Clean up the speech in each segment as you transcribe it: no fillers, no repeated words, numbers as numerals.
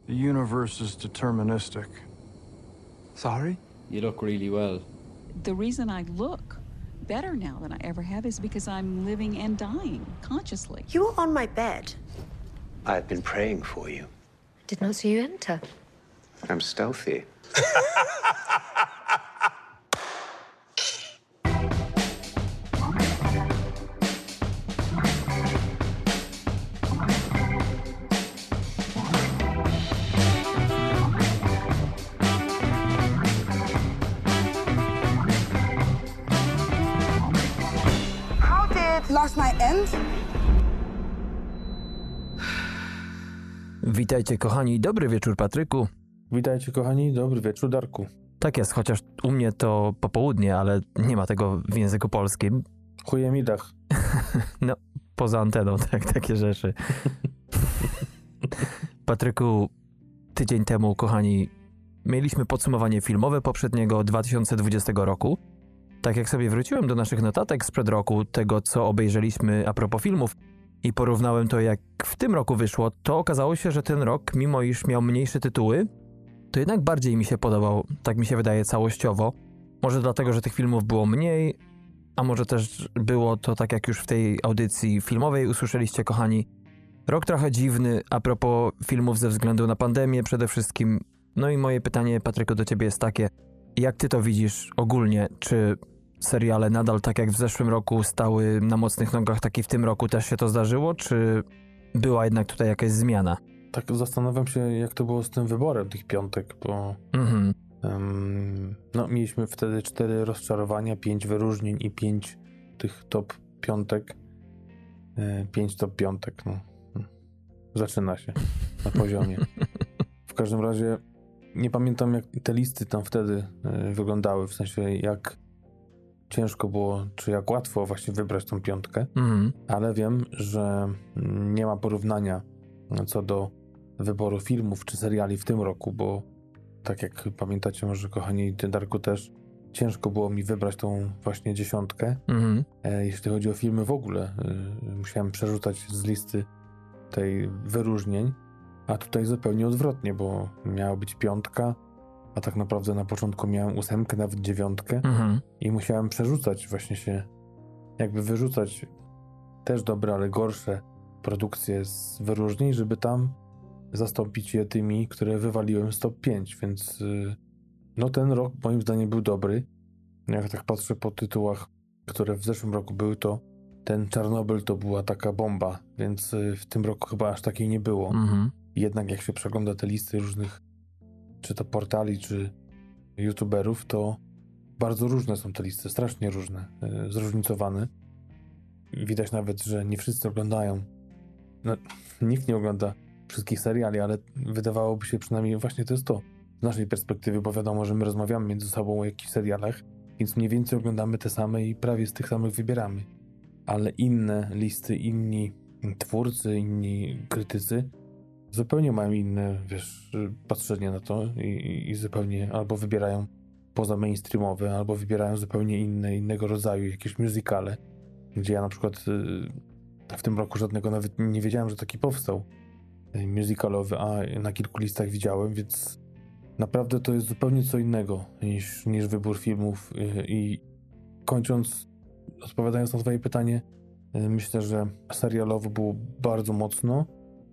The universe is deterministic. Sorry? You look really well. The reason I look better now than I ever have is because I'm living and dying consciously. You were on my bed. I've been praying for you. Did not see you enter. I'm stealthy. How did last night end? Witajcie kochani, dobry wieczór Patryku. Witajcie kochani, dobry wieczór Darku. Tak jest, chociaż u mnie to popołudnie, ale nie ma tego w języku polskim. Chuje mi dach. No, poza anteną, tak, takie rzeczy. Patryku, tydzień temu, kochani, mieliśmy podsumowanie filmowe poprzedniego 2020 roku. Tak jak sobie wróciłem do naszych notatek sprzed roku, tego co obejrzeliśmy a propos filmów i porównałem to jak w tym roku wyszło, to okazało się, że ten rok, mimo iż miał mniejsze tytuły, to jednak bardziej mi się podobał, tak mi się wydaje całościowo. Może dlatego, że tych filmów było mniej, a może też było to tak jak już w tej audycji filmowej usłyszeliście, kochani. Rok trochę dziwny a propos filmów ze względu na pandemię przede wszystkim. No i moje pytanie, Patryku, do ciebie jest takie, jak ty to widzisz ogólnie? Czy seriale nadal tak jak w zeszłym roku stały na mocnych nogach, tak i w tym roku też się to zdarzyło? Czy była jednak tutaj jakaś zmiana? Tak zastanawiam się, jak to było z tym wyborem tych piątek, bo no, mieliśmy wtedy 4 rozczarowania, 5 wyróżnień i 5 tych top piątek. 5 top piątek, no. Zaczyna się na poziomie. W każdym razie nie pamiętam, jak te listy tam wtedy wyglądały, w sensie jak ciężko było, czy jak łatwo właśnie wybrać tą piątkę, ale wiem, że nie ma porównania co do wyboru filmów czy seriali w tym roku, bo tak jak pamiętacie może, kochani, ty, Darku, też ciężko było mi wybrać tą właśnie 10. Jeśli chodzi o filmy w ogóle, musiałem przerzucać z listy tej wyróżnień, a tutaj zupełnie odwrotnie, bo miała być 5, a tak naprawdę na początku miałem 8, nawet 9 i musiałem przerzucać właśnie się, jakby wyrzucać też dobre, ale gorsze produkcje z wyróżnień, żeby tam zastąpić je tymi, które wywaliłem z top 5, więc no ten rok moim zdaniem był dobry. Jak tak patrzę po tytułach, które w zeszłym roku były, to ten Czarnobyl to była taka bomba, więc w tym roku chyba aż takiej nie było. Jednak jak się przegląda te listy różnych, czy to portali, czy youtuberów, to bardzo różne są te listy, strasznie różne, zróżnicowane. Widać nawet, że nie wszyscy oglądają. No, nikt nie ogląda wszystkich seriali, ale wydawałoby się przynajmniej właśnie to jest to z naszej perspektywy, bo wiadomo, że my rozmawiamy między sobą o jakichś serialach, więc mniej więcej oglądamy te same i prawie z tych samych wybieramy. Ale inne listy, inni twórcy, inni krytycy zupełnie mają inne, wiesz, patrzenie na to i zupełnie albo wybierają poza mainstreamowe, albo wybierają zupełnie innego rodzaju jakieś musicale, gdzie ja na przykład w tym roku żadnego nawet nie wiedziałem, że taki powstał musicalowy, a na kilku listach widziałem, więc naprawdę to jest zupełnie co innego niż wybór filmów i kończąc, odpowiadając na twoje pytanie, myślę, że serialowo było bardzo mocno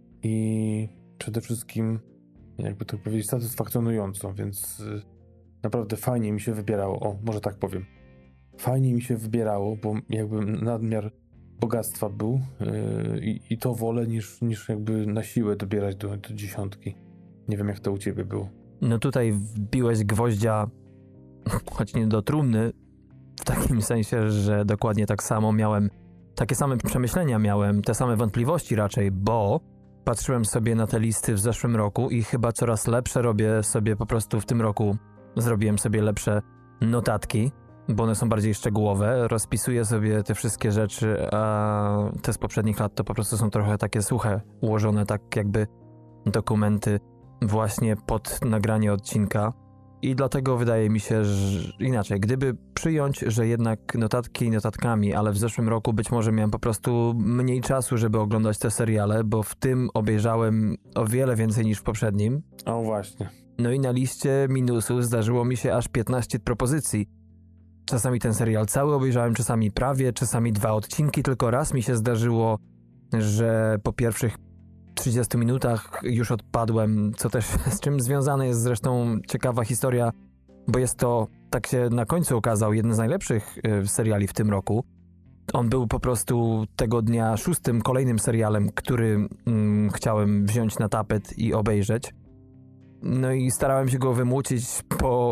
i przede wszystkim, jakby to powiedzieć, satysfakcjonująco, więc naprawdę fajnie mi się wybierało, o, może tak powiem. Fajnie mi się wybierało, bo jakby nadmiar bogactwa był i to wolę niż jakby na siłę dobierać do 10. Nie wiem, jak to u ciebie było. No tutaj wbiłeś gwoździa, choć nie do trumny, w takim sensie, że dokładnie tak samo miałem, takie same przemyślenia miałem, te same wątpliwości raczej, bo patrzyłem sobie na te listy w zeszłym roku i chyba coraz lepsze robię sobie po prostu w tym roku. Zrobiłem sobie lepsze notatki, bo one są bardziej szczegółowe. Rozpisuję sobie te wszystkie rzeczy, a te z poprzednich lat to po prostu są trochę takie suche, ułożone tak jakby dokumenty właśnie pod nagranie odcinka. I dlatego wydaje mi się, że inaczej, gdyby przyjąć, że jednak notatki notatkami, ale w zeszłym roku być może miałem po prostu mniej czasu, żeby oglądać te seriale, bo w tym obejrzałem o wiele więcej niż w poprzednim. O właśnie. No i na liście minusów zdarzyło mi się aż 15 propozycji. Czasami ten serial cały obejrzałem, czasami prawie, czasami 2 odcinki, tylko raz mi się zdarzyło, że po pierwszych 30 minutach już odpadłem, co też z czym związane jest zresztą ciekawa historia, bo jest to, tak się na końcu okazał, jeden z najlepszych seriali w tym roku. On był po prostu tego dnia 6. kolejnym serialem, który chciałem wziąć na tapet i obejrzeć. No i starałem się go wymucić, po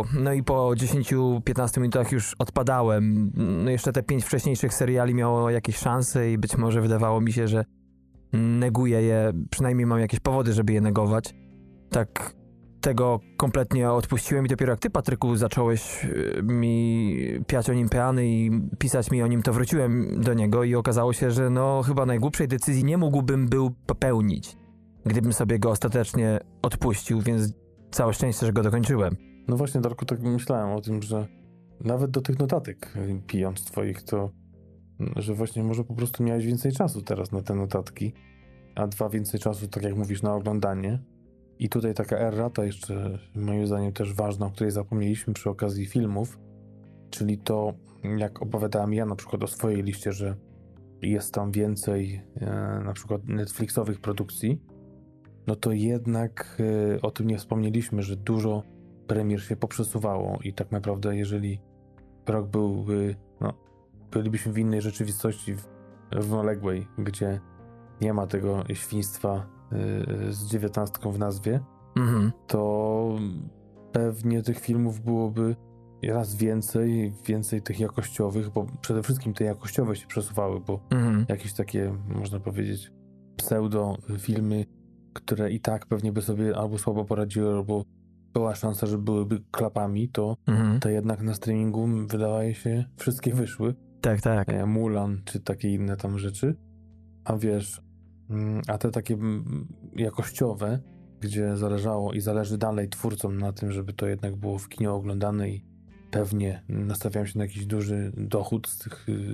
10-15 minutach już odpadałem. No jeszcze te 5 wcześniejszych seriali miało jakieś szanse i być może wydawało mi się, że neguję je, przynajmniej mam jakieś powody, żeby je negować. Tak tego kompletnie odpuściłem i dopiero jak ty, Patryku, zacząłeś mi piać o nim peany i pisać mi o nim, to wróciłem do niego i okazało się, że no chyba najgłupszej decyzji nie mógłbym był popełnić, gdybym sobie go ostatecznie odpuścił, więc całe szczęście, że go dokończyłem. No właśnie, Darku, tak myślałem o tym, że nawet do tych notatek pijąc twoich, to że właśnie może po prostu miałeś więcej czasu teraz na te notatki, a 2 więcej czasu, tak jak mówisz, na oglądanie. I tutaj taka errata jeszcze, moim zdaniem też ważna, o której zapomnieliśmy przy okazji filmów, czyli to, jak opowiadałem ja na przykład o swojej liście, że jest tam więcej na przykład Netflixowych produkcji, no to jednak o tym nie wspomnieliśmy, że dużo premier się poprzesuwało i tak naprawdę jeżeli rok byłby, bylibyśmy w innej rzeczywistości, w uległej, gdzie nie ma tego świństwa z 19 w nazwie, to pewnie tych filmów byłoby raz więcej tych jakościowych, bo przede wszystkim te jakościowe się przesuwały, bo jakieś takie, można powiedzieć, pseudo filmy, które i tak pewnie by sobie albo słabo poradziły, albo była szansa, że byłyby klapami, to jednak na streamingu wydaje się wszystkie wyszły. Tak. Mulan, czy takie inne tam rzeczy. A wiesz, a te takie jakościowe, gdzie zależało i zależy dalej twórcom na tym, żeby to jednak było w kinie oglądane i pewnie nastawiają się na jakiś duży dochód z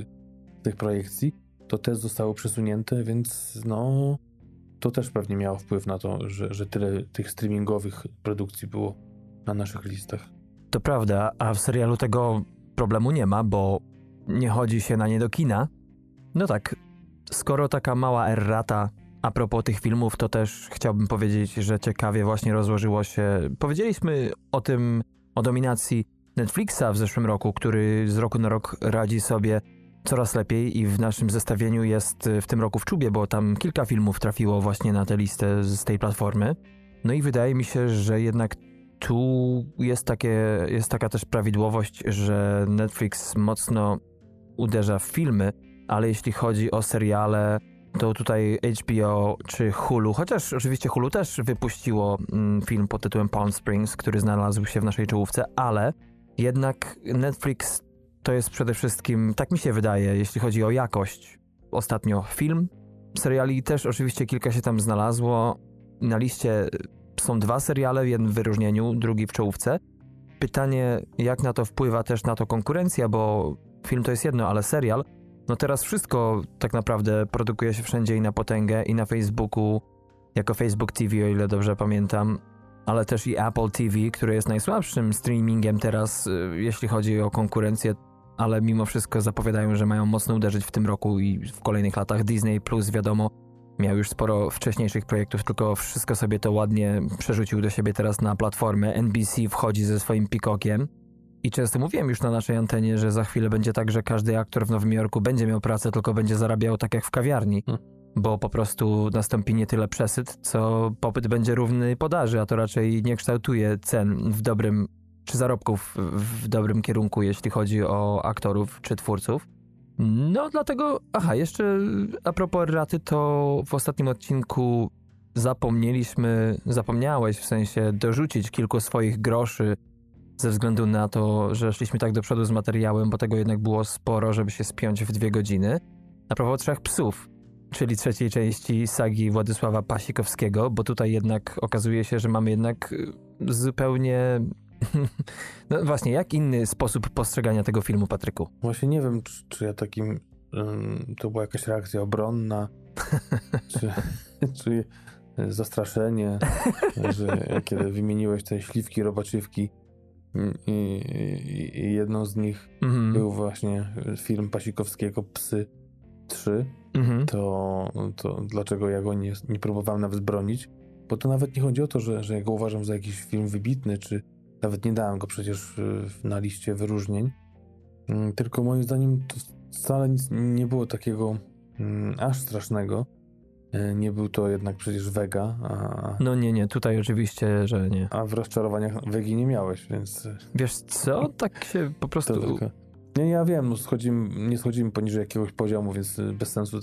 tych projekcji, to te zostały przesunięte, więc no to też pewnie miało wpływ na to, że tyle tych streamingowych produkcji było na naszych listach. To prawda, a w serialu tego problemu nie ma, bo nie chodzi się na nie do kina. No tak, skoro taka mała errata a propos tych filmów, to też chciałbym powiedzieć, że ciekawie właśnie rozłożyło się. Powiedzieliśmy o tym, o dominacji Netflixa w zeszłym roku, który z roku na rok radzi sobie coraz lepiej i w naszym zestawieniu jest w tym roku w czubie, bo tam kilka filmów trafiło właśnie na tę listę z tej platformy. No i wydaje mi się, że jednak tu jest taka też prawidłowość, że Netflix mocno uderza w filmy, ale jeśli chodzi o seriale, to tutaj HBO czy Hulu, chociaż oczywiście Hulu też wypuściło film pod tytułem Palm Springs, który znalazł się w naszej czołówce, ale jednak Netflix to jest przede wszystkim, tak mi się wydaje, jeśli chodzi o jakość, ostatnio film. Seriali też oczywiście kilka się tam znalazło. Na liście są 2 seriale, jeden w wyróżnieniu, drugi w czołówce. Pytanie, jak na to wpływa też na to konkurencja, bo film to jest jedno, ale serial, no teraz wszystko tak naprawdę produkuje się wszędzie i na potęgę, i na Facebooku, jako Facebook TV, o ile dobrze pamiętam, ale też i Apple TV, które jest najsłabszym streamingiem teraz, jeśli chodzi o konkurencję, ale mimo wszystko zapowiadają, że mają mocno uderzyć w tym roku i w kolejnych latach. Disney Plus, wiadomo, miał już sporo wcześniejszych projektów, tylko wszystko sobie to ładnie przerzucił do siebie teraz na platformę. NBC wchodzi ze swoim Peacockiem. I często mówiłem już na naszej antenie, że za chwilę będzie tak, że każdy aktor w Nowym Jorku będzie miał pracę, tylko będzie zarabiał tak jak w kawiarni, bo po prostu nastąpi nie tyle przesyt, co popyt będzie równy podaży, a to raczej nie kształtuje cen w dobrym, czy zarobków w dobrym kierunku, jeśli chodzi o aktorów czy twórców. No dlatego, jeszcze a propos erraty, to w ostatnim odcinku zapomniałeś w sensie dorzucić kilku swoich groszy ze względu na to, że szliśmy tak do przodu z materiałem, bo tego jednak było sporo, żeby się spiąć w 2 godziny. A propos 3 psów, czyli trzeciej części sagi Władysława Pasikowskiego, bo tutaj jednak okazuje się, że mamy jednak zupełnie No właśnie, jak inny sposób postrzegania tego filmu, Patryku? Właśnie nie wiem, czy ja takim... to była jakaś reakcja obronna, czy zastraszenie, że kiedy wymieniłeś te śliwki, robaczywki i jedną z nich był właśnie film Pasikowskiego Psy 3, to dlaczego ja go nie próbowałem nawet bronić? Bo to nawet nie chodzi o to, że ja go uważam za jakiś film wybitny, czy nawet nie dałem go przecież na liście wyróżnień, tylko moim zdaniem to wcale nic nie było takiego aż strasznego. Nie był to jednak przecież Wega. No nie, tutaj oczywiście, że nie. A w rozczarowaniach Wegi nie miałeś, więc... Wiesz co? Tak się po prostu... Nie, ja wiem, nie schodzimy poniżej jakiegoś poziomu, więc bez sensu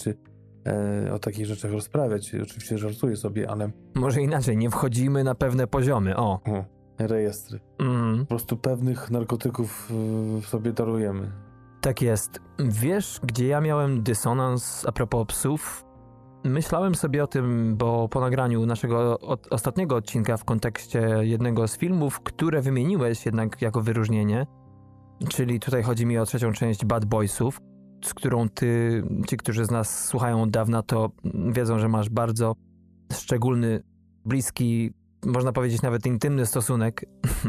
o takich rzeczach rozprawiać. Oczywiście żartuję sobie, ale... Może inaczej, nie wchodzimy na pewne poziomy, rejestry. Po prostu pewnych narkotyków sobie darujemy. Tak jest. Wiesz, gdzie ja miałem dysonans a propos psów? Myślałem sobie o tym, bo po nagraniu naszego ostatniego odcinka w kontekście jednego z filmów, które wymieniłeś jednak jako wyróżnienie, czyli tutaj chodzi mi o trzecią część Bad Boysów, z którą ci, którzy z nas słuchają od dawna, to wiedzą, że masz bardzo szczególny, bliski, można powiedzieć nawet intymny stosunek,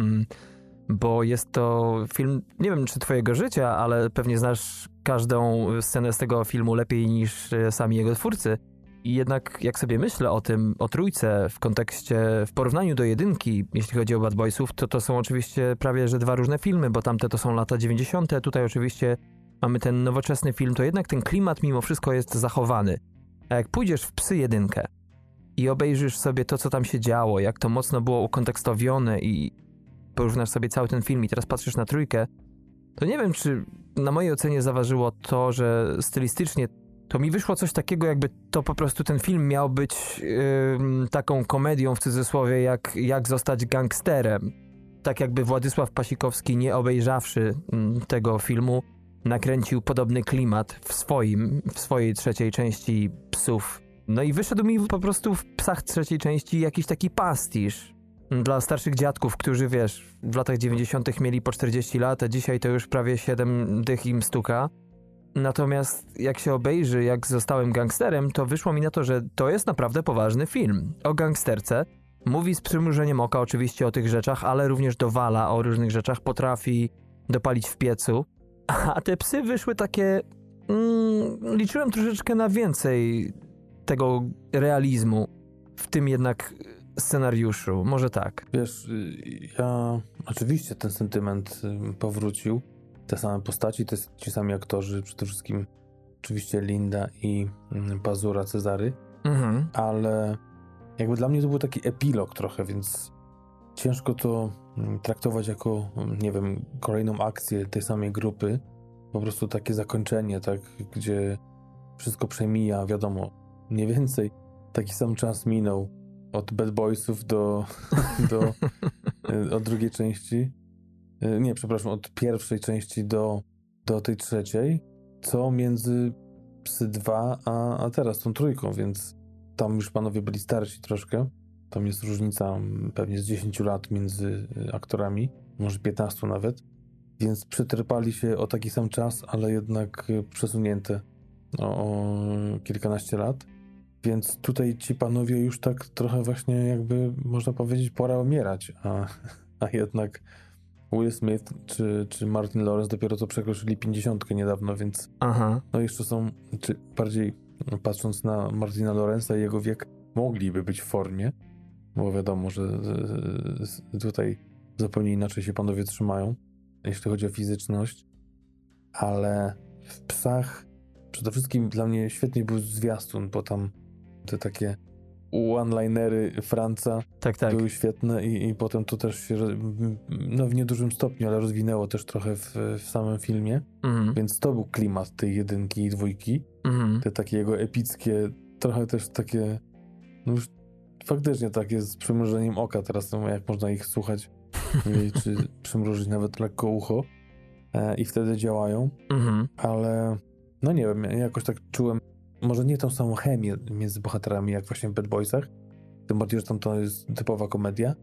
bo jest to film, nie wiem czy twojego życia, ale pewnie znasz każdą scenę z tego filmu lepiej niż sami jego twórcy. I jednak jak sobie myślę o tym, o trójce w porównaniu do jedynki, jeśli chodzi o Bad Boysów, to są oczywiście prawie że dwa różne filmy, bo tamte to są lata 90. Tutaj oczywiście mamy ten nowoczesny film, to jednak ten klimat mimo wszystko jest zachowany. A jak pójdziesz w Psy jedynkę i obejrzysz sobie to, co tam się działo, jak to mocno było ukontekstowione i porównasz sobie cały ten film i teraz patrzysz na trójkę, to nie wiem, czy na mojej ocenie zaważyło to, że stylistycznie to mi wyszło coś takiego, jakby to po prostu ten film miał być taką komedią w cudzysłowie, jak zostać gangsterem. Tak jakby Władysław Pasikowski, nie obejrzawszy tego filmu, nakręcił podobny klimat w swojej trzeciej części Psów. No i wyszedł mi po prostu w Psach trzeciej części jakiś taki pastisz dla starszych dziadków, którzy wiesz, w latach 90. mieli po 40 lat, a dzisiaj to już prawie 7 dych im stuka. Natomiast jak się obejrzy, jak zostałem gangsterem, to wyszło mi na to, że to jest naprawdę poważny film. O gangsterce. Mówi z przymrużeniem oka oczywiście o tych rzeczach, ale również dowala o różnych rzeczach. Potrafi dopalić w piecu. A te psy wyszły takie... liczyłem troszeczkę na więcej tego realizmu w tym jednak scenariuszu. Może tak. Wiesz, oczywiście ten sentyment powrócił. Te same postaci, ci sami aktorzy, przede wszystkim oczywiście Linda i Pazura Cezary, ale jakby dla mnie to był taki epilog trochę, więc ciężko to traktować jako, nie wiem, kolejną akcję tej samej grupy, po prostu takie zakończenie, tak, gdzie wszystko przemija, wiadomo, mniej więcej taki sam czas minął od Bad Boysów od drugiej części. Nie, przepraszam, od pierwszej części do tej trzeciej, co między Psy 2 a teraz tą trójką, więc tam już panowie byli starsi troszkę. Tam jest różnica pewnie z 10 lat między aktorami, może 15 nawet, więc przetrpali się o taki sam czas, ale jednak przesunięte o kilkanaście lat. Więc tutaj ci panowie już tak trochę właśnie jakby, można powiedzieć, pora umierać, a jednak Will Smith czy Martin Lawrence dopiero co przekroczyli 50 niedawno, więc no jeszcze są, czy bardziej patrząc na Martina Lawrence'a i jego wiek, mogliby być w formie, bo wiadomo, że tutaj zupełnie inaczej się panowie trzymają, jeśli chodzi o fizyczność, ale w Psach przede wszystkim dla mnie świetnie był zwiastun, bo tam te takie one-linery Franca były świetne i potem to też się w niedużym stopniu, ale rozwinęło też trochę w samym filmie, więc to był klimat tej jedynki i dwójki, te takie jego epickie, trochę też takie, no już faktycznie takie z przymrużeniem oka teraz, jak można ich słuchać, czy przymrużyć nawet lekko ucho i wtedy działają, ale no nie wiem, jakoś tak czułem może nie tą samą chemię między bohaterami jak właśnie w Bad Boysach, tym bardziej, że tam to jest typowa komedia,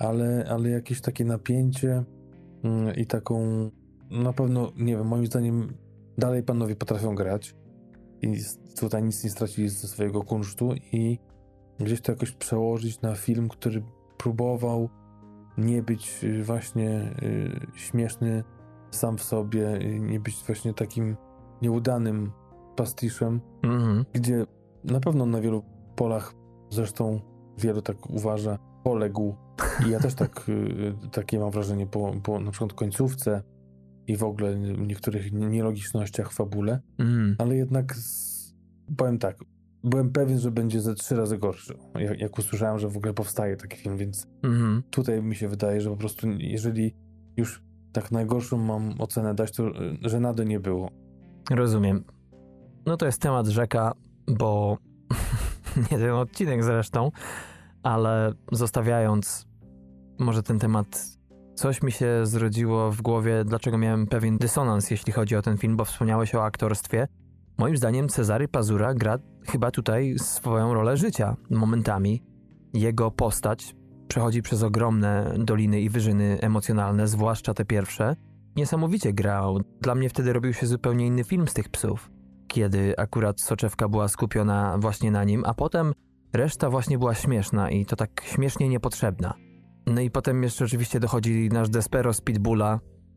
ale jakieś takie napięcie i taką, na pewno, nie wiem, moim zdaniem dalej panowie potrafią grać i tutaj nic nie stracili ze swojego kunsztu i gdzieś to jakoś przełożyć na film, który próbował nie być właśnie śmieszny sam w sobie, nie być właśnie takim nieudanym pastiszem, gdzie na pewno na wielu polach, zresztą wielu tak uważa, poległ. I ja też takie mam wrażenie po na przykład końcówce i w ogóle niektórych nielogicznościach w fabule, ale jednak powiem tak, byłem pewien, że będzie ze 3 razy gorszy, jak usłyszałem, że w ogóle powstaje taki film, więc tutaj mi się wydaje, że po prostu jeżeli już tak najgorszą mam ocenę dać, to żenady nie było. Rozumiem. No to jest temat rzeka, bo nie ten odcinek zresztą, ale zostawiając może ten temat, coś mi się zrodziło w głowie, dlaczego miałem pewien dysonans, jeśli chodzi o ten film, bo wspomniałeś o aktorstwie. Moim zdaniem Cezary Pazura gra chyba tutaj swoją rolę życia momentami. Jego postać przechodzi przez ogromne doliny i wyżyny emocjonalne, zwłaszcza te pierwsze. Niesamowicie grał. Dla mnie wtedy robił się zupełnie inny film z tych psów, kiedy akurat soczewka była skupiona właśnie na nim, a potem reszta właśnie była śmieszna i to tak śmiesznie niepotrzebna. No i potem jeszcze oczywiście dochodzi nasz Despero z Pitbulla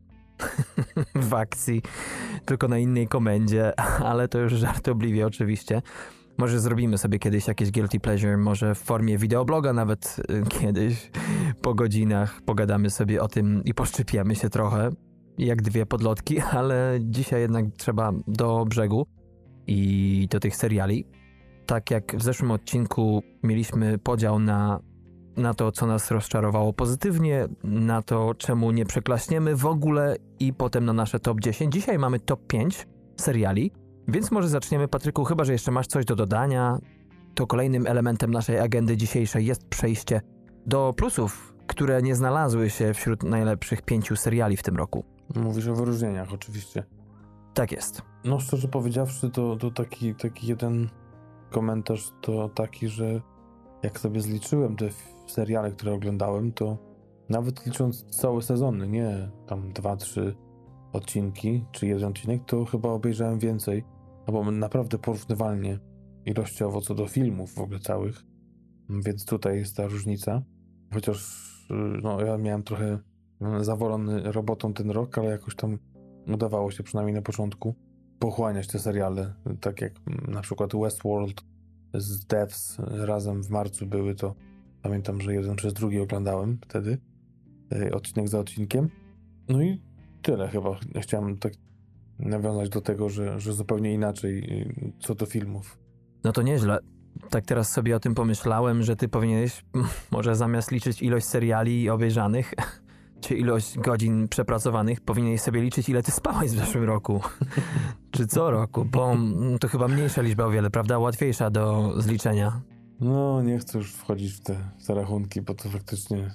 w akcji, tylko na innej komendzie, ale to już żartobliwie oczywiście. Może zrobimy sobie kiedyś jakieś guilty pleasure, może w formie wideobloga nawet kiedyś po godzinach pogadamy sobie o tym i poszczypiemy się trochę, jak 2 podlotki, ale dzisiaj jednak trzeba do brzegu i do tych seriali. Tak jak w zeszłym odcinku mieliśmy podział na to, co nas rozczarowało pozytywnie, na to, czemu nie przeklaśniemy w ogóle i potem na nasze top 10. Dzisiaj mamy top 5 seriali, więc może zaczniemy, Patryku, chyba że jeszcze masz coś do dodania. To kolejnym elementem naszej agendy dzisiejszej jest przejście do plusów, które nie znalazły się wśród najlepszych 5 seriali w tym roku. Mówisz o wyróżnieniach oczywiście. Tak jest. No szczerze powiedziawszy, to taki jeden komentarz to taki, że jak sobie zliczyłem te seriale, które oglądałem, to nawet licząc całe sezony, nie tam 2-3 odcinki, czy 1 odcinek, to chyba obejrzałem więcej, albo naprawdę porównywalnie ilościowo co do filmów w ogóle całych, więc tutaj jest ta różnica. Chociaż no, ja miałem trochę zawolony robotą ten rok, ale jakoś tam udawało się przynajmniej na początku pochłaniać te seriale, tak jak na przykład Westworld z Devs razem w marcu były, to pamiętam, że jeden przez drugi oglądałem wtedy, odcinek za odcinkiem. No i tyle chyba. Ja chciałem tak nawiązać do tego, że zupełnie inaczej co do filmów. No to nieźle. Tak teraz sobie o tym pomyślałem, że ty powinieneś może zamiast liczyć ilość seriali obejrzanych, czy ilość godzin przepracowanych, powinieneś sobie liczyć, ile ty spałeś w zeszłym roku. Czy co roku, bo to chyba mniejsza liczba o wiele, prawda? Łatwiejsza do zliczenia. No, nie chcę już wchodzić w te rachunki, bo to faktycznie...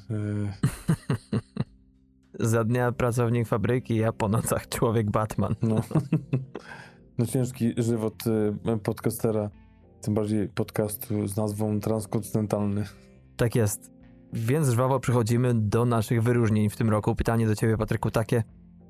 Za dnia pracownik fabryki, a po nocach człowiek Batman. No ciężki żywot podcastera, tym bardziej podcastu z nazwą Transkontynentalny. Tak jest. Więc żwawo przechodzimy do naszych wyróżnień w tym roku. Pytanie do ciebie, Patryku, takie,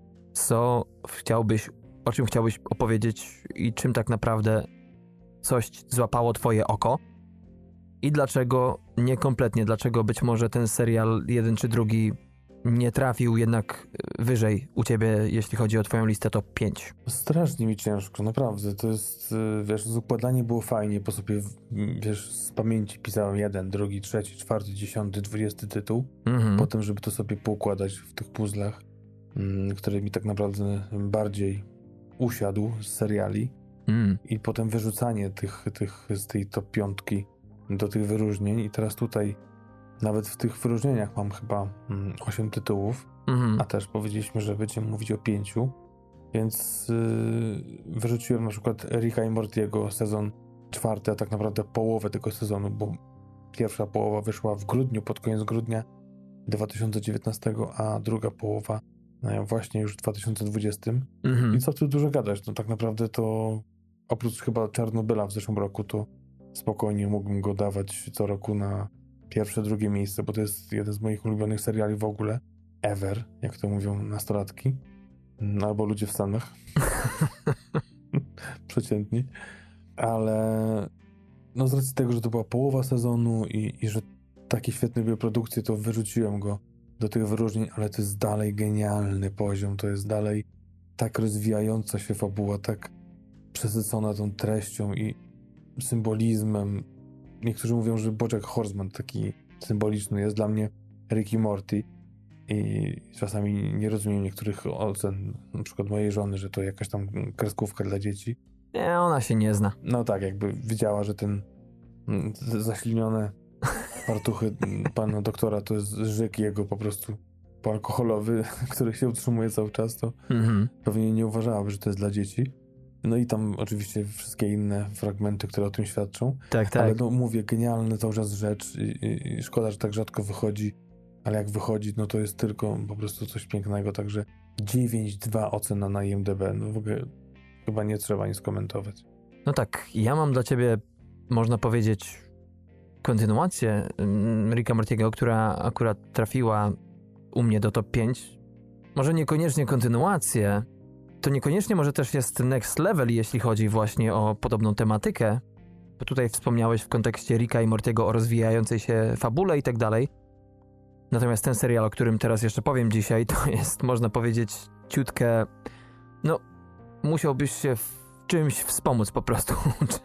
o czym chciałbyś opowiedzieć i czym tak naprawdę coś złapało twoje oko? I dlaczego niekompletnie, dlaczego być może ten serial jeden czy drugi nie trafił jednak wyżej u ciebie, jeśli chodzi o twoją listę top 5? Strasznie mi ciężko, naprawdę. To jest, wiesz, z układaniem było fajnie, bo sobie, wiesz, z pamięci pisałem 1, 2, 3, 4, 10, 20 tytuł. Potem, żeby to sobie poukładać w tych puzzlach, który mi tak naprawdę bardziej usiadł z seriali. I potem wyrzucanie tych z tej top 5 do tych wyróżnień. I teraz tutaj nawet w tych wyróżnieniach mam chyba 8 tytułów, a też powiedzieliśmy, że będziemy mówić o 5, więc wyrzuciłem na przykład Ricka i Mortiego sezon 4, a tak naprawdę połowę tego sezonu, bo pierwsza połowa wyszła w grudniu, pod koniec grudnia 2019, a druga połowa właśnie już w 2020. I co tu dużo gadać, no tak naprawdę to oprócz chyba Czarnobyla w zeszłym roku, to spokojnie mógłbym go dawać co roku na pierwsze, drugie miejsce, bo to jest jeden z moich ulubionych seriali w ogóle. Ever, jak to mówią nastolatki. Albo ludzie w Stanach. Przeciętni. Ale no z racji tego, że to była połowa sezonu i że takie świetne były produkcje, to wyrzuciłem go do tych wyróżnień, ale to jest dalej genialny poziom, to jest dalej tak rozwijająca się fabuła, tak przesycona tą treścią i symbolizmem. Niektórzy mówią, że BoJack Horseman taki symboliczny jest dla mnie Rick i Morty i czasami nie rozumiem niektórych ocen, na przykład mojej żony, że to jakaś tam kreskówka dla dzieci. Nie, ona się nie zna. No tak, jakby widziała, że ten zaślinione fartuchy pana doktora to jest żyk jego po prostu poalkoholowy, który się utrzymuje cały czas, to pewnie nie uważałaby, że to jest dla dzieci. No i tam oczywiście wszystkie inne fragmenty, które o tym świadczą. Tak. Ale no mówię, genialny cały czas rzecz i szkoda, że tak rzadko wychodzi, ale jak wychodzi, no to jest tylko po prostu coś pięknego, także 9,2 ocena na IMDb, no w ogóle chyba nie trzeba nic komentować. No tak, ja mam dla ciebie, można powiedzieć, kontynuację Ricka Mortiego, która akurat trafiła u mnie do top 5. Może niekoniecznie kontynuację, to niekoniecznie może też jest next level, jeśli chodzi właśnie o podobną tematykę, bo tutaj wspomniałeś w kontekście Ricka i Mortiego o rozwijającej się fabule i tak dalej. Natomiast ten serial, o którym teraz jeszcze powiem dzisiaj, to jest, można powiedzieć, ciutkę, no, musiałbyś się w czymś wspomóc po prostu,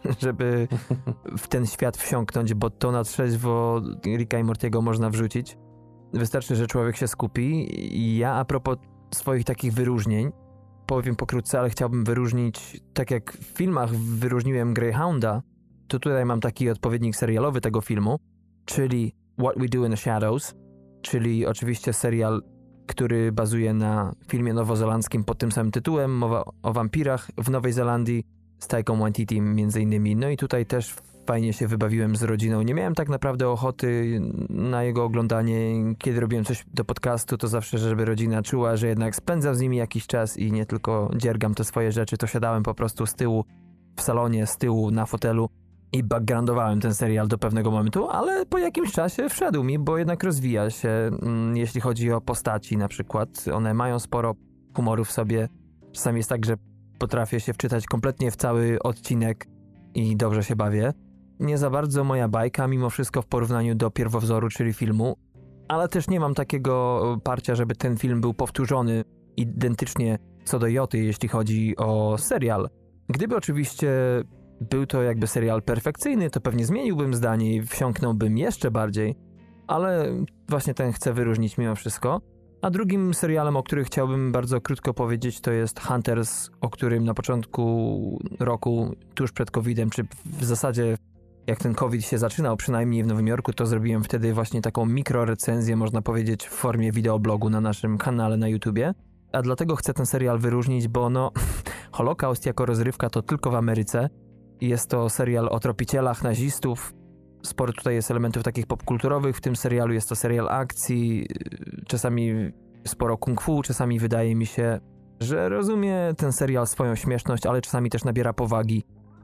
żeby w ten świat wsiąknąć, bo to na trzeźwo Ricka i Mortiego można wrzucić. Wystarczy, że człowiek się skupi. I ja a propos swoich takich wyróżnień, powiem pokrótce, ale chciałbym wyróżnić, tak jak w filmach wyróżniłem Greyhounda, to tutaj mam taki odpowiednik serialowy tego filmu, czyli What We Do in the Shadows, czyli oczywiście serial, który bazuje na filmie nowozelandzkim pod tym samym tytułem, mowa o wampirach w Nowej Zelandii z Taiką Waititi między innymi. No i tutaj też fajnie się wybawiłem z rodziną. Nie miałem tak naprawdę ochoty na jego oglądanie. Kiedy robiłem coś do podcastu, to zawsze, żeby rodzina czuła, że jednak spędzam z nimi jakiś czas i nie tylko dziergam te swoje rzeczy, to siadałem po prostu z tyłu w salonie, z tyłu na fotelu i backgroundowałem ten serial do pewnego momentu, ale po jakimś czasie wszedł mi, bo jednak rozwija się, jeśli chodzi o postaci na przykład. One mają sporo humoru w sobie. Czasami jest tak, że potrafię się wczytać kompletnie w cały odcinek i dobrze się bawię. Nie za bardzo moja bajka, mimo wszystko w porównaniu do pierwowzoru, czyli filmu, ale też nie mam takiego parcia, żeby ten film był powtórzony identycznie co do joty, jeśli chodzi o serial. Gdyby oczywiście był to jakby serial perfekcyjny, to pewnie zmieniłbym zdanie i wsiąknąłbym jeszcze bardziej, ale właśnie ten chcę wyróżnić mimo wszystko. A drugim serialem, o którym chciałbym bardzo krótko powiedzieć, to jest Hunters, o którym na początku roku, tuż przed COVID-em, czy w zasadzie jak ten COVID się zaczynał, przynajmniej w Nowym Jorku, to zrobiłem wtedy właśnie taką mikrorecenzję, można powiedzieć, w formie wideoblogu na naszym kanale na YouTubie. A dlatego chcę ten serial wyróżnić, bo no, Holokaust jako rozrywka to tylko w Ameryce. Jest to serial o tropicielach nazistów. Sporo tutaj jest elementów takich popkulturowych w tym serialu. Jest to serial akcji, czasami sporo kung fu, czasami wydaje mi się, że rozumie ten serial swoją śmieszność, ale czasami też nabiera powagi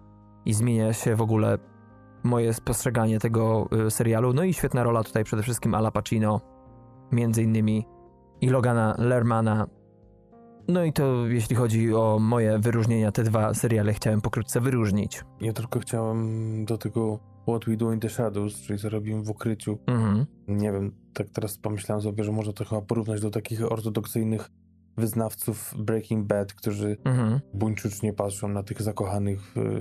i zmienia się w ogóle moje postrzeganie tego serialu. No i świetna rola tutaj przede wszystkim Ala Pacino, między innymi, i Logana Lermana. No i to jeśli chodzi o moje wyróżnienia, te dwa seriale chciałem pokrótce wyróżnić. Ja tylko chciałem do tego What We Do in the Shadows, czyli co robimy w ukryciu. Nie wiem, tak teraz pomyślałem sobie, że można to chyba porównać do takich ortodoksyjnych wyznawców Breaking Bad, którzy buńczucznie patrzą na tych zakochanych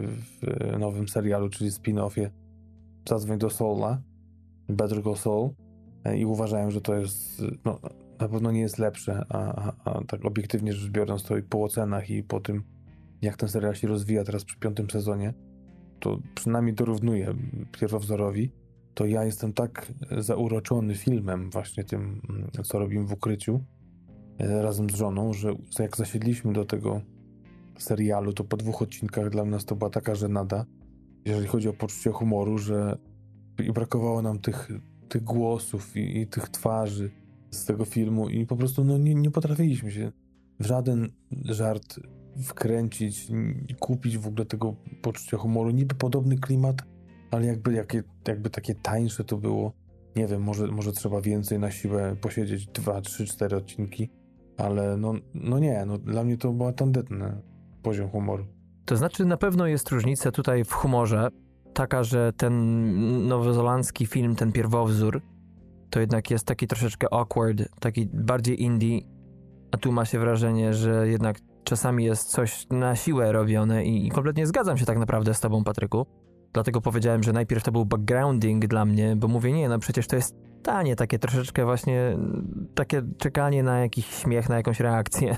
w nowym serialu, czyli spin-offie Zadzwoń do Saula, Better Call Saul, i uważają, że to jest, no, na pewno nie jest lepsze, a tak obiektywnie rzecz biorąc, to i po ocenach i po tym, jak ten serial się rozwija teraz przy 5. sezonie, to przynajmniej dorównuje pierwowzorowi. To ja jestem tak zauroczony filmem, właśnie tym, co robimy w ukryciu, razem z żoną, że jak zasiedliśmy do tego serialu, to po 2 odcinkach dla nas to była taka żenada, jeżeli chodzi o poczucie humoru, że brakowało nam tych głosów i tych twarzy z tego filmu i po prostu no, nie potrafiliśmy się w żaden żart wkręcić, kupić w ogóle tego poczucia humoru. Niby podobny klimat, ale jakby takie tańsze to było. nie wiem, może trzeba więcej na siłę posiedzieć 2, 3, 4 odcinki, ale nie, dla mnie to był tandetny poziom humoru. To znaczy na pewno jest różnica tutaj w humorze, taka, że ten nowozelandzki film, ten pierwowzór, to jednak jest taki troszeczkę awkward, taki bardziej indie, a tu ma się wrażenie, że jednak czasami jest coś na siłę robione i kompletnie zgadzam się tak naprawdę z tobą, Patryku. Dlatego powiedziałem, że najpierw to był backgrounding dla mnie, bo mówię, nie, no przecież to jest tanie, takie troszeczkę właśnie, takie czekanie na jakiś śmiech, na jakąś reakcję.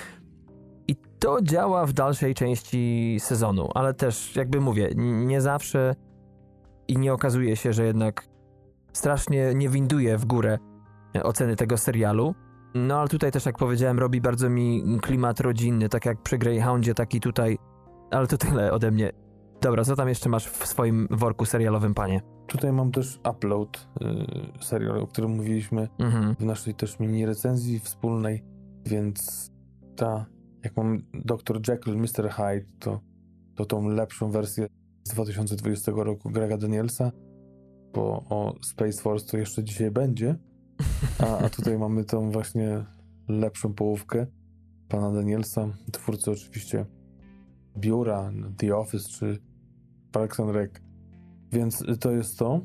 I to działa w dalszej części sezonu, ale też jakby mówię, nie zawsze i nie okazuje się, że jednak strasznie nie winduje w górę oceny tego serialu. No ale tutaj też, jak powiedziałem, robi bardzo mi klimat rodzinny, tak jak przy Greyhoundzie, taki tutaj, ale to tyle ode mnie. Dobra, co tam jeszcze masz w swoim worku serialowym, panie? Tutaj mam też Upload, serial, o którym mówiliśmy w naszej też mini recenzji wspólnej, więc jak mam Dr. Jekyll, Mr. Hyde, to tą lepszą wersję z 2020 roku Grega Danielsa, bo o Space Force to jeszcze dzisiaj będzie, a tutaj mamy tą właśnie lepszą połówkę pana Danielsa, twórcy oczywiście Biura, The Office czy Parks and Rec. Więc to jest to.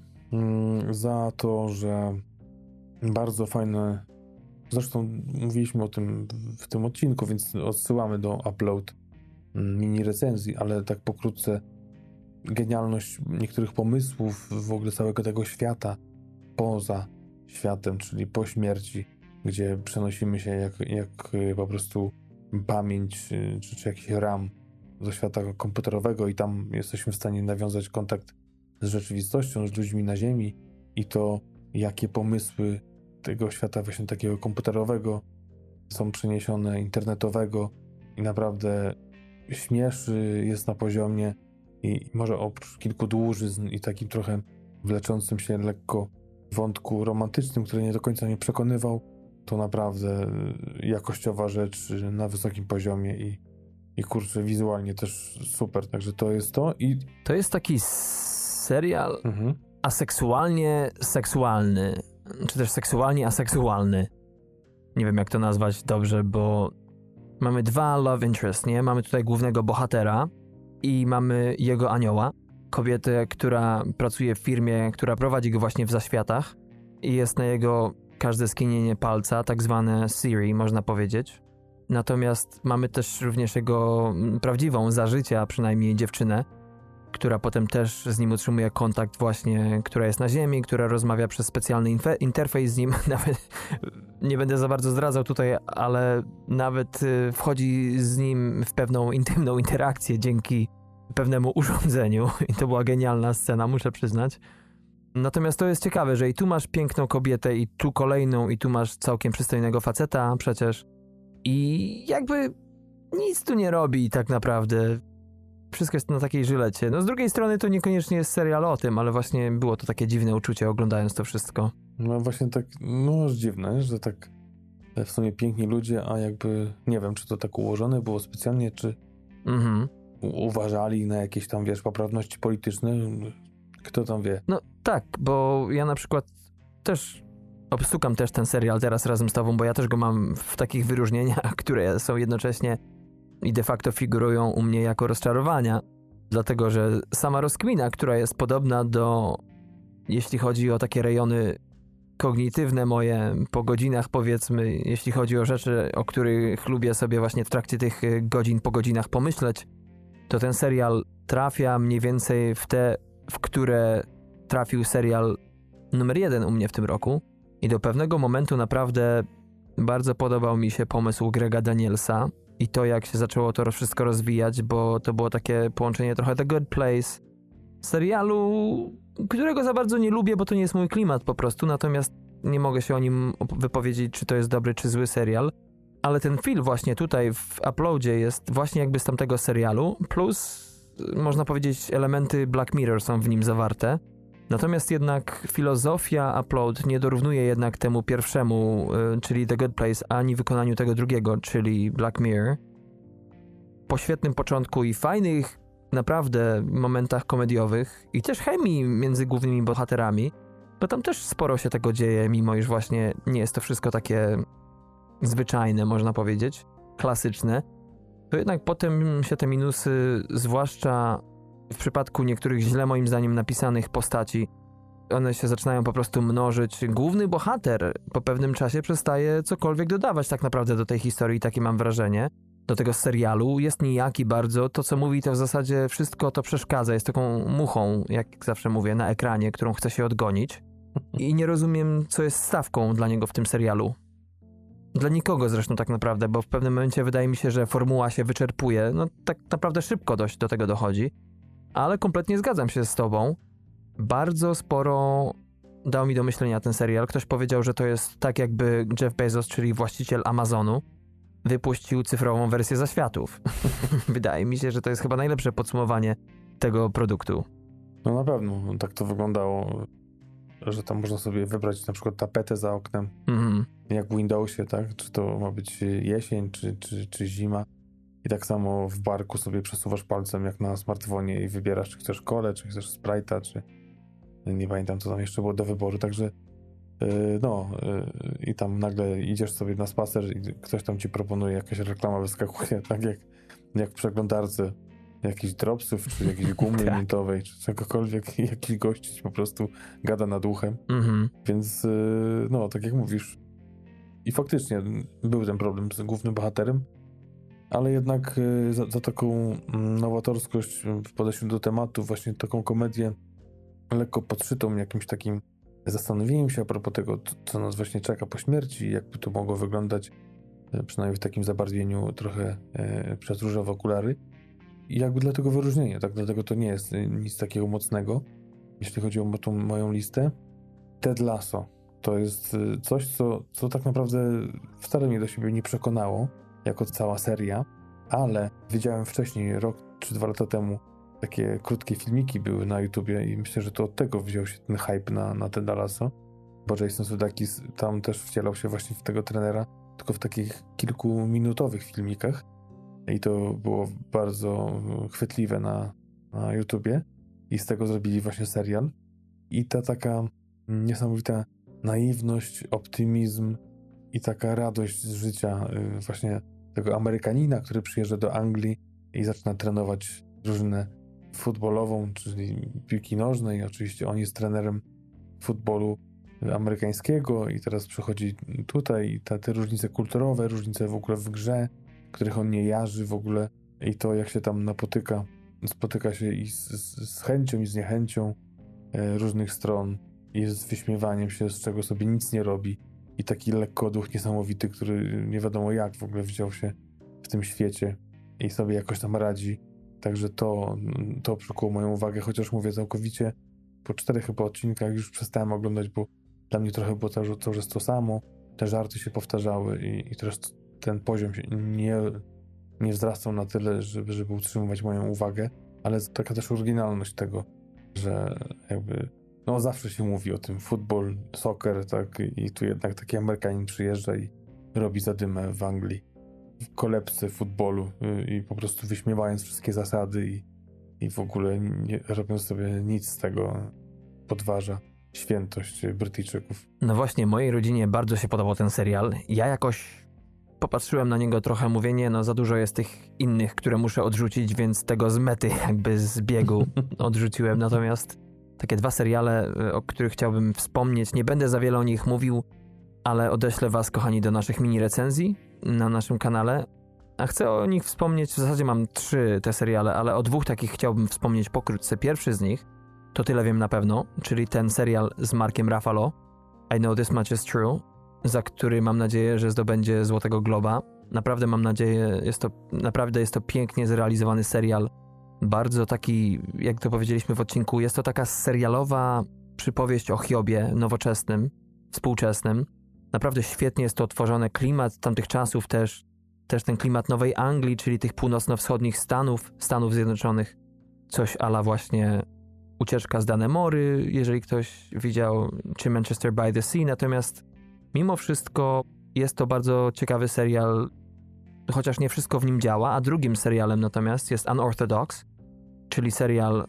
Za to, że bardzo fajne, zresztą mówiliśmy o tym w tym odcinku, więc odsyłamy do Upload mini recenzji, ale tak pokrótce, genialność niektórych pomysłów w ogóle całego tego świata poza światem, czyli po śmierci, gdzie przenosimy się jak po prostu pamięć czy jakiś RAM do świata komputerowego i tam jesteśmy w stanie nawiązać kontakt z rzeczywistością, z ludźmi na Ziemi i to, jakie pomysły tego świata właśnie takiego komputerowego są przeniesione, internetowego i naprawdę śmieszy, jest na poziomie i może oprócz kilku dłużyzn i takim trochę wleczącym się lekko wątku romantycznym, który nie do końca mnie przekonywał, to naprawdę jakościowa rzecz na wysokim poziomie i kurczę, wizualnie też super, także to jest to. I to jest taki serial aseksualnie seksualny, czy też seksualnie aseksualny. Nie wiem, jak to nazwać dobrze, bo mamy 2 love interest, nie? Mamy tutaj głównego bohatera i mamy jego anioła, kobietę, która pracuje w firmie, która prowadzi go właśnie w zaświatach i jest na jego każde skinienie palca, tak zwane Siri, można powiedzieć. Natomiast mamy też również jego prawdziwą, za życia przynajmniej dziewczynę, która potem też z nim utrzymuje kontakt właśnie, która jest na Ziemi, która rozmawia przez specjalny interfejs z nim. Nawet nie będę za bardzo zdradzał tutaj, ale nawet wchodzi z nim w pewną intymną interakcję dzięki pewnemu urządzeniu i to była genialna scena, muszę przyznać. Natomiast to jest ciekawe, że i tu masz piękną kobietę i tu kolejną i tu masz całkiem przystojnego faceta przecież i jakby nic tu nie robi tak naprawdę. Wszystko jest na takiej żylecie. No z drugiej strony to niekoniecznie jest serial o tym, ale właśnie było to takie dziwne uczucie oglądając to wszystko. No właśnie tak, no dziwne, że tak w sumie piękni ludzie, a jakby nie wiem, czy to tak ułożone było specjalnie, czy uważali na jakieś tam, wiesz, poprawności polityczne. Kto tam wie? No tak, bo ja na przykład też obstukam też ten serial teraz razem z tobą, bo ja też go mam w takich wyróżnieniach, które są jednocześnie i de facto figurują u mnie jako rozczarowania, dlatego że sama rozkmina, która jest podobna do, jeśli chodzi o takie rejony kognitywne moje, po godzinach powiedzmy, jeśli chodzi o rzeczy, o których lubię sobie właśnie w trakcie tych godzin po godzinach pomyśleć, to ten serial trafia mniej więcej w te, w które trafił serial numer 1 u mnie w tym roku i do pewnego momentu naprawdę bardzo podobał mi się pomysł Grega Danielsa i to, jak się zaczęło to wszystko rozwijać, bo to było takie połączenie trochę The Good Place, serialu, którego za bardzo nie lubię, bo to nie jest mój klimat po prostu, natomiast nie mogę się o nim wypowiedzieć, czy to jest dobry, czy zły serial, ale ten film właśnie tutaj w Uploadzie jest właśnie jakby z tamtego serialu, plus można powiedzieć elementy Black Mirror są w nim zawarte. Natomiast jednak filozofia Upload nie dorównuje jednak temu pierwszemu, czyli The Good Place, ani wykonaniu tego drugiego, czyli Black Mirror. Po świetnym początku i fajnych naprawdę momentach komediowych i też chemii między głównymi bohaterami, bo tam też sporo się tego dzieje, mimo iż właśnie nie jest to wszystko takie zwyczajne, można powiedzieć, klasyczne, to jednak potem się te minusy, zwłaszcza w przypadku niektórych źle moim zdaniem napisanych postaci, one się zaczynają po prostu mnożyć. Główny bohater po pewnym czasie przestaje cokolwiek dodawać tak naprawdę do tej historii, takie mam wrażenie. Do tego serialu jest nijaki bardzo. To, co mówi, to w zasadzie wszystko to przeszkadza. Jest taką muchą, jak zawsze mówię, na ekranie, którą chce się odgonić. I nie rozumiem, co jest stawką dla niego w tym serialu. Dla nikogo zresztą tak naprawdę, bo w pewnym momencie wydaje mi się, że formuła się wyczerpuje. No tak naprawdę szybko dość do tego dochodzi. Ale kompletnie zgadzam się z tobą. Bardzo sporo dał mi do myślenia ten serial. Ktoś powiedział, że to jest tak jakby Jeff Bezos, czyli właściciel Amazonu, wypuścił cyfrową wersję zaświatów. Wydaje mi się, że to jest chyba najlepsze podsumowanie tego produktu. No na pewno, tak to wyglądało, że tam można sobie wybrać na przykład tapetę za oknem, jak w Windowsie, tak? Czy to ma być jesień, czy zima. I tak samo w barku sobie przesuwasz palcem jak na smartfonie i wybierasz, czy chcesz Colę, czy chcesz Sprite'a, czy nie pamiętam, co tam jeszcze było do wyboru, także i tam nagle idziesz sobie na spacer i ktoś tam ci proponuje, jakaś reklama wyskakuje, tak jak w przeglądarce jakichś dropsów, czy jakiejś gumy mintowej, czy czegokolwiek, jakiś gość ci po prostu gada nad uchem. Więc tak jak mówisz, i faktycznie był ten problem z głównym bohaterem, ale jednak za taką nowatorskość w podejściu do tematu, właśnie taką komedię lekko podszytą jakimś takim zastanowieniem się a propos tego, co nas właśnie czeka po śmierci, jakby to mogło wyglądać, przynajmniej w takim zabarwieniu trochę przez różowe okulary. I jakby dlatego wyróżnienie, tak? Dlatego to nie jest nic takiego mocnego, jeśli chodzi o tą moją listę. Ted Lasso to jest coś, co tak naprawdę wcale mnie do siebie nie przekonało, jako cała seria, ale widziałem wcześniej, rok czy 2 lata temu, takie krótkie filmiki były na YouTubie i myślę, że to od tego wziął się ten hype na Teda Lasso, bo Jason Sudeikis tam też wcielał się właśnie w tego trenera, tylko w takich kilkuminutowych filmikach i to było bardzo chwytliwe na YouTubie i z tego zrobili właśnie serial i ta taka niesamowita naiwność, optymizm i taka radość z życia właśnie tego Amerykanina, który przyjeżdża do Anglii i zaczyna trenować drużynę futbolową, czyli piłki nożnej. Oczywiście on jest trenerem futbolu amerykańskiego i teraz przychodzi tutaj i te różnice kulturowe, różnice w ogóle w grze, których on nie jarzy w ogóle i to jak się tam spotyka się i z chęcią i z niechęcią różnych stron i z wyśmiewaniem się, z czego sobie nic nie robi i taki lekkoduch niesamowity, który nie wiadomo jak w ogóle wziął się w tym świecie i sobie jakoś tam radzi. Także to przykuło moją uwagę, chociaż mówię całkowicie, po 4 chyba odcinkach już przestałem oglądać, bo dla mnie trochę było cały czas to samo, te żarty się powtarzały i teraz ten poziom się nie wzrastał na tyle, żeby utrzymywać moją uwagę, ale taka też oryginalność tego, że jakby zawsze się mówi o tym futbol, soccer, tak, i tu jednak taki Amerykanin przyjeżdża i robi zadymę w Anglii, w kolebce futbolu i po prostu wyśmiewając wszystkie zasady i w ogóle nie robiąc sobie nic z tego, podważa świętość Brytyjczyków. No właśnie, mojej rodzinie bardzo się podobał ten serial. Ja jakoś popatrzyłem na niego trochę, mówię, za dużo jest tych innych, które muszę odrzucić, więc tego z mety, jakby z biegu odrzuciłem. Natomiast takie 2 seriale, o których chciałbym wspomnieć, nie będę za wiele o nich mówił, ale odeślę was, kochani, do naszych mini recenzji na naszym kanale. A chcę o nich wspomnieć, w zasadzie mam 3 te seriale, ale o 2 takich chciałbym wspomnieć pokrótce. Pierwszy z nich, to tyle wiem na pewno, czyli ten serial z Markiem Ruffalo, I Know This Much Is True, za który mam nadzieję, że zdobędzie Złotego Globa. Naprawdę mam nadzieję, jest to pięknie zrealizowany serial. Bardzo taki, jak to powiedzieliśmy w odcinku, jest to taka serialowa przypowieść o Hiobie nowoczesnym, współczesnym. Naprawdę świetnie jest to tworzone, klimat tamtych czasów też ten klimat Nowej Anglii, czyli tych północno-wschodnich Stanów Zjednoczonych. Coś a la właśnie Ucieczka z Danemory, jeżeli ktoś widział, czy Manchester by the Sea. Natomiast mimo wszystko jest to bardzo ciekawy serial, chociaż nie wszystko w nim działa. A drugim serialem natomiast jest Unorthodox, czyli serial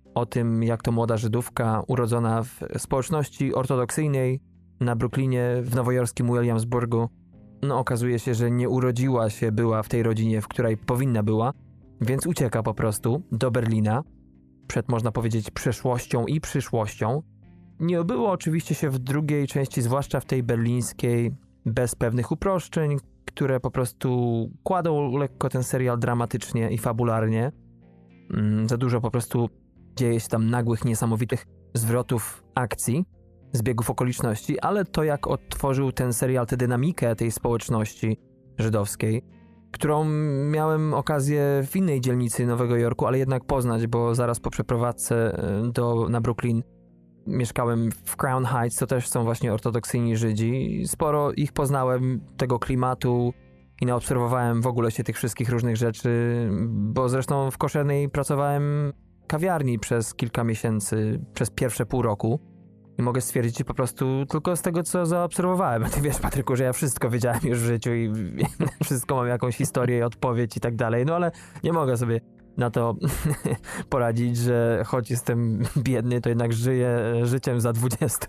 o tym, jak to młoda Żydówka urodzona w społeczności ortodoksyjnej na Brooklynie w nowojorskim Williamsburgu, no okazuje się, że nie urodziła się, była w tej rodzinie, w której powinna była, więc ucieka po prostu do Berlina przed, można powiedzieć, przeszłością i przyszłością. Nie obyło oczywiście się w drugiej części, zwłaszcza w tej berlińskiej, bez pewnych uproszczeń, które po prostu kładą lekko ten serial dramatycznie i fabularnie. Za dużo po prostu dzieje się tam nagłych, niesamowitych zwrotów akcji, zbiegów okoliczności, ale to jak odtworzył ten serial tę dynamikę tej społeczności żydowskiej, którą miałem okazję w innej dzielnicy Nowego Jorku, ale jednak poznać, bo zaraz po przeprowadzce na Brooklyn mieszkałem w Crown Heights, to też są właśnie ortodoksyjni Żydzi. Sporo ich poznałem, tego klimatu i naobserwowałem w ogóle się tych wszystkich różnych rzeczy, bo zresztą w koszernej pracowałem w kawiarni przez kilka miesięcy, przez pierwsze pół roku. I mogę stwierdzić po prostu tylko z tego, co zaobserwowałem. Ty wiesz, Patryku, że ja wszystko wiedziałem już w życiu i wszystko mam jakąś historię i odpowiedź i tak dalej. No ale nie mogę sobie na to poradzić, że choć jestem biedny, to jednak żyję życiem za 20.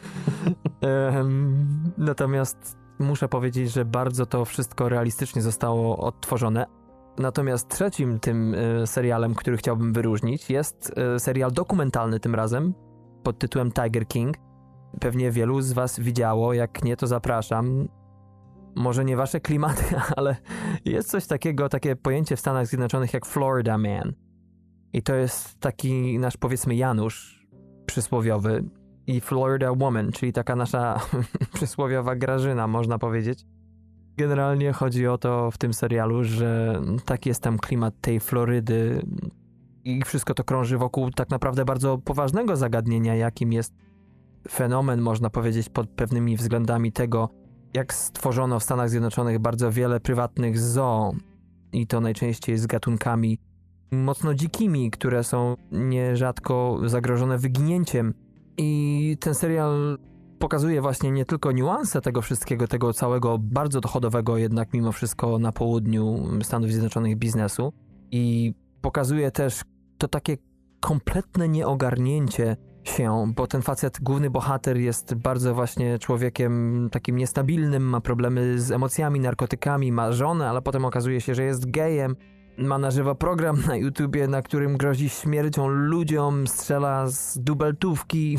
Natomiast muszę powiedzieć, że bardzo to wszystko realistycznie zostało odtworzone. Natomiast trzecim tym serialem, który chciałbym wyróżnić, jest serial dokumentalny tym razem, pod tytułem Tiger King. Pewnie wielu z was widziało, jak nie, to zapraszam. Może nie wasze klimaty, ale jest coś takiego, takie pojęcie w Stanach Zjednoczonych jak Florida Man. I to jest taki nasz, powiedzmy, Janusz przysłowiowy i Florida Woman, czyli taka nasza przysłowiowa Grażyna, można powiedzieć. Generalnie chodzi o to w tym serialu, że taki jest tam klimat tej Florydy i wszystko to krąży wokół tak naprawdę bardzo poważnego zagadnienia, jakim jest fenomen, można powiedzieć, pod pewnymi względami tego, jak stworzono w Stanach Zjednoczonych bardzo wiele prywatnych zoo i to najczęściej z gatunkami mocno dzikimi, które są nierzadko zagrożone wyginięciem. I ten serial pokazuje właśnie nie tylko niuanse tego wszystkiego, tego całego bardzo dochodowego jednak mimo wszystko na południu Stanów Zjednoczonych biznesu i pokazuje też to takie kompletne nieogarnięcie się, bo ten facet, główny bohater jest bardzo właśnie człowiekiem takim niestabilnym, ma problemy z emocjami, narkotykami, ma żonę, ale potem okazuje się, że jest gejem, ma na żywo program na YouTubie, na którym grozi śmiercią ludziom, strzela z dubeltówki.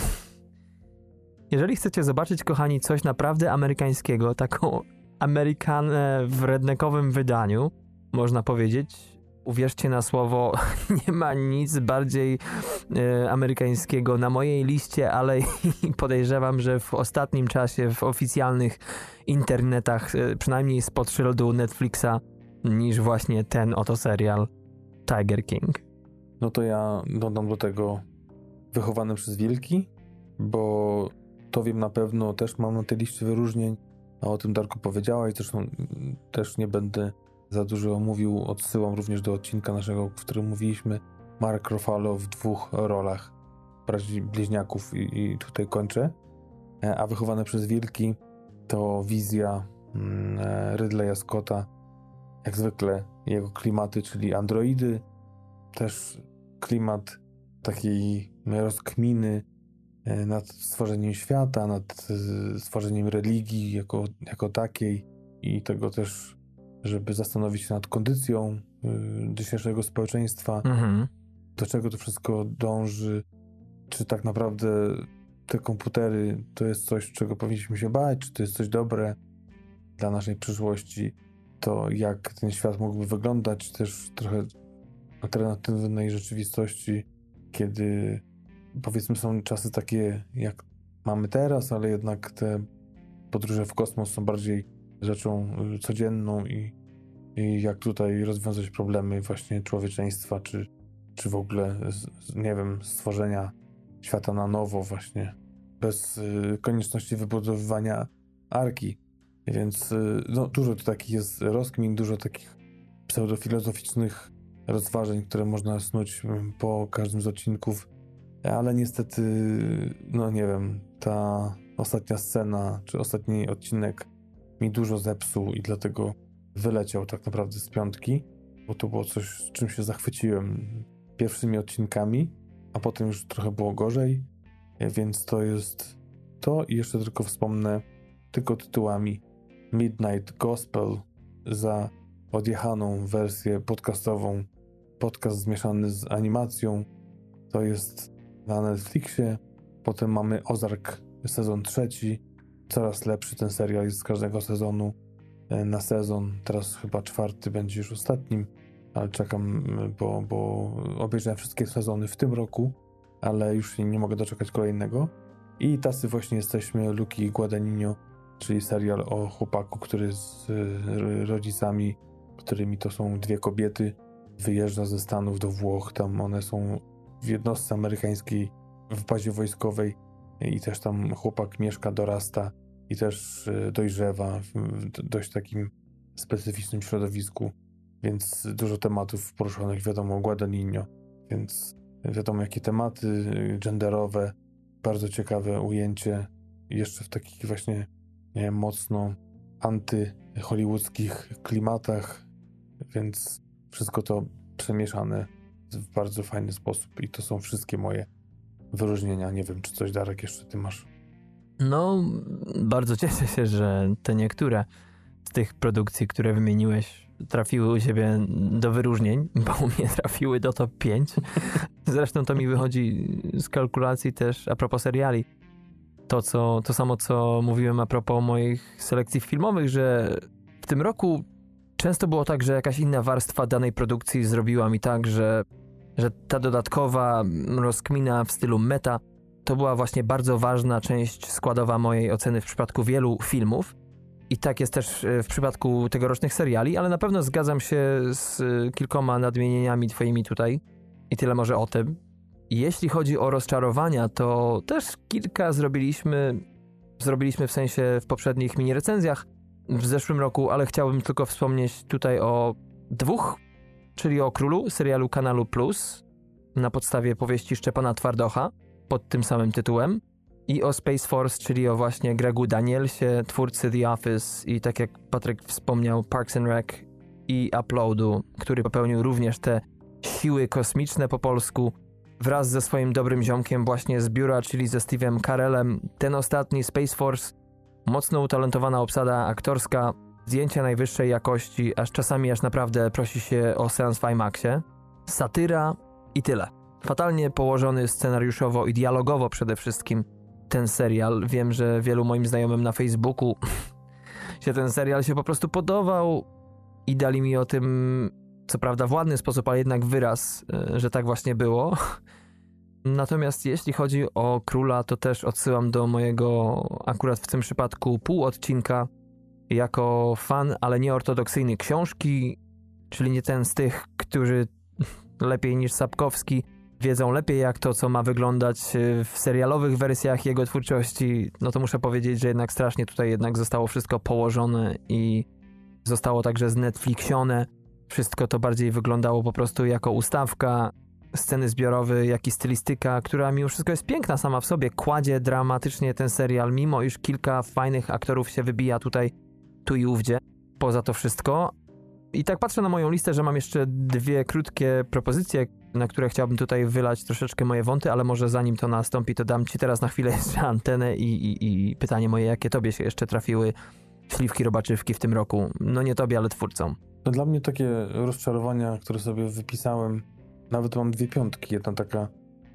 Jeżeli chcecie zobaczyć, kochani, coś naprawdę amerykańskiego, taką Amerykanę w redneckowym wydaniu, można powiedzieć, uwierzcie na słowo, nie ma nic bardziej amerykańskiego na mojej liście, ale podejrzewam, że w ostatnim czasie w oficjalnych internetach, przynajmniej spod szyldu Netflixa, niż właśnie ten oto serial Tiger King. No to ja dodam do tego Wychowany przez wilki, bo to wiem na pewno, też mam na tej liście wyróżnień, a o tym Darku powiedziałaś, zresztą też nie będę za dużo mówił, odsyłam również do odcinka naszego, w którym mówiliśmy Mark Ruffalo w 2 rolach braci bliźniaków i tutaj kończę. A Wychowane przez wilki to wizja Ridleya Scotta, jak zwykle jego klimaty, czyli androidy, też klimat takiej rozkminy nad stworzeniem świata, nad stworzeniem religii jako takiej i tego też, żeby zastanowić się nad kondycją dzisiejszego społeczeństwa, do czego to wszystko dąży, czy tak naprawdę te komputery to jest coś, czego powinniśmy się bać, czy to jest coś dobre dla naszej przyszłości, to jak ten świat mógłby wyglądać, też trochę alternatywnej rzeczywistości, kiedy powiedzmy są czasy takie, jak mamy teraz, ale jednak te podróże w kosmos są bardziej rzeczą codzienną i jak tutaj rozwiązać problemy właśnie człowieczeństwa, czy w ogóle, nie wiem, stworzenia świata na nowo właśnie, bez konieczności wybudowywania arki. Więc no, dużo tu takich jest rozkmin, dużo takich pseudofilozoficznych rozważań, które można snuć po każdym z odcinków, ale niestety, no nie wiem, ta ostatnia scena, czy ostatni odcinek mi dużo zepsuł i dlatego wyleciał tak naprawdę z 5, bo to było coś, z czym się zachwyciłem pierwszymi odcinkami a potem już trochę było gorzej, więc to jest to i jeszcze tylko wspomnę tylko tytułami Midnight Gospel za odjechaną wersję podcastową, podcast zmieszany z animacją, to jest na Netflixie. Potem mamy Ozark sezon 3, coraz lepszy ten serial jest z każdego sezonu na sezon, teraz chyba 4 będzie już ostatnim, ale czekam, bo obejrzałem wszystkie sezony w tym roku, ale już nie mogę doczekać kolejnego. I tacy właśnie jesteśmy Luki Guadagnino, czyli serial o chłopaku, który z rodzicami, którymi to są 2 kobiety, wyjeżdża ze Stanów do Włoch. Tam one są w jednostce amerykańskiej w bazie wojskowej i też tam chłopak mieszka, dorasta i też dojrzewa w dość takim specyficznym środowisku, więc dużo tematów poruszonych, wiadomo, Guadagnino, więc wiadomo jakie tematy genderowe, bardzo ciekawe ujęcie, jeszcze w takich właśnie mocno anty-hollywoodzkich klimatach, więc wszystko to przemieszane w bardzo fajny sposób i to są wszystkie moje wyróżnienia. Nie wiem, czy coś, Darek, jeszcze ty masz? No, bardzo cieszę się, że te niektóre z tych produkcji, które wymieniłeś, trafiły u siebie do wyróżnień, bo u mnie trafiły do top 5. Zresztą to mi wychodzi z kalkulacji też a propos seriali. To samo, co mówiłem a propos moich selekcji filmowych, że w tym roku często było tak, że jakaś inna warstwa danej produkcji zrobiła mi tak, że ta dodatkowa rozkmina w stylu meta to była właśnie bardzo ważna część składowa mojej oceny w przypadku wielu filmów. I tak jest też w przypadku tegorocznych seriali, ale na pewno zgadzam się z kilkoma nadmienieniami twoimi tutaj i tyle może o tym. Jeśli chodzi o rozczarowania, to też kilka zrobiliśmy w sensie w poprzednich mini recenzjach w zeszłym roku, ale chciałbym tylko wspomnieć tutaj o 2, czyli o Królu, serialu Kanalu Plus na podstawie powieści Szczepana Twardocha pod tym samym tytułem i o Space Force, czyli o właśnie Gregu Danielsie, twórcy The Office i tak jak Patryk wspomniał Parks and Rec i Uploadu, który popełnił również te siły kosmiczne po polsku wraz ze swoim dobrym ziomkiem właśnie z biura, czyli ze Steve'em Carellem. Ten ostatni Space Force, mocno utalentowana obsada aktorska, zdjęcia najwyższej jakości, czasami naprawdę prosi się o seans w IMAXie, satyra i tyle. Fatalnie położony scenariuszowo i dialogowo przede wszystkim ten serial. Wiem, że wielu moim znajomym na Facebooku się ten serial się po prostu podobał i dali mi o tym, co prawda w ładny sposób, ale jednak wyraz, że tak właśnie było. Natomiast jeśli chodzi o Króla, to też odsyłam do mojego akurat w tym przypadku półodcinka jako fan, ale nieortodoksyjny książki, czyli nie ten z tych, którzy lepiej niż Sapkowski wiedzą lepiej jak to, co ma wyglądać w serialowych wersjach jego twórczości. No to muszę powiedzieć, że jednak strasznie tutaj jednak zostało wszystko położone i zostało także znetflixione. Wszystko to bardziej wyglądało po prostu jako ustawka, sceny zbiorowe, jak i stylistyka, która mimo wszystko jest piękna sama w sobie, kładzie dramatycznie ten serial, mimo iż kilka fajnych aktorów się wybija tutaj, tu i ówdzie, poza to wszystko. I tak patrzę na moją listę, że mam jeszcze 2 krótkie propozycje, na które chciałbym tutaj wylać troszeczkę moje wąty, ale może zanim to nastąpi, to dam ci teraz na chwilę jeszcze antenę i pytanie moje, jakie tobie się jeszcze trafiły śliwki robaczywki w tym roku? No nie tobie, ale twórcom. No dla mnie takie rozczarowania, które sobie wypisałem, nawet mam 2 piątki. Jedna taka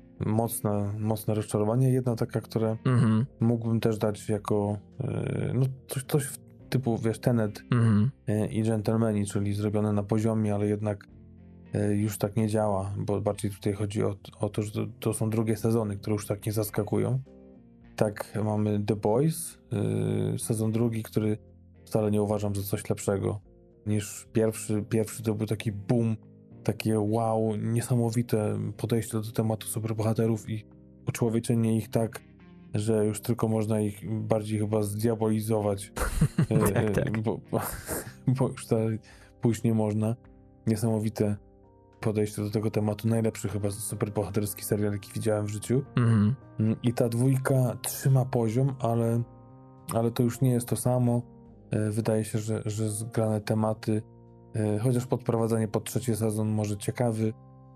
mocne rozczarowanie, jedna taka, które mógłbym też dać jako no coś typu, wiesz, Tenet i Gentlemani, czyli zrobione na poziomie, ale jednak już tak nie działa, bo bardziej tutaj chodzi o to, że to są drugie sezony, które już tak nie zaskakują. Tak, mamy The Boys, sezon 2, który wcale nie uważam za coś lepszego niż pierwszy. Pierwszy to był taki boom, takie wow, niesamowite podejście do tematu superbohaterów i uczłowieczenie ich tak, że już tylko można ich bardziej chyba zdiabolizować, tak. Bo już pójść nie można. Niesamowite podejście do tego tematu. Najlepszy chyba superbohaterski serial, jaki widziałem w życiu. I ta 2 trzyma poziom, ale to już nie jest to samo. Wydaje się, że zgrane tematy, chociaż podprowadzenie pod 3 sezon może ciekawy,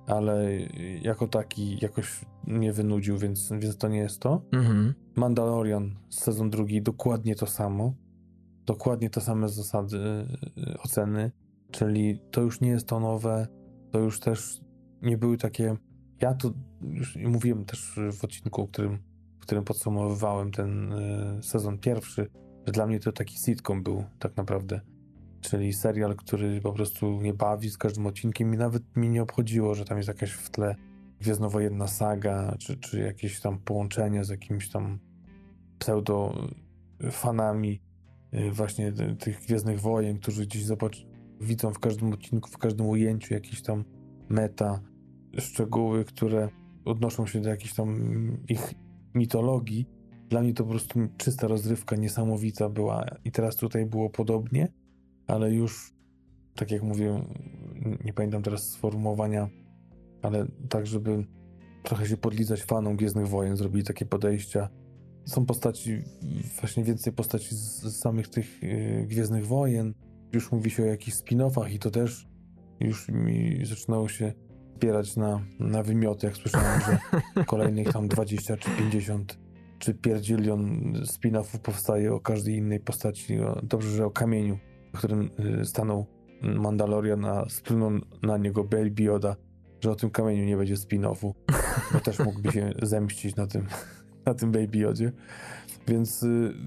ale jako taki jakoś mnie wynudził, więc to nie jest to. Mandalorian, sezon 2, dokładnie to samo. Dokładnie te same zasady oceny, czyli to już nie jest to nowe, to już też nie były takie... Ja to już mówiłem też w odcinku, w którym podsumowywałem ten sezon pierwszy, że dla mnie to taki sitcom był tak naprawdę. Czyli serial, który po prostu mnie bawi z każdym odcinkiem i nawet mi nie obchodziło, że tam jest jakaś w tle gwiezdnowojenna saga, czy jakieś tam połączenie z jakimiś tam pseudo fanami właśnie tych Gwiezdnych Wojen, którzy gdzieś widzą w każdym odcinku, w każdym ujęciu jakieś tam meta, szczegóły, które odnoszą się do jakiejś tam ich mitologii. Dla mnie to po prostu czysta rozrywka, niesamowita była i teraz tutaj było podobnie, ale już, tak jak mówię, nie pamiętam teraz sformułowania, ale tak, żeby trochę się podlizać fanom Gwiezdnych Wojen, zrobili takie podejścia. Są postaci, właśnie więcej postaci z samych tych Gwiezdnych Wojen. Już mówi się o jakichś spin-offach i to też już mi zaczynało się zbierać na wymioty, jak słyszałem, że kolejnych tam 20 czy 50 czy pierdzilion spin-offów powstaje o każdej innej postaci. Dobrze, że o kamieniu, w którym stanął Mandalorian, a splunął na niego Baby Yoda, że o tym kamieniu nie będzie spin-offu, bo też mógłby się zemścić na tym Baby Yodzie. Więc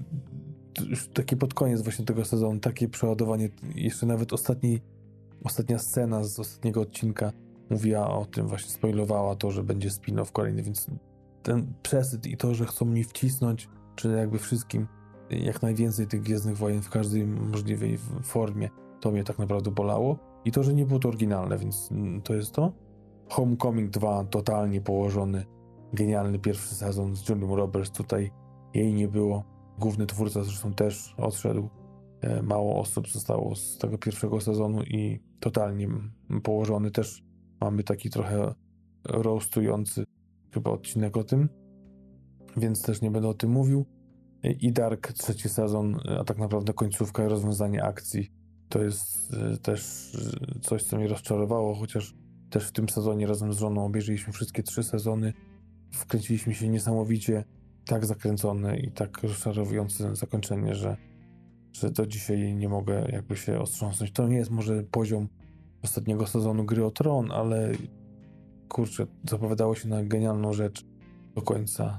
już taki pod koniec właśnie tego sezonu, takie przeładowanie, jeszcze nawet ostatnia scena z ostatniego odcinka mówiła o tym, właśnie spoilowała to, że będzie spin-off kolejny, więc ten przesyt i to, że chcą mi wcisnąć, czy jakby wszystkim jak najwięcej tych Gwiezdnych Wojen w każdej możliwej formie, to mnie tak naprawdę bolało. I to, że nie było to oryginalne, więc to jest to. Homecoming 2, totalnie położony, genialny pierwszy sezon z Julią Roberts, tutaj jej nie było. Główny twórca zresztą też odszedł. Mało osób zostało z tego pierwszego sezonu i totalnie położony. Też mamy taki trochę roastujący chyba odcinek o tym, więc też nie będę o tym mówił. I Dark, trzeci sezon, a tak naprawdę końcówka i rozwiązanie akcji. To jest też coś, co mnie rozczarowało, chociaż też w tym sezonie razem z żoną obejrzeliśmy wszystkie 3 sezony. Wkręciliśmy się niesamowicie, tak zakręcone i tak rozczarowujące zakończenie, że do dzisiaj nie mogę jakby się ostrząsnąć. To nie jest może poziom ostatniego sezonu Gry o Tron, ale kurczę, zapowiadało się na genialną rzecz do końca,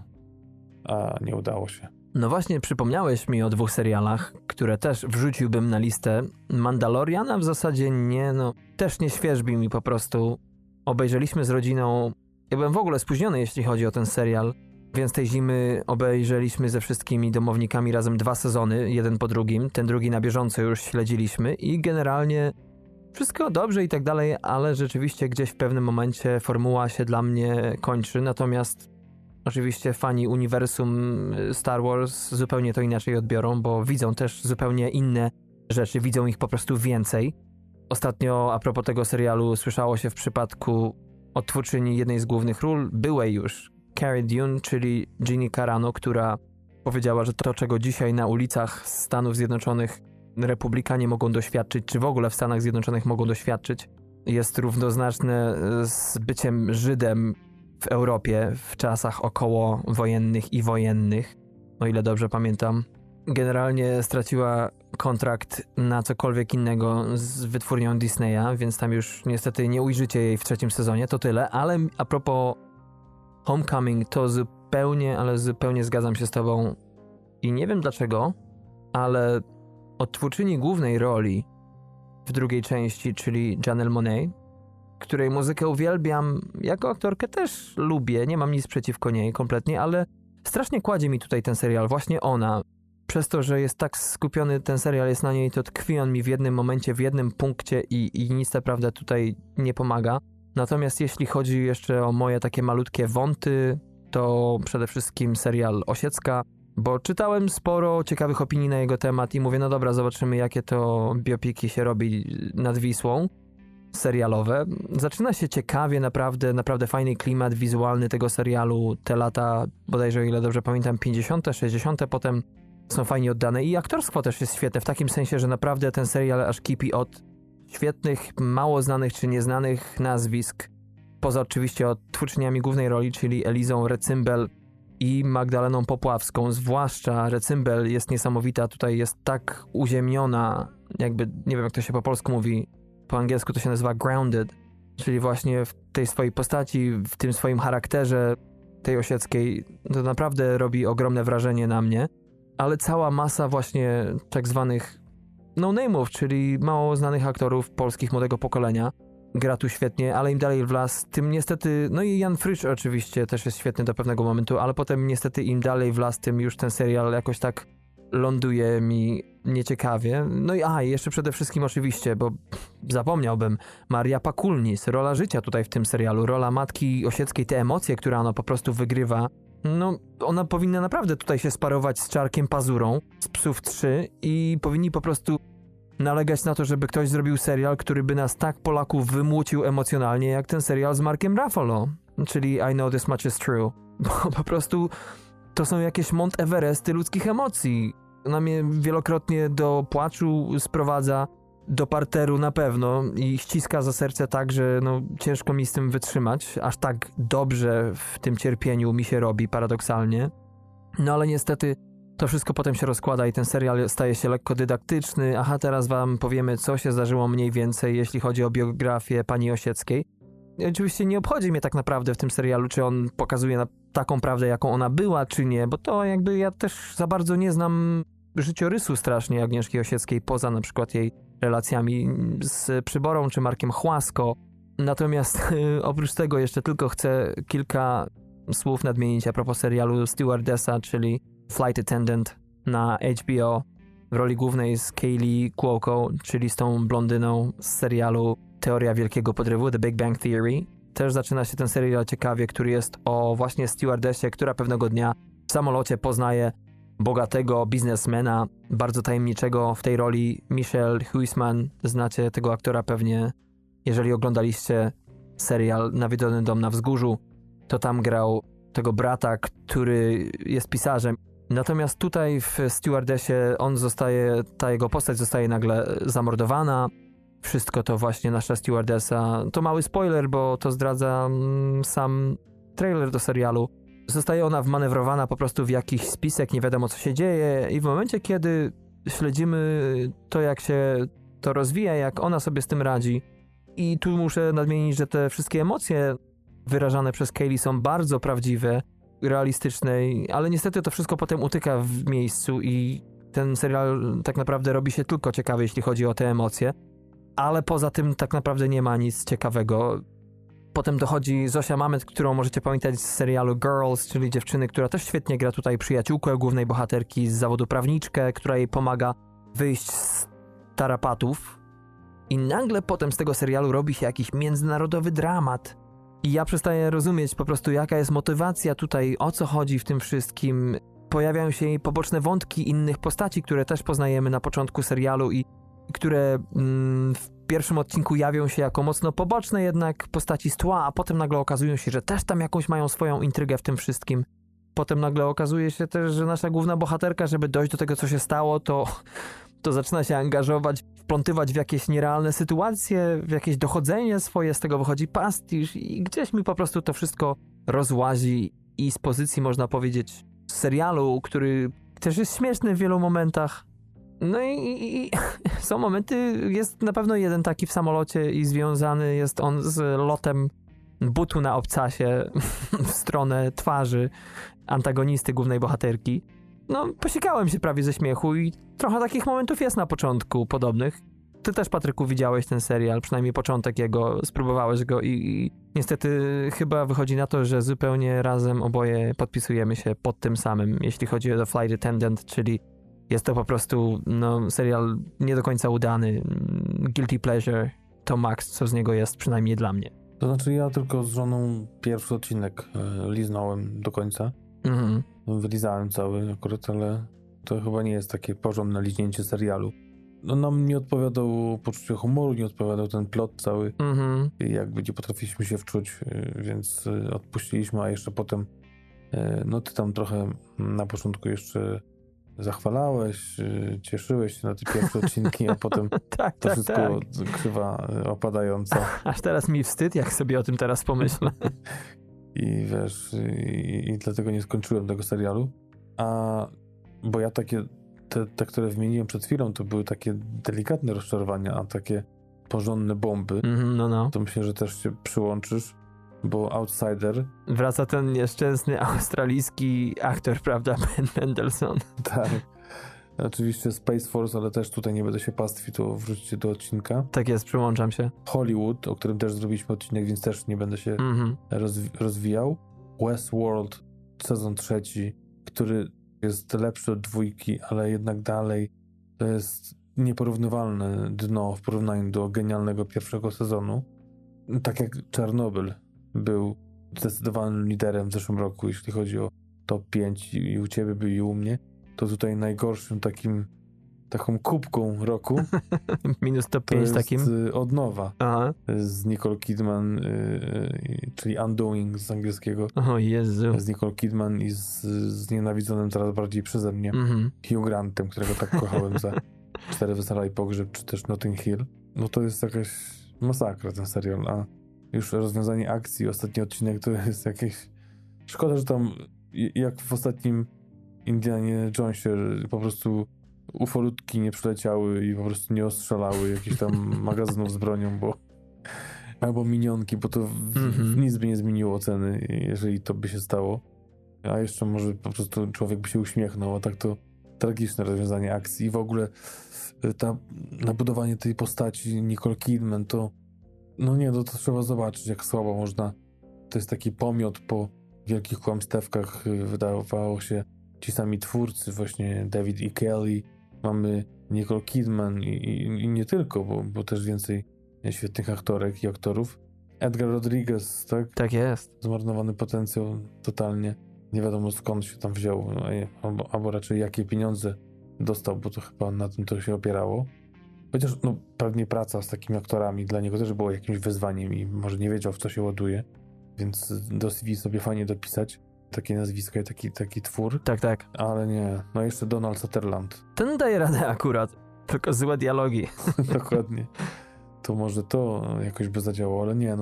a nie udało się. No właśnie, przypomniałeś mi o 2 serialach, które też wrzuciłbym na listę. Mandaloriana w zasadzie nie, też nie świerzbi mi po prostu. Obejrzeliśmy z rodziną, ja byłem w ogóle spóźniony, jeśli chodzi o ten serial, więc tej zimy obejrzeliśmy ze wszystkimi domownikami razem 2 sezony, jeden po drugim. Ten drugi na bieżąco już śledziliśmy i generalnie wszystko dobrze i tak dalej, ale rzeczywiście gdzieś w pewnym momencie formuła się dla mnie kończy, natomiast oczywiście fani uniwersum Star Wars zupełnie to inaczej odbiorą, bo widzą też zupełnie inne rzeczy, widzą ich po prostu więcej. Ostatnio a propos tego serialu słyszało się w przypadku odtwórczyni jednej z głównych ról, byłej już Cara Dune, czyli Gina Carano, która powiedziała, że to, czego dzisiaj na ulicach Stanów Zjednoczonych republikanie mogą doświadczyć, czy w ogóle w Stanach Zjednoczonych mogą doświadczyć, jest równoznaczne z byciem Żydem w Europie w czasach okołowojennych i wojennych, o ile dobrze pamiętam. Generalnie straciła kontrakt na cokolwiek innego z wytwórnią Disneya, więc tam już niestety nie ujrzycie jej w 3. sezonie, to tyle, ale a propos Homecoming, to zupełnie zgadzam się z tobą i nie wiem dlaczego, ale odtwórczyni głównej roli w drugiej części, czyli Janelle Monáe, której muzykę uwielbiam, jako aktorkę też lubię, nie mam nic przeciwko niej kompletnie, ale strasznie kładzie mi tutaj ten serial, właśnie ona. Przez to, że jest tak skupiony ten serial jest na niej, to tkwi on mi w jednym momencie, w jednym punkcie i nic naprawdę tutaj nie pomaga. Natomiast jeśli chodzi jeszcze o moje takie malutkie wąty, to przede wszystkim serial Osiecka, bo czytałem sporo ciekawych opinii na jego temat i mówię, no dobra, zobaczymy jakie to biopiki się robi nad Wisłą, serialowe. Zaczyna się ciekawie, naprawdę fajny klimat wizualny tego serialu, te lata, bodajże o ile dobrze pamiętam, 50., 60., potem są fajnie oddane i aktorstwo też jest świetne, w takim sensie, że naprawdę ten serial aż kipi od świetnych, mało znanych czy nieznanych nazwisk poza oczywiście twórczyniami głównej roli, czyli Elizą Recymbel i Magdaleną Popławską, zwłaszcza Recymbel jest niesamowita, tutaj jest tak uziemiona, jakby, nie wiem jak to się po polsku mówi, po angielsku to się nazywa grounded, czyli właśnie w tej swojej postaci, w tym swoim charakterze tej Osieckiej, to naprawdę robi ogromne wrażenie na mnie, ale cała masa właśnie tak zwanych no-name'ów, czyli mało znanych aktorów polskich młodego pokolenia, gra tu świetnie, ale im dalej w las, tym niestety, no i Jan Frycz oczywiście też jest świetny do pewnego momentu, ale potem niestety im dalej w las, tym już ten serial jakoś tak ląduje mi nieciekawie. No i jeszcze przede wszystkim oczywiście, bo zapomniałbym, Maria Pakulnis, rola życia tutaj w tym serialu, rola matki Osieckiej, te emocje, które ona po prostu wygrywa, no ona powinna naprawdę tutaj się sparować z Czarkiem Pazurą z Psów 3 i powinni po prostu nalegać na to, żeby ktoś zrobił serial, który by nas tak Polaków wymłócił emocjonalnie, jak ten serial z Markiem Ruffalo, czyli I Know This Much Is True. Bo po prostu to są jakieś Mount Everesty ludzkich emocji. Ona mnie wielokrotnie do płaczu sprowadza, do parteru na pewno i ściska za serce tak, że no, ciężko mi z tym wytrzymać. Aż tak dobrze w tym cierpieniu mi się robi, paradoksalnie. No ale niestety to wszystko potem się rozkłada i ten serial staje się lekko dydaktyczny. Aha, teraz wam powiemy, co się zdarzyło mniej więcej, jeśli chodzi o biografię pani Osieckiej. I oczywiście nie obchodzi mnie tak naprawdę w tym serialu, czy on pokazuje taką prawdę, jaką ona była, czy nie, bo to jakby ja też za bardzo nie znam życiorysu strasznie Agnieszki Osieckiej, poza na przykład jej relacjami z Przyborą czy Markiem Chłasko. Natomiast oprócz tego jeszcze tylko chcę kilka słów nadmienić a propos serialu Stewardessa, czyli Flight Attendant na HBO w roli głównej z Kaylee Cuoco, czyli z tą blondyną z serialu Teoria Wielkiego Podrywu, The Big Bang Theory. Też zaczyna się ten serial ciekawie, który jest o właśnie stewardessie, która pewnego dnia w samolocie poznaje bogatego biznesmena, bardzo tajemniczego w tej roli Michel Huisman. Znacie tego aktora pewnie, jeżeli oglądaliście serial Nawiedzony dom na wzgórzu, to tam grał tego brata, który jest pisarzem. Natomiast tutaj w Stewardessie ta jego postać zostaje nagle zamordowana. Wszystko to właśnie nasza stewardessa. To mały spoiler, bo to zdradza sam trailer do serialu. Zostaje ona wmanewrowana po prostu w jakiś spisek, nie wiadomo co się dzieje i w momencie, kiedy śledzimy to, jak się to rozwija, jak ona sobie z tym radzi. I tu muszę nadmienić, że te wszystkie emocje wyrażane przez Kaylee są bardzo prawdziwe, realistyczne, ale niestety to wszystko potem utyka w miejscu i ten serial tak naprawdę robi się tylko ciekawy, jeśli chodzi o te emocje. Ale poza tym tak naprawdę nie ma nic ciekawego. Potem dochodzi Zosia Mamet, którą możecie pamiętać z serialu Girls, czyli dziewczyny, która też świetnie gra tutaj przyjaciółkę głównej bohaterki z zawodu prawniczkę, która jej pomaga wyjść z tarapatów. I nagle potem z tego serialu robi się jakiś międzynarodowy dramat. I ja przestaję rozumieć po prostu, jaka jest motywacja tutaj, o co chodzi w tym wszystkim. Pojawiają się jej poboczne wątki innych postaci, które też poznajemy na początku serialu i które w pierwszym odcinku jawią się jako mocno poboczne jednak postaci z tła, a potem nagle okazują się, że też tam jakąś mają swoją intrygę w tym wszystkim. Potem nagle okazuje się też, że nasza główna bohaterka, żeby dojść do tego, co się stało, to zaczyna się angażować, wplątywać w jakieś nierealne sytuacje, w jakieś dochodzenie swoje, z tego wychodzi pastisz i gdzieś mi po prostu to wszystko rozłazi i z pozycji, można powiedzieć, serialu, który też jest śmieszny w wielu momentach. No i są momenty, jest na pewno jeden taki w samolocie i związany jest on z lotem butu na obcasie w stronę twarzy antagonisty głównej bohaterki. No, posikałem się prawie ze śmiechu i trochę takich momentów jest na początku podobnych. Ty też, Patryku, widziałeś ten serial, przynajmniej początek jego, spróbowałeś go i niestety chyba wychodzi na to, że zupełnie razem oboje podpisujemy się pod tym samym, jeśli chodzi o The Flight Attendant, czyli jest to po prostu serial nie do końca udany, guilty pleasure, to max, co z niego jest, przynajmniej dla mnie. To znaczy ja tylko z żoną pierwszy odcinek liznąłem do końca. Mhm. Wylizałem cały akurat, ale to chyba nie jest takie porządne liźnięcie serialu. No nam nie odpowiadał poczucie humoru, nie odpowiadał ten plot cały. Mhm. I jakby nie potrafiliśmy się wczuć, więc odpuściliśmy, a jeszcze potem ty tam trochę na początku jeszcze zachwalałeś, cieszyłeś się na te pierwsze odcinki, a potem Tak, to tak, wszystko tak. krzywa opadająca. Aż teraz mi wstyd, jak sobie o tym teraz pomyślę. I wiesz, i dlatego nie skończyłem tego serialu. Bo ja takie, te, które wymieniłem przed chwilą, to były takie delikatne rozczarowania, a takie porządne bomby, No. to myślę, że też się przyłączysz, bo Outsider, Wraca ten nieszczęsny australijski aktor, prawda? Ben Mendelsohn. tak, oczywiście Space Force, ale też tutaj nie będę się pastwił, to wróćcie do odcinka. Tak jest, przyłączam się. Hollywood, o którym też zrobiliśmy odcinek, więc też nie będę się rozwijał. Westworld, sezon 3, który jest lepszy od 2, ale jednak dalej to jest nieporównywalne dno w porównaniu do genialnego pierwszego sezonu. Tak jak Czarnobyl był zdecydowanym liderem w zeszłym roku, jeśli chodzi o top 5 i u ciebie był i u mnie, to tutaj najgorszym taką kubką roku Minus top to 5 jest takim. Od nowa. Aha. Z Nicole Kidman, czyli Undoing z angielskiego. O Jezu. Z Nicole Kidman i z nienawidzonym coraz bardziej przeze mnie Hugh Grantem, którego tak kochałem za 4 wesela i pogrzeb, czy też Notting Hill. No to jest jakaś masakra ten serial, a już rozwiązanie akcji, ostatni odcinek to jest jakieś... Szkoda, że tam jak w ostatnim Indianie Jonesie po prostu ufolutki nie przyleciały i po prostu nie ostrzelały jakichś tam magazynów z bronią, albo minionki, bo to nic by nie zmieniło ceny, jeżeli to by się stało. A jeszcze może po prostu człowiek by się uśmiechnął, a tak to tragiczne rozwiązanie akcji i w ogóle nabudowanie tej postaci Nicole Kidman to to trzeba zobaczyć, jak słabo można. To jest taki pomiot po wielkich kłamstewkach, wydawało się, ci sami twórcy, właśnie David E. Kelly, mamy Nicole Kidman i nie tylko, bo też więcej świetnych aktorek i aktorów. Edgar Rodriguez, tak? Tak jest. Zmarnowany potencjał totalnie. Nie wiadomo skąd się tam wziął, albo raczej jakie pieniądze dostał, bo to chyba na tym to się opierało. Chociaż pewnie praca z takimi aktorami dla niego też było jakimś wyzwaniem i może nie wiedział, w co się ładuje, więc do CV sobie fajnie dopisać takie nazwisko i taki twór. Tak. Ale nie. Jeszcze Donald Sutherland. Ten daje radę akurat. Tylko złe dialogi. Dokładnie. To może to jakoś by zadziałało, ale nie,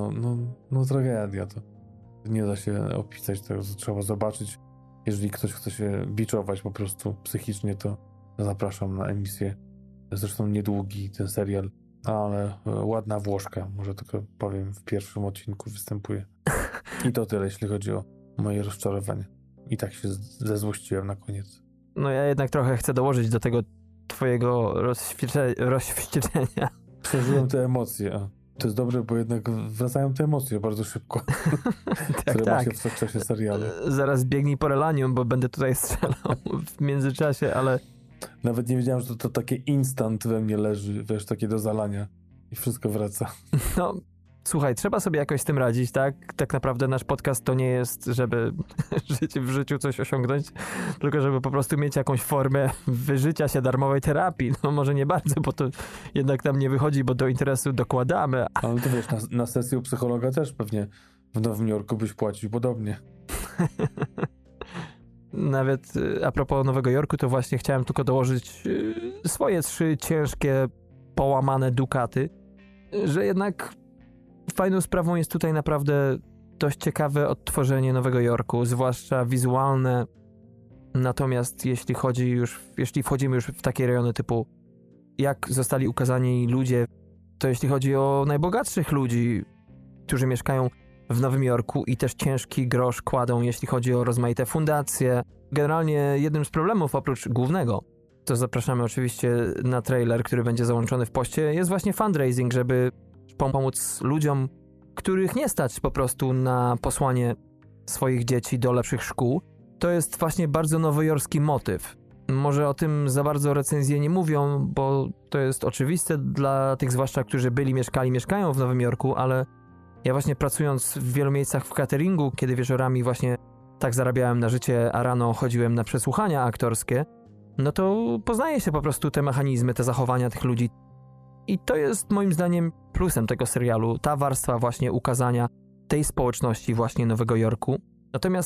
tragedia to. Nie da się opisać tego, co trzeba zobaczyć. Jeżeli ktoś chce się biczować po prostu psychicznie, to zapraszam na emisję. Zresztą niedługi ten serial, ale ładna Włoszka, może tylko powiem, w pierwszym odcinku występuje. I to tyle, jeśli chodzi o moje rozczarowanie. I tak się zezłościłem na koniec. No ja jednak trochę chcę dołożyć do tego twojego rozwścieczenia. Przeżyłem te emocje. To jest dobre, bo jednak wracają te emocje bardzo szybko. które ma się w czasie serialu. Zaraz biegnij po relanium, bo będę tutaj strzelał w międzyczasie, ale... Nawet nie wiedziałem, że to takie instant we mnie leży, wiesz, takie do zalania. I wszystko wraca. Słuchaj, trzeba sobie jakoś z tym radzić, tak? Tak naprawdę nasz podcast to nie jest, żeby w życiu coś osiągnąć, tylko żeby po prostu mieć jakąś formę wyżycia się darmowej terapii. Może nie bardzo, bo to jednak nam nie wychodzi, bo do interesu dokładamy. Ale to wiesz, na sesję u psychologa też pewnie w Nowym Jorku byś płacił podobnie. Nawet a propos Nowego Jorku, to właśnie chciałem tylko dołożyć swoje 3 ciężkie, połamane dukaty, że jednak fajną sprawą jest tutaj naprawdę dość ciekawe odtworzenie Nowego Jorku, zwłaszcza wizualne. Natomiast jeśli wchodzimy już w takie rejony typu jak zostali ukazani ludzie, to jeśli chodzi o najbogatszych ludzi, którzy mieszkają w Nowym Jorku i też ciężki grosz kładą, jeśli chodzi o rozmaite fundacje. Generalnie jednym z problemów, oprócz głównego, to zapraszamy oczywiście na trailer, który będzie załączony w poście, jest właśnie fundraising, żeby pomóc ludziom, których nie stać po prostu na posłanie swoich dzieci do lepszych szkół. To jest właśnie bardzo nowojorski motyw. Może o tym za bardzo recenzje nie mówią, bo to jest oczywiste dla tych zwłaszcza, którzy mieszkają w Nowym Jorku, ale ja właśnie pracując w wielu miejscach w cateringu, kiedy wieczorami właśnie tak zarabiałem na życie, a rano chodziłem na przesłuchania aktorskie, to poznaje się po prostu te mechanizmy, te zachowania tych ludzi. I to jest moim zdaniem plusem tego serialu, ta warstwa właśnie ukazania tej społeczności właśnie Nowego Jorku. Natomiast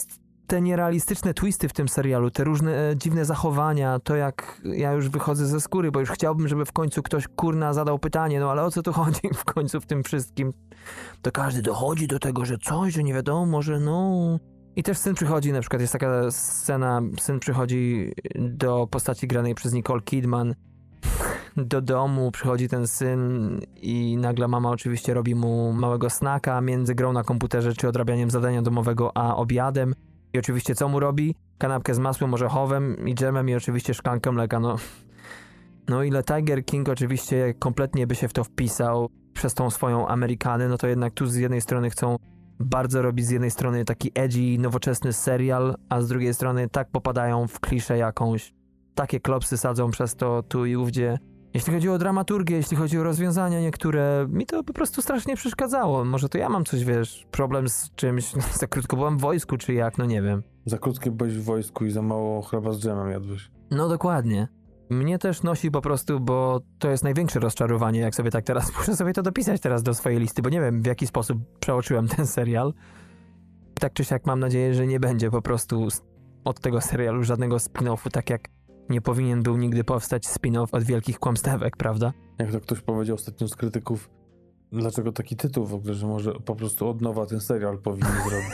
te nierealistyczne twisty w tym serialu, te różne dziwne zachowania, to jak ja już wychodzę ze skóry, bo już chciałbym, żeby w końcu ktoś kurna zadał pytanie, no ale o co tu chodzi w końcu w tym wszystkim? To każdy dochodzi do tego, że coś, że nie wiadomo, że no... I też syn przychodzi, na przykład jest taka scena, syn przychodzi do postaci granej przez Nicole Kidman do domu, przychodzi ten syn i nagle mama oczywiście robi mu małego snacka między grą na komputerze czy odrabianiem zadania domowego a obiadem. I oczywiście co mu robi? Kanapkę z masłem orzechowym i dżemem i oczywiście szklankę mleka. No ile Tiger King oczywiście kompletnie by się w to wpisał przez tą swoją Amerykanę, no to jednak tu z jednej strony chcą bardzo robić z jednej strony taki edgy, nowoczesny serial, a z drugiej strony tak popadają w kliszę jakąś. Takie klopsy sadzą przez to tu i ówdzie. Jeśli chodzi o dramaturgię, jeśli chodzi o rozwiązania niektóre, mi to po prostu strasznie przeszkadzało. Może to ja mam coś, wiesz, problem z czymś, za krótko byłem w wojsku, czy jak, no nie wiem. Za krótko byłeś w wojsku i za mało chleba z dżemem jadłeś. No dokładnie. Mnie też nosi po prostu, bo to jest największe rozczarowanie, jak sobie tak teraz, muszę sobie to dopisać teraz do swojej listy, bo nie wiem, w jaki sposób przeoczyłem ten serial. Tak czy siak mam nadzieję, że nie będzie po prostu od tego serialu żadnego spin-offu, tak jak nie powinien był nigdy powstać spin-off od Wielkich Kłamstewek, prawda? Jak to ktoś powiedział ostatnio z krytyków, dlaczego taki tytuł w ogóle, że może po prostu od nowa ten serial powinien zrobić.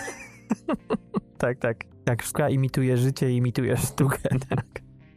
Tak. Jak sztuka imituje życie, imituje sztukę, tak.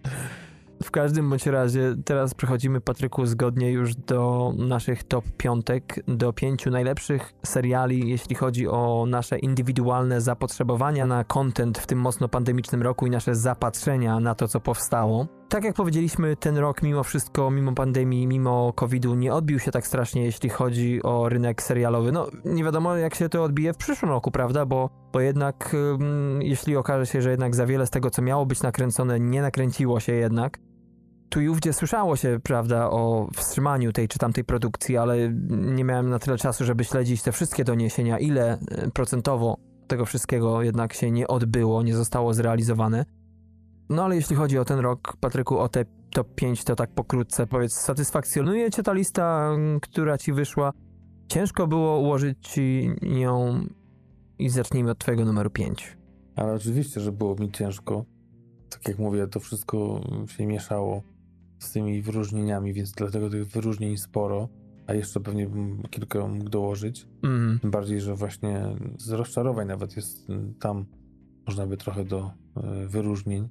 W każdym bądź razie teraz przechodzimy, Patryku, zgodnie już do naszych top 5, do 5 najlepszych seriali, jeśli chodzi o nasze indywidualne zapotrzebowania na content w tym mocno pandemicznym roku i nasze zapatrzenia na to, co powstało. Tak jak powiedzieliśmy, ten rok mimo wszystko, mimo pandemii, mimo COVID-u nie odbił się tak strasznie, jeśli chodzi o rynek serialowy. No nie wiadomo, jak się to odbije w przyszłym roku, prawda, bo jednak jeśli okaże się, że jednak za wiele z tego, co miało być nakręcone, nie nakręciło się jednak, tu i ówdzie słyszało się, prawda, o wstrzymaniu tej czy tamtej produkcji, ale nie miałem na tyle czasu, żeby śledzić te wszystkie doniesienia, ile procentowo tego wszystkiego jednak się nie odbyło, nie zostało zrealizowane. No ale jeśli chodzi o ten rok, Patryku, o te top 5, to tak pokrótce powiedz, satysfakcjonuje cię ta lista, która ci wyszła? Ciężko było ułożyć ci ją i zacznijmy od twojego numeru 5. Ale oczywiście, że było mi ciężko. Tak jak mówię, to wszystko się mieszało z tymi wyróżnieniami, więc dlatego tych wyróżnień sporo, a jeszcze pewnie bym kilka mógł dołożyć. Tym bardziej, że właśnie z rozczarowań nawet jest tam, można by trochę do wyróżnień,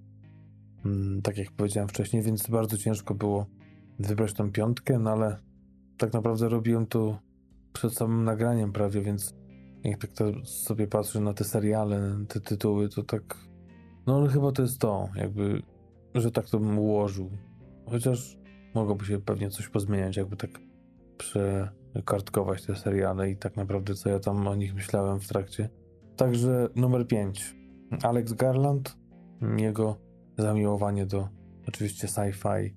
tak jak powiedziałem wcześniej, więc bardzo ciężko było wybrać tą 5, no ale tak naprawdę robiłem to przed samym nagraniem prawie, więc jak tak sobie patrzę na te seriale, te tytuły, to tak, no ale chyba to jest to, jakby, że tak to bym ułożył. Chociaż mogłoby się pewnie coś pozmieniać, jakby tak przekartkować te seriale i tak naprawdę co ja tam o nich myślałem w trakcie. Także numer 5. Alex Garland, jego zamiłowanie do oczywiście sci-fi,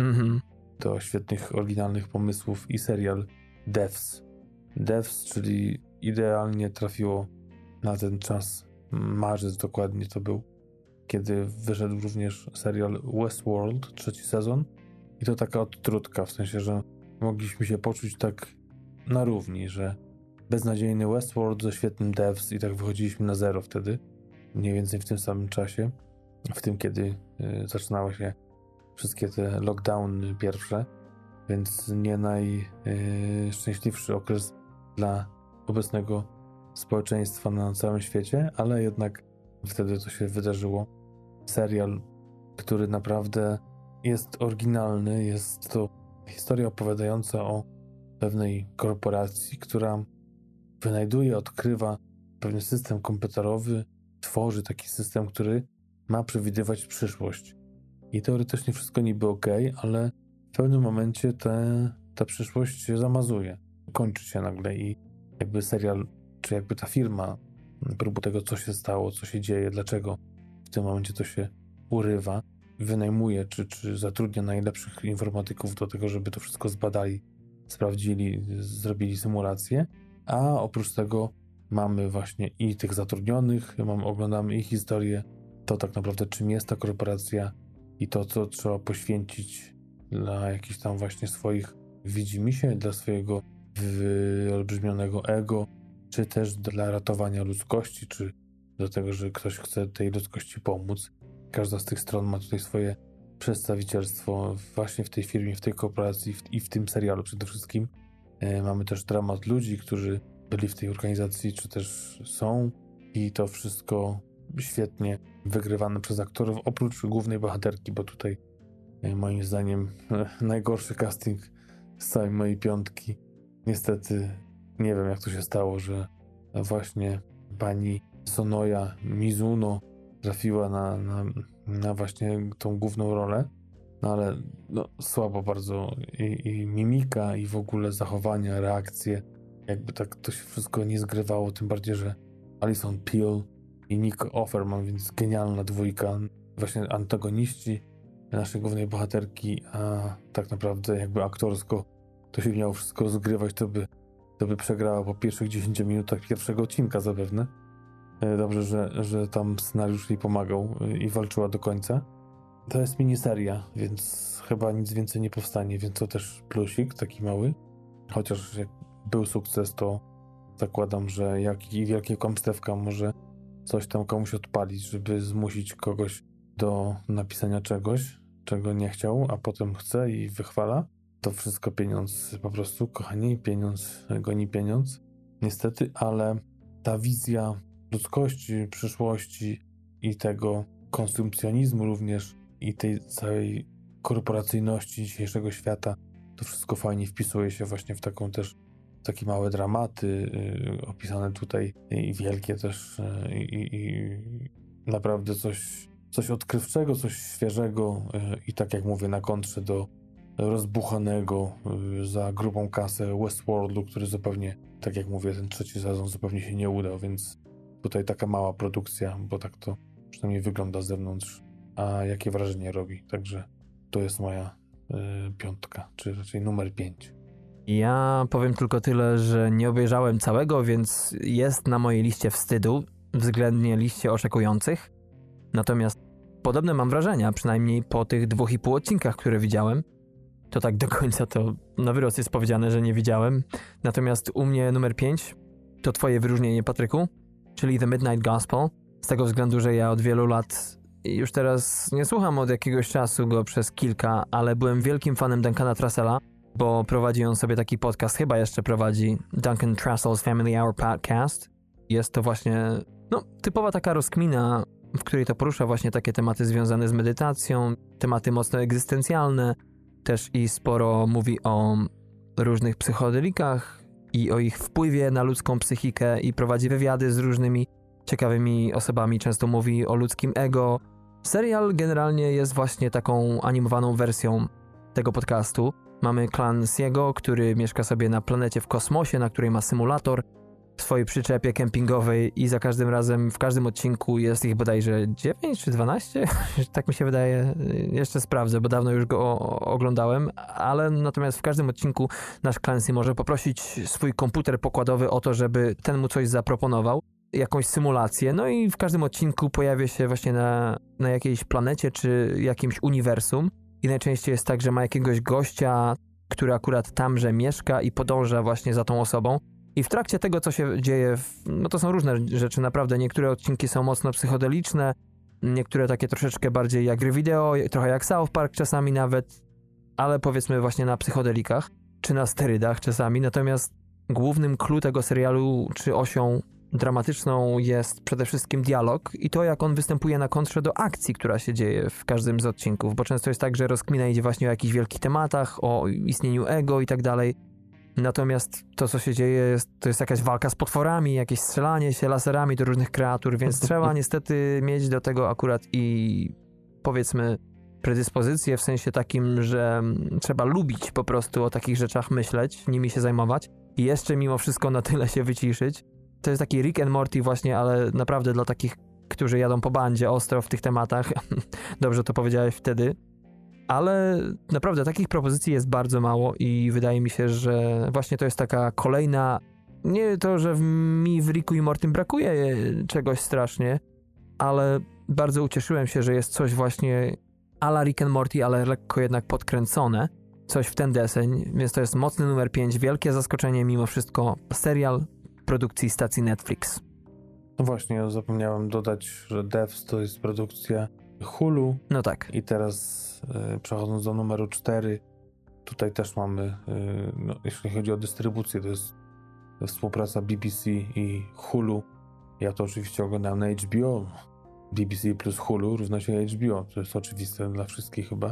do świetnych, oryginalnych pomysłów i serial Devs. Devs, czyli idealnie trafiło na ten czas, marzec dokładnie to był, kiedy wyszedł również serial Westworld, 3. sezon i to taka odtrutka, w sensie, że mogliśmy się poczuć tak na równi, że beznadziejny Westworld ze świetnym Devs i tak wychodziliśmy na zero wtedy, mniej więcej w tym samym czasie, w tym kiedy zaczynały się wszystkie te lockdowny pierwsze, więc nie najszczęśliwszy okres dla obecnego społeczeństwa na całym świecie, ale jednak wtedy to się wydarzyło. Serial, który naprawdę jest oryginalny, jest to historia opowiadająca o pewnej korporacji, która wynajduje, odkrywa pewien system komputerowy, tworzy taki system, który ma przewidywać przyszłość. I teoretycznie wszystko niby okej, ale w pewnym momencie ta przyszłość się zamazuje. Kończy się nagle i jakby serial, czy jakby ta firma, próbu tego, co się stało, co się dzieje, dlaczego w tym momencie to się urywa, wynajmuje, czy zatrudnia najlepszych informatyków do tego, żeby to wszystko zbadali, sprawdzili, zrobili symulację, a oprócz tego mamy właśnie i tych zatrudnionych, oglądamy ich historię, to tak naprawdę czym jest ta korporacja i to, co trzeba poświęcić dla jakichś tam właśnie swoich widzimisię, dla swojego wyolbrzymionego ego, czy też dla ratowania ludzkości, czy do tego, że ktoś chce tej ludzkości pomóc. Każda z tych stron ma tutaj swoje przedstawicielstwo właśnie w tej firmie, w tej korporacji i w tym serialu przede wszystkim. Mamy też dramat ludzi, którzy byli w tej organizacji, czy też są, i to wszystko świetnie wygrywane przez aktorów, oprócz głównej bohaterki, bo tutaj moim zdaniem najgorszy casting z całej mojej piątki. Niestety nie wiem, jak to się stało, że właśnie pani Sonoya Mizuno trafiła na właśnie tą główną rolę, no ale słabo bardzo i mimika, i w ogóle zachowania, reakcje, jakby tak to się wszystko nie zgrywało, tym bardziej, że Alison Pill i Nick Offerman, więc genialna dwójka, właśnie antagoniści naszej głównej bohaterki, a tak naprawdę jakby aktorsko to się miało wszystko rozgrywać, to by przegrała po pierwszych 10 minutach pierwszego odcinka zapewne. Dobrze, że tam scenariusz jej pomagał i walczyła do końca. To jest miniseria, więc chyba nic więcej nie powstanie, więc to też plusik taki mały. Chociaż jak był sukces, to zakładam, że jak i wielkie kłamstewka może coś tam komuś odpalić, żeby zmusić kogoś do napisania czegoś, czego nie chciał, a potem chce i wychwala. To wszystko pieniądz po prostu, kochani, pieniądz goni pieniądz. Niestety, ale ta wizja ludzkości, przyszłości i tego konsumpcjonizmu również i tej całej korporacyjności dzisiejszego świata, to wszystko fajnie wpisuje się właśnie w taką też, takie małe dramaty opisane tutaj i wielkie też i naprawdę coś odkrywczego, coś świeżego i tak jak mówię, na kontrze do rozbuchanego za grubą kasę Westworldu, który zupełnie, tak jak mówię, ten trzeci sezon zupełnie się nie udał, więc tutaj taka mała produkcja, bo tak to przynajmniej wygląda z zewnątrz, a jakie wrażenie robi. Także to jest moja piątka, czy raczej numer 5. Ja powiem tylko tyle, że nie obejrzałem całego, więc jest na mojej liście wstydu, względnie liście oczekujących. Natomiast podobne mam wrażenia, przynajmniej po tych 2,5 odcinkach, które widziałem. To tak do końca to na wyrost jest powiedziane, że nie widziałem. Natomiast u mnie numer 5 to twoje wyróżnienie, Patryku, czyli The Midnight Gospel. Z tego względu, że ja od wielu lat, już teraz nie słucham od jakiegoś czasu go przez kilka, ale byłem wielkim fanem Duncana Trussella, bo prowadzi on sobie taki podcast, chyba jeszcze prowadzi, Duncan Trussell's Family Hour Podcast. Jest to właśnie typowa taka rozkmina, w której to porusza właśnie takie tematy związane z medytacją, tematy mocno egzystencjalne, też i sporo mówi o różnych psychodelikach i o ich wpływie na ludzką psychikę i prowadzi wywiady z różnymi ciekawymi osobami, często mówi o ludzkim ego. Serial generalnie jest właśnie taką animowaną wersją tego podcastu. Mamy klan Siego, który mieszka sobie na planecie w kosmosie, na której ma symulator w swojej przyczepie kempingowej i za każdym razem, w każdym odcinku jest ich bodajże 9 czy 12? Tak mi się wydaje, jeszcze sprawdzę, bo dawno już go oglądałem, ale natomiast w każdym odcinku nasz Clancy może poprosić swój komputer pokładowy o to, żeby ten mu coś zaproponował, jakąś symulację, no i w każdym odcinku pojawia się właśnie na jakiejś planecie czy jakimś uniwersum i najczęściej jest tak, że ma jakiegoś gościa, który akurat tamże mieszka i podąża właśnie za tą osobą. I w trakcie tego, co się dzieje, to są różne rzeczy, naprawdę. Niektóre odcinki są mocno psychodeliczne, niektóre takie troszeczkę bardziej jak gry wideo, trochę jak South Park czasami nawet, ale powiedzmy właśnie na psychodelikach, czy na sterydach czasami. Natomiast głównym clue tego serialu, czy osią dramatyczną jest przede wszystkim dialog i to, jak on występuje na kontrze do akcji, która się dzieje w każdym z odcinków, bo często jest tak, że rozkmina idzie właśnie o jakichś wielkich tematach, o istnieniu ego i tak dalej. Natomiast to, co się dzieje, to jest jakaś walka z potworami, jakieś strzelanie się laserami do różnych kreatur, więc trzeba niestety mieć do tego akurat i powiedzmy predyspozycję w sensie takim, że trzeba lubić po prostu o takich rzeczach myśleć, nimi się zajmować i jeszcze mimo wszystko na tyle się wyciszyć. To jest taki Rick and Morty właśnie, ale naprawdę dla takich, którzy jadą po bandzie ostro w tych tematach. Dobrze to powiedziałeś wtedy. Ale naprawdę takich propozycji jest bardzo mało i wydaje mi się, że właśnie to jest taka kolejna, nie to, że mi w Ricku i Mortym brakuje czegoś strasznie, ale bardzo ucieszyłem się, że jest coś właśnie a la Rick and Morty, ale lekko jednak podkręcone, coś w ten deseń, więc to jest mocny numer 5, wielkie zaskoczenie mimo wszystko, serial produkcji stacji Netflix. No właśnie, ja zapomniałem dodać, że Devs to jest produkcja Hulu No tak. i teraz przechodząc do numeru 4, tutaj też mamy, jeśli chodzi o dystrybucję, to jest współpraca BBC i Hulu. Ja to oczywiście oglądałem na HBO. BBC plus Hulu równa się HBO. To jest oczywiste dla wszystkich chyba.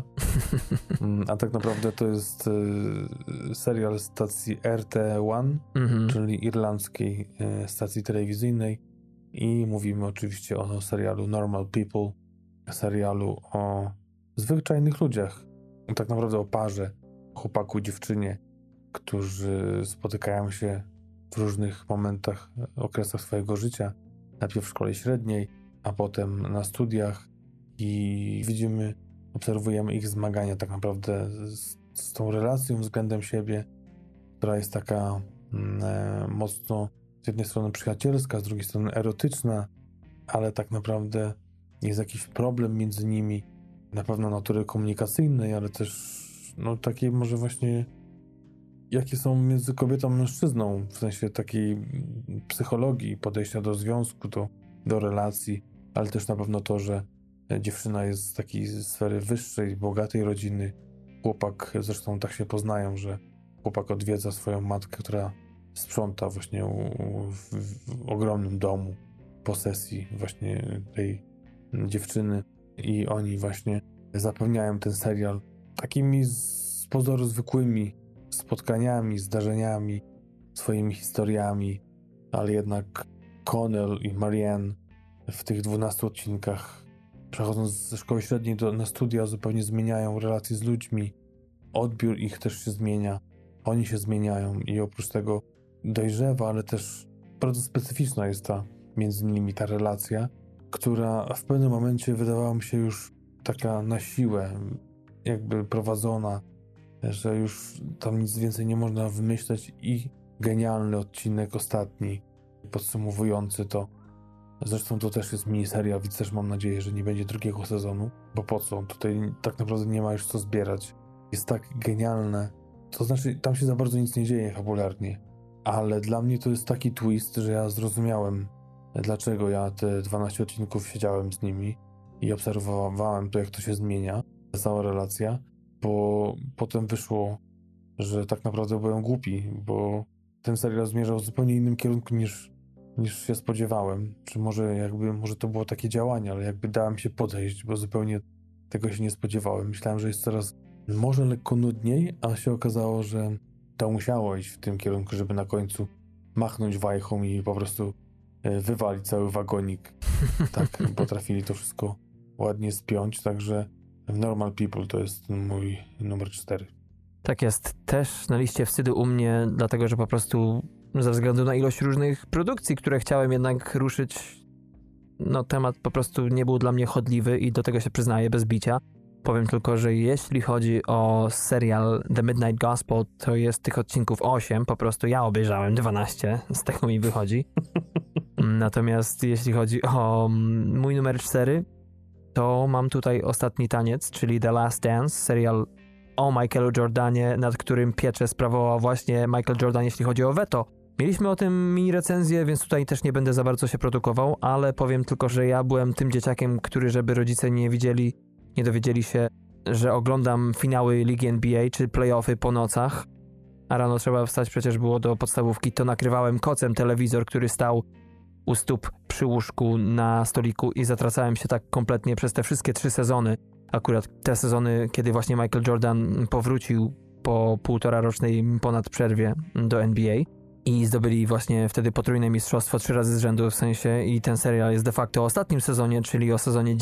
A tak naprawdę to jest serial stacji RT1, czyli irlandzkiej stacji telewizyjnej. I mówimy oczywiście o serialu Normal People, serialu o zwyczajnych ludziach. Tak naprawdę o parze, chłopaku i dziewczynie, którzy spotykają się w różnych momentach, okresach swojego życia. Najpierw w szkole średniej, a potem na studiach i obserwujemy ich zmagania tak naprawdę z tą relacją względem siebie, która jest taka mocno z jednej strony przyjacielska, z drugiej strony erotyczna, ale tak naprawdę jest jakiś problem między nimi, na pewno natury komunikacyjnej, ale też takiej może właśnie jakie są między kobietą a mężczyzną, w sensie takiej psychologii, podejścia do związku, do relacji, ale też na pewno to, że dziewczyna jest z takiej sfery wyższej, bogatej rodziny. Chłopak, zresztą tak się poznają, że chłopak odwiedza swoją matkę, która sprząta właśnie w ogromnym domu, posesji właśnie tej dziewczyny i oni właśnie zapewniają ten serial takimi z pozoru zwykłymi spotkaniami, zdarzeniami, swoimi historiami, ale jednak Connell i Marianne w tych 12 odcinkach, przechodząc ze szkoły średniej na studia, zupełnie zmieniają relacje z ludźmi, odbiór ich też się zmienia, oni się zmieniają i oprócz tego dojrzewa, ale też bardzo specyficzna jest między nimi ta relacja, która w pewnym momencie wydawała mi się już taka na siłę, jakby prowadzona, że już tam nic więcej nie można wymyśleć i genialny odcinek ostatni, podsumowujący to. Zresztą to też jest miniserial, więc też mam nadzieję, że nie będzie drugiego sezonu, bo po co? Tutaj tak naprawdę nie ma już co zbierać. Jest tak genialne. To znaczy, tam się za bardzo nic nie dzieje fabularnie, ale dla mnie to jest taki twist, że ja zrozumiałem, dlaczego ja te 12 odcinków siedziałem z nimi i obserwowałem to, jak to się zmienia, cała relacja, bo potem wyszło, że tak naprawdę byłem głupi, bo ten serial zmierzał w zupełnie innym kierunku niż się spodziewałem. Czy może to było takie działanie, ale jakby dałem się podejść, bo zupełnie tego się nie spodziewałem. Myślałem, że jest coraz może lekko nudniej, a się okazało, że to musiało iść w tym kierunku, żeby na końcu machnąć wajchą i po prostu wywalić cały wagonik. Tak, potrafili to wszystko ładnie spiąć, także Normal People to jest mój numer 4. Tak jest. Też na liście wstydu u mnie, dlatego że po prostu ze względu na ilość różnych produkcji, które chciałem jednak ruszyć, temat po prostu nie był dla mnie chodliwy i do tego się przyznaję bez bicia. Powiem tylko, że jeśli chodzi o serial The Midnight Gospel, to jest tych odcinków 8, po prostu ja obejrzałem 12, z tego mi wychodzi. Natomiast jeśli chodzi o mój numer 4, to mam tutaj Ostatni Taniec, czyli The Last Dance, serial o Michaelu Jordanie, nad którym pieczę sprawowała właśnie Michael Jordan, jeśli chodzi o Veto. Mieliśmy o tym mini recenzję, więc tutaj też nie będę za bardzo się produkował, ale powiem tylko, że ja byłem tym dzieciakiem, który, żeby rodzice nie dowiedzieli się, że oglądam finały Ligi NBA czy playoffy po nocach, a rano trzeba wstać, przecież było do podstawówki, to nakrywałem kocem telewizor, który stał u stóp przy łóżku na stoliku i zatracałem się tak kompletnie przez te wszystkie 3 sezony. Akurat te sezony, kiedy właśnie Michael Jordan powrócił po 1,5-rocznej ponad przerwie do NBA i zdobyli właśnie wtedy potrójne mistrzostwo 3 razy z rzędu, w sensie, i ten serial jest de facto o ostatnim sezonie, czyli o sezonie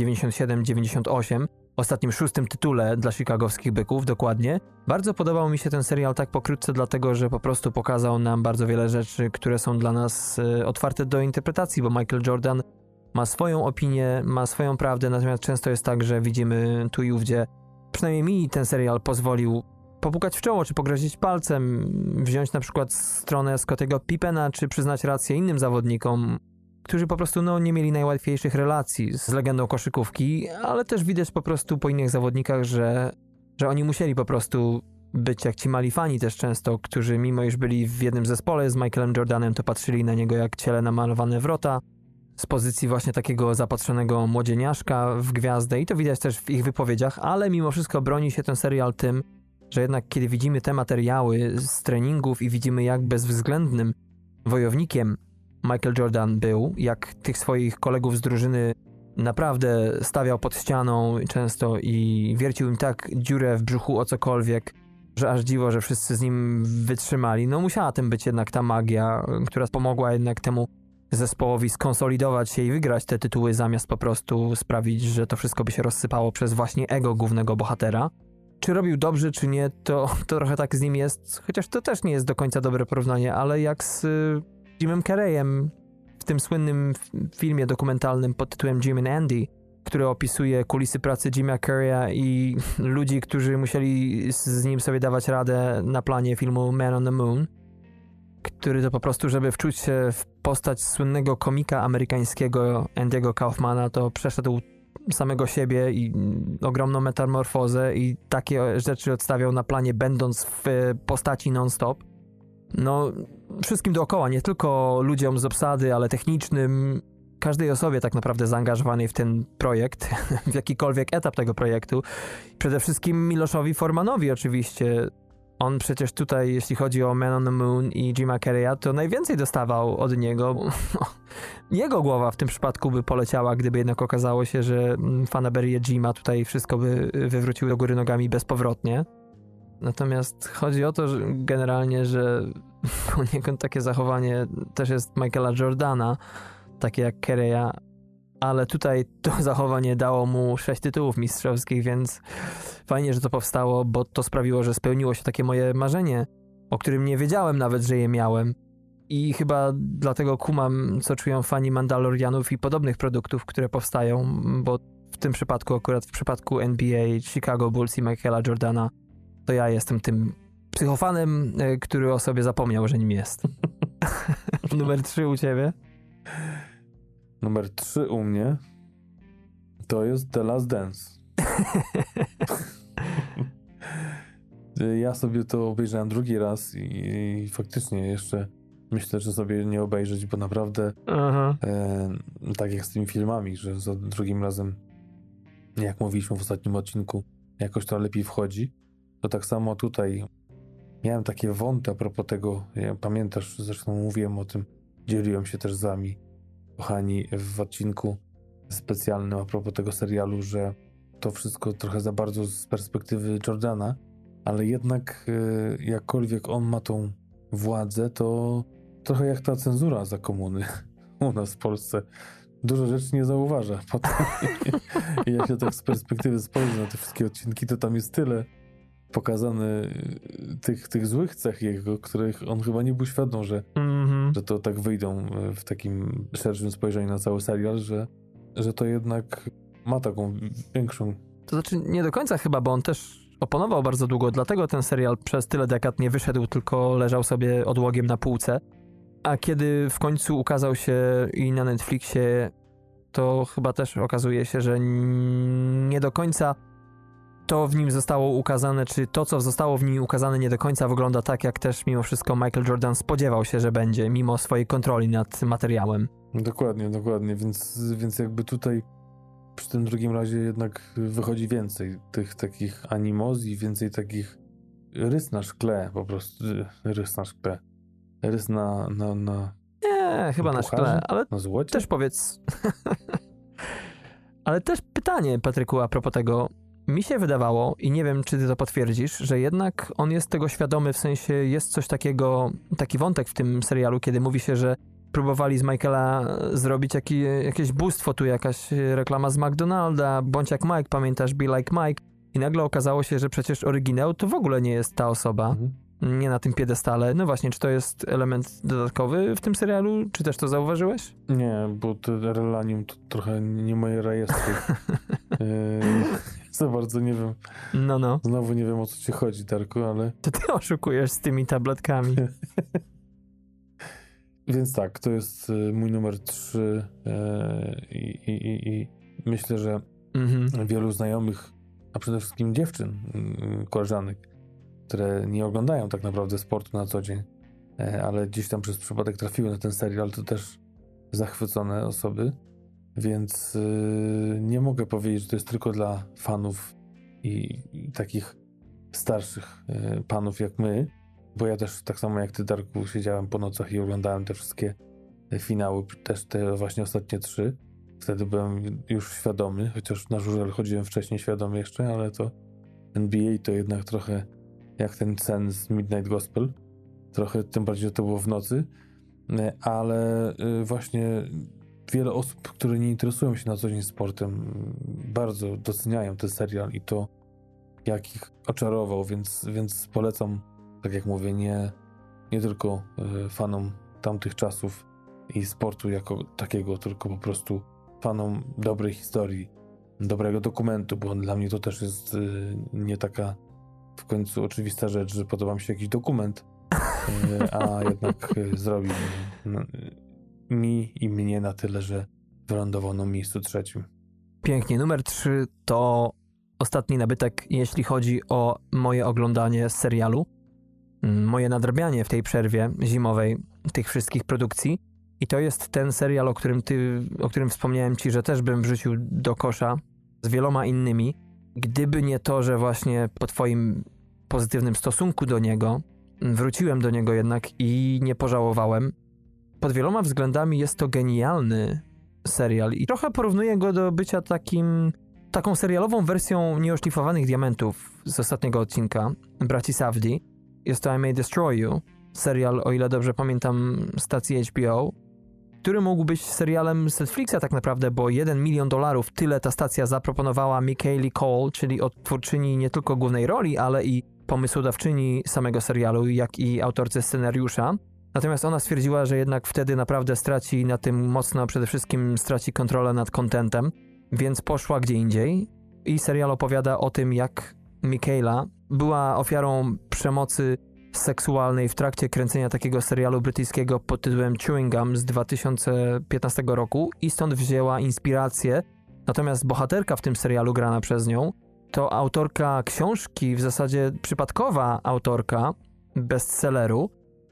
97-98, ostatnim 6. tytule dla chicagowskich Byków, dokładnie. Bardzo podobał mi się ten serial tak pokrótce, dlatego że po prostu pokazał nam bardzo wiele rzeczy, które są dla nas otwarte do interpretacji, bo Michael Jordan ma swoją opinię, ma swoją prawdę, natomiast często jest tak, że widzimy tu i ówdzie, przynajmniej mi ten serial pozwolił popukać w czoło, czy pogrozić palcem, wziąć na przykład stronę Scottiego Pippena, czy przyznać rację innym zawodnikom, którzy po prostu nie mieli najłatwiejszych relacji z legendą koszykówki, ale też widać po prostu po innych zawodnikach, że oni musieli po prostu być jak ci mali fani też często, którzy mimo iż byli w jednym zespole z Michaelem Jordanem, to patrzyli na niego jak ciele namalowane wrota, z pozycji właśnie takiego zapatrzonego młodzieniaszka w gwiazdę i to widać też w ich wypowiedziach, ale mimo wszystko broni się ten serial tym, że jednak kiedy widzimy te materiały z treningów i widzimy jak bezwzględnym wojownikiem Michael Jordan był, jak tych swoich kolegów z drużyny naprawdę stawiał pod ścianą często i wiercił im tak dziurę w brzuchu o cokolwiek, że aż dziwo, że wszyscy z nim wytrzymali. No musiała tym być jednak ta magia, która pomogła jednak temu zespołowi skonsolidować się i wygrać te tytuły, zamiast po prostu sprawić, że to wszystko by się rozsypało przez właśnie ego głównego bohatera. Czy robił dobrze, czy nie, to trochę tak z nim jest, chociaż to też nie jest do końca dobre porównanie, ale jak z Jimem Carreyem w tym słynnym filmie dokumentalnym pod tytułem Jim and Andy, który opisuje kulisy pracy Jima Carreya i ludzi, którzy musieli z nim sobie dawać radę na planie filmu Man on the Moon, który to po prostu, żeby wczuć się w postać słynnego komika amerykańskiego Andy'ego Kaufmana, to przeszedł samego siebie i ogromną metamorfozę i takie rzeczy odstawiał na planie, będąc w postaci non-stop. No, wszystkim dookoła, nie tylko ludziom z obsady, ale technicznym, każdej osobie tak naprawdę zaangażowanej w ten projekt, w jakikolwiek etap tego projektu. Przede wszystkim Miloszowi Formanowi oczywiście. On przecież tutaj, jeśli chodzi o Man on the Moon i Jima Carreya, to najwięcej dostawał od niego. Jego głowa w tym przypadku by poleciała, gdyby jednak okazało się, że fanaberie Jima tutaj wszystko by wywrócił do góry nogami bezpowrotnie. Natomiast chodzi o to, że generalnie, że poniekąd takie zachowanie też jest Michaela Jordana, takie jak Carreya, ale tutaj to zachowanie dało mu 6 tytułów mistrzowskich, więc fajnie, że to powstało, bo to sprawiło, że spełniło się takie moje marzenie, o którym nie wiedziałem nawet, że je miałem. I chyba dlatego kumam, co czują fani Mandalorianów i podobnych produktów, które powstają, bo w tym przypadku, akurat w przypadku NBA, Chicago Bulls i Michaela Jordana, to ja jestem tym psychofanem, który o sobie zapomniał, że nim jest. Numer 3 u ciebie? Numer 3 u mnie to jest The Last Dance. Ja sobie to obejrzałem drugi raz i faktycznie jeszcze myślę, że sobie nie obejrzeć, bo naprawdę tak jak z tymi filmami, że za drugim razem, jak mówiliśmy w ostatnim odcinku, jakoś to lepiej wchodzi, to tak samo tutaj miałem takie wąty a propos tego, pamiętasz, zresztą mówiłem o tym, dzieliłem się też z wami, kochani, w odcinku specjalnym a propos tego serialu, że to wszystko trochę za bardzo z perspektywy Jordana, ale jednak jakkolwiek on ma tą władzę, to trochę jak ta cenzura za komuny u nas w Polsce. Dużo rzeczy nie zauważa. Potem, i jak się tak z perspektywy spojrzy na te wszystkie odcinki, to tam jest tyle pokazane tych złych cech jego, których on chyba nie był świadom, że to tak wyjdą w takim szerszym spojrzeniu na cały serial, że to jednak ma taką większą... To znaczy nie do końca chyba, bo on też oponował bardzo długo, dlatego ten serial przez tyle dekad nie wyszedł, tylko leżał sobie odłogiem na półce. A kiedy w końcu ukazał się i na Netflixie, to chyba też okazuje się, że nie do końca to w nim zostało ukazane, czy to, co zostało w nim ukazane, nie do końca wygląda tak, jak też mimo wszystko Michael Jordan spodziewał się, że będzie, mimo swojej kontroli nad materiałem. Dokładnie, więc jakby tutaj przy tym drugim razie jednak wychodzi więcej tych takich animozji, więcej takich rys na szkle, po prostu rys na szkle. Rys na nie, chyba na szkle, ale na złocie? Też powiedz... Ale też pytanie, Patryku, a propos tego. Mi się wydawało, i nie wiem, czy ty to potwierdzisz, że jednak on jest tego świadomy, w sensie jest coś takiego, taki wątek w tym serialu, kiedy mówi się, że próbowali z Michaela zrobić jakieś bóstwo, tu jakaś reklama z McDonalda, bądź jak Mike, pamiętasz, Be Like Mike, i nagle okazało się, że przecież oryginał to w ogóle nie jest ta osoba, nie na tym piedestale. No właśnie, czy to jest element dodatkowy w tym serialu, czy też to zauważyłeś? Nie, bo to Relanium to trochę nie moje rejestry. Za bardzo nie wiem. No. Znowu nie wiem, o co ci chodzi, Darku, ale... To ty oszukujesz z tymi tabletkami. Więc tak, to jest mój numer 3 i myślę, że wielu znajomych, a przede wszystkim dziewczyn, koleżanek, które nie oglądają tak naprawdę sportu na co dzień, ale gdzieś tam przez przypadek trafiły na ten serial, to też zachwycone osoby, więc nie mogę powiedzieć, że to jest tylko dla fanów i takich starszych panów jak my, bo ja też tak samo jak ty, Darku, siedziałem po nocach i oglądałem te wszystkie finały, też te właśnie ostatnie 3. Wtedy byłem już świadomy, chociaż na żużel chodziłem wcześniej świadomy jeszcze, ale to NBA to jednak trochę jak ten sen z Midnight Gospel. Trochę, tym bardziej, że to było w nocy, ale właśnie wiele osób, które nie interesują się na co dzień sportem, bardzo doceniają ten serial i to, jak ich oczarował, więc polecam, tak jak mówię, nie tylko fanom tamtych czasów i sportu jako takiego, tylko po prostu fanom dobrej historii, dobrego dokumentu, bo dla mnie to też jest nie taka w końcu oczywista rzecz, że podoba mi się jakiś dokument, a jednak zrobił mi i mnie na tyle, że wylądował na miejscu 3. Pięknie. Numer 3 to ostatni nabytek, jeśli chodzi o moje oglądanie serialu, moje nadrabianie w tej przerwie zimowej tych wszystkich produkcji. I to jest ten serial, o którym wspomniałem ci, że też bym wrzucił do kosza z wieloma innymi. Gdyby nie to, że właśnie po twoim pozytywnym stosunku do niego wróciłem do niego jednak i nie pożałowałem. Pod wieloma względami jest to genialny serial i trochę porównuję go do bycia taką serialową wersją Nieoszlifowanych Diamentów z ostatniego odcinka Braci Safdie. Jest to I May Destroy You, serial, o ile dobrze pamiętam, stacji HBO, który mógł być serialem z Netflixa tak naprawdę, bo $1 milion, tyle ta stacja zaproponowała Michaeli Cole, czyli odtwórczyni nie tylko głównej roli, ale i pomysłodawczyni samego serialu, jak i autorce scenariusza. Natomiast ona stwierdziła, że jednak wtedy naprawdę straci na tym mocno, przede wszystkim straci kontrolę nad contentem, więc poszła gdzie indziej i serial opowiada o tym, jak Michaela była ofiarą przemocy seksualnej w trakcie kręcenia takiego serialu brytyjskiego pod tytułem Chewing Gum z 2015 roku i stąd wzięła inspirację. Natomiast bohaterka w tym serialu grana przez nią to autorka książki, w zasadzie przypadkowa autorka bestselleru,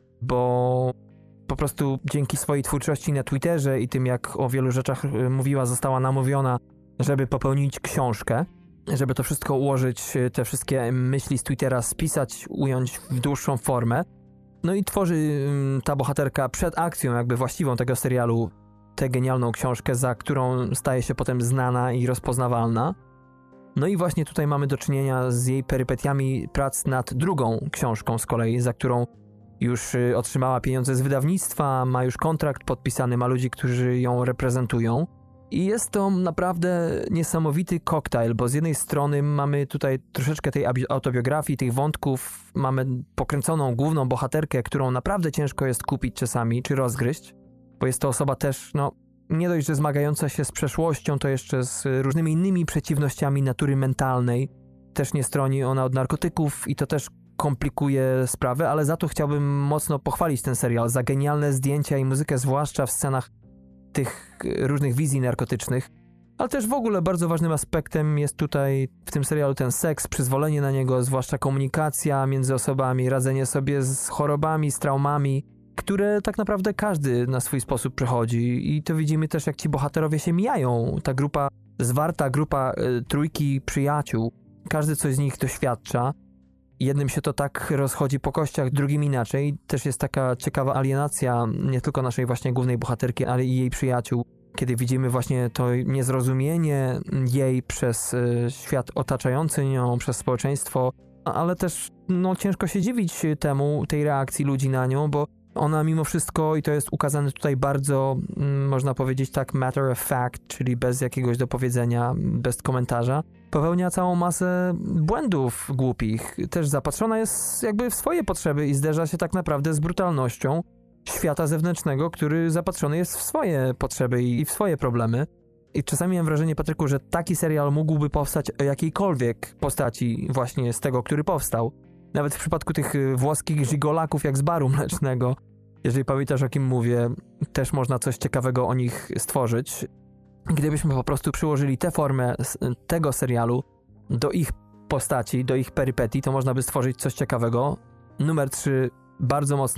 bo po prostu dzięki swojej twórczości na Twitterze i tym, jak o wielu rzeczach mówiła, została namówiona, żeby popełnić książkę, żeby to wszystko ułożyć, te wszystkie myśli z Twittera spisać, ująć w dłuższą formę. No i tworzy ta bohaterka przed akcją jakby właściwą tego serialu tę genialną książkę, za którą staje się potem znana i rozpoznawalna. No i właśnie tutaj mamy do czynienia z jej perypetiami prac nad drugą książką z kolei, za którą już otrzymała pieniądze z wydawnictwa, ma już kontrakt podpisany, ma ludzi, którzy ją reprezentują. I jest to naprawdę niesamowity koktajl, bo z jednej strony mamy tutaj troszeczkę tej autobiografii, tych wątków, mamy pokręconą główną bohaterkę, którą naprawdę ciężko jest kupić czasami, czy rozgryźć, bo jest to osoba też, nie dość, że zmagająca się z przeszłością, to jeszcze z różnymi innymi przeciwnościami natury mentalnej. Też nie stroni ona od narkotyków i to też komplikuje sprawę, ale za to chciałbym mocno pochwalić ten serial, za genialne zdjęcia i muzykę, zwłaszcza w scenach tych różnych wizji narkotycznych, ale też w ogóle bardzo ważnym aspektem jest tutaj w tym serialu ten seks, przyzwolenie na niego, zwłaszcza komunikacja między osobami, radzenie sobie z chorobami, z traumami, które tak naprawdę każdy na swój sposób przechodzi i to widzimy też, jak ci bohaterowie się mijają, ta grupa, zwarta grupa trójki przyjaciół, każdy coś z nich doświadcza. Jednym się to tak rozchodzi po kościach, drugim inaczej. Też jest taka ciekawa alienacja nie tylko naszej właśnie głównej bohaterki, ale i jej przyjaciół, kiedy widzimy właśnie to niezrozumienie jej przez świat otaczający nią, przez społeczeństwo, ale też ciężko się dziwić tej reakcji ludzi na nią, bo ona mimo wszystko, i to jest ukazane tutaj bardzo, można powiedzieć tak, matter of fact, czyli bez jakiegoś dopowiedzenia, bez komentarza, popełnia całą masę błędów głupich. Też zapatrzona jest jakby w swoje potrzeby i zderza się tak naprawdę z brutalnością świata zewnętrznego, który zapatrzony jest w swoje potrzeby i w swoje problemy. I czasami mam wrażenie, Patryku, że taki serial mógłby powstać o jakiejkolwiek postaci właśnie z tego, który powstał. Nawet w przypadku tych włoskich żigolaków jak z baru mlecznego, jeżeli pamiętasz, o kim mówię, też można coś ciekawego o nich stworzyć. Gdybyśmy po prostu przyłożyli tę formę tego serialu do ich postaci, do ich perypetii, to można by stworzyć coś ciekawego. Numer 3, bardzo mocny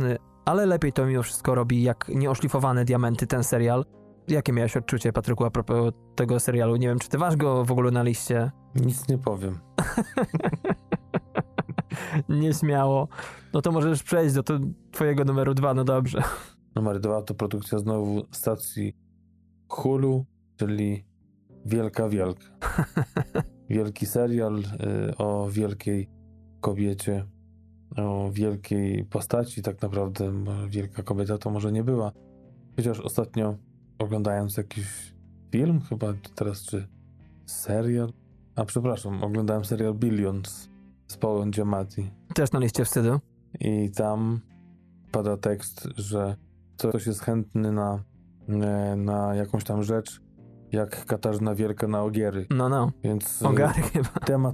ale lepiej to mimo wszystko robi jak nieoszlifowane diamenty ten serial. Jakie miałeś odczucie, Patryku, a propos tego serialu? Nie wiem, czy ty masz go w ogóle na liście? Nic nie powiem. Nieśmiało. No to możesz przejść do twojego numeru 2, no dobrze. Numer 2 to produkcja znowu stacji Hulu, czyli Wielka. Wielki serial o wielkiej kobiecie, o wielkiej postaci. Tak naprawdę wielka kobieta to może nie była. Chociaż ostatnio oglądając jakiś film, chyba teraz, czy serial? Oglądałem serial Billions z Paulem Giamatti. Też na liście wstydu. I tam pada tekst, że ktoś jest chętny na jakąś tam rzecz, jak Katarzyna Wielka na ogiery. No. Więc Ogary chyba.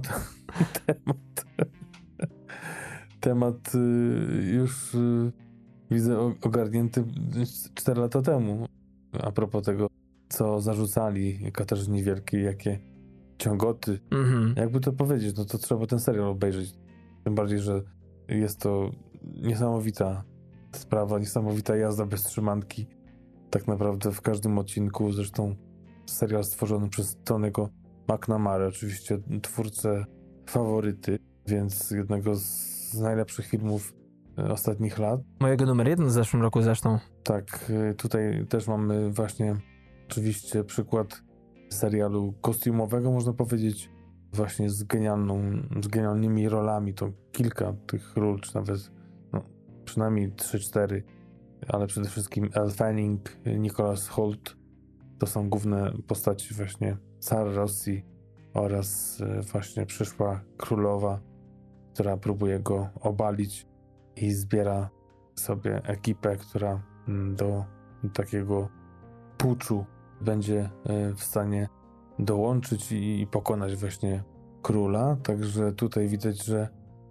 Temat już widzę ogarnięty 4 lata temu. A propos tego, co zarzucali Katarzynie Wielkiej, jakie ciągoty. Jakby to powiedzieć, no to trzeba ten serial obejrzeć. Tym bardziej, że jest to niesamowita sprawa, niesamowita jazda bez trzymanki. Tak naprawdę w każdym odcinku, zresztą serial stworzony przez Tony'ego McNamara, oczywiście twórcę Faworyty, więc jednego z najlepszych filmów ostatnich lat. Mojego numer 1 w zeszłym roku zresztą. Tak, tutaj też mamy właśnie oczywiście przykład serialu kostiumowego, można powiedzieć, właśnie z genialnymi rolami. To kilka tych ról, czy nawet przynajmniej 3-4, ale przede wszystkim Elle Fanning, Nicholas Hoult. To są główne postaci właśnie Sara Rossi oraz właśnie przyszła królowa, która próbuje go obalić i zbiera sobie ekipę, która do takiego puczu będzie w stanie dołączyć i pokonać właśnie króla. Także tutaj widać, że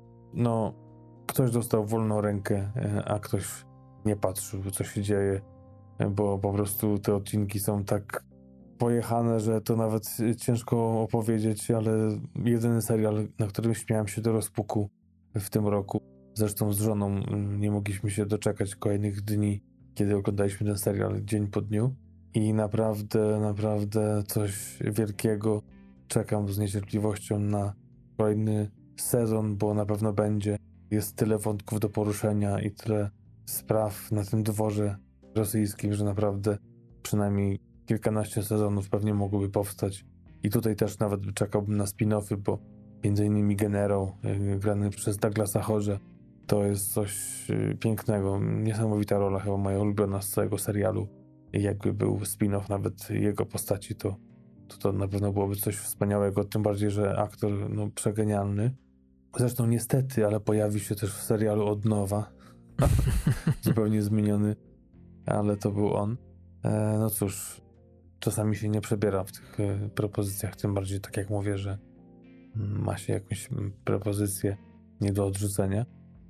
ktoś dostał wolną rękę, a ktoś nie patrzył, co się dzieje, bo po prostu te odcinki są tak pojechane, że to nawet ciężko opowiedzieć, ale jedyny serial, na którym śmiałem się do rozpuku w tym roku. Zresztą z żoną nie mogliśmy się doczekać kolejnych dni, kiedy oglądaliśmy ten serial dzień po dniu. I naprawdę coś wielkiego. Czekam z niecierpliwością na kolejny sezon, bo na pewno będzie. Jest tyle wątków do poruszenia i tyle spraw na tym dworze rosyjskim, że naprawdę przynajmniej kilkanaście sezonów pewnie mogłoby powstać. I tutaj też nawet czekałbym na spin-offy, bo między innymi Generał, grany przez Douglasa Hodge'a, to jest coś pięknego. Niesamowita rola, chyba moja ulubiona z całego serialu. I jakby był spin-off nawet jego postaci, to na pewno byłoby coś wspaniałego, tym bardziej, że aktor przegenialny. Zresztą niestety, ale pojawi się też w serialu od nowa. Zupełnie zmieniony, ale to był on. No cóż, czasami się nie przebiera w tych propozycjach, tym bardziej tak jak mówię, że ma się jakąś propozycję nie do odrzucenia.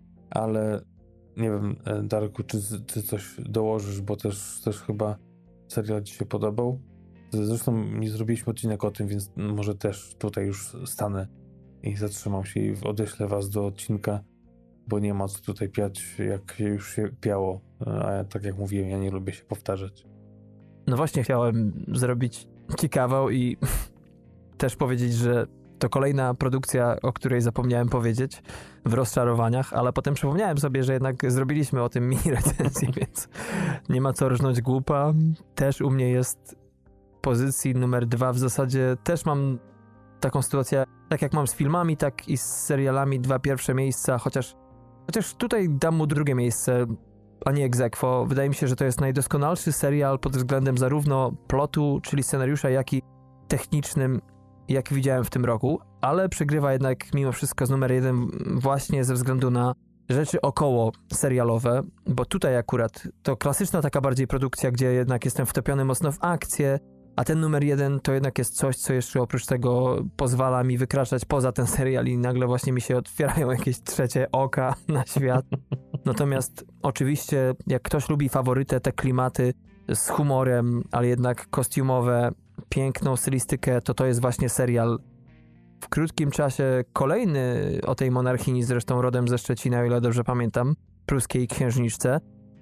Ale nie wiem, Darku, czy coś dołożysz, bo też chyba serial ci się podobał. Zresztą nie zrobiliśmy odcinek o tym, więc może też tutaj już stanę i zatrzymam się i odeślę was do odcinka, bo nie ma co tutaj piać, jak się już się piało. A ja, tak jak mówiłem, ja nie lubię się powtarzać. No właśnie, chciałem zrobić ci kawał i też powiedzieć, że to kolejna produkcja, o której zapomniałem powiedzieć w rozczarowaniach, ale potem przypomniałem sobie, że jednak zrobiliśmy o tym mini recenzję, więc nie ma co rżnąć głupa. Też u mnie jest pozycji numer 2. W zasadzie też mam taką sytuację, tak jak mam z filmami, tak i z serialami, 2 pierwsze miejsca, chociaż tutaj dam mu drugie miejsce, a nie ex aequo. Wydaje mi się, że to jest najdoskonalszy serial pod względem zarówno plotu, czyli scenariusza, jak i technicznym, jak widziałem w tym roku, ale przegrywa jednak mimo wszystko z numer 1 właśnie ze względu na rzeczy około serialowe, bo tutaj akurat to klasyczna taka bardziej produkcja, gdzie jednak jestem wtopiony mocno w akcję, a ten numer 1 to jednak jest coś, co jeszcze oprócz tego pozwala mi wykraczać poza ten serial i nagle właśnie mi się otwierają jakieś trzecie oka na świat. Natomiast oczywiście, jak ktoś lubi Faworytę, te klimaty z humorem, ale jednak kostiumowe, piękną stylistykę, to jest właśnie serial w krótkim czasie kolejny o tej monarchini, zresztą rodem ze Szczecina, o ile dobrze pamiętam, pruskiej księżniczce.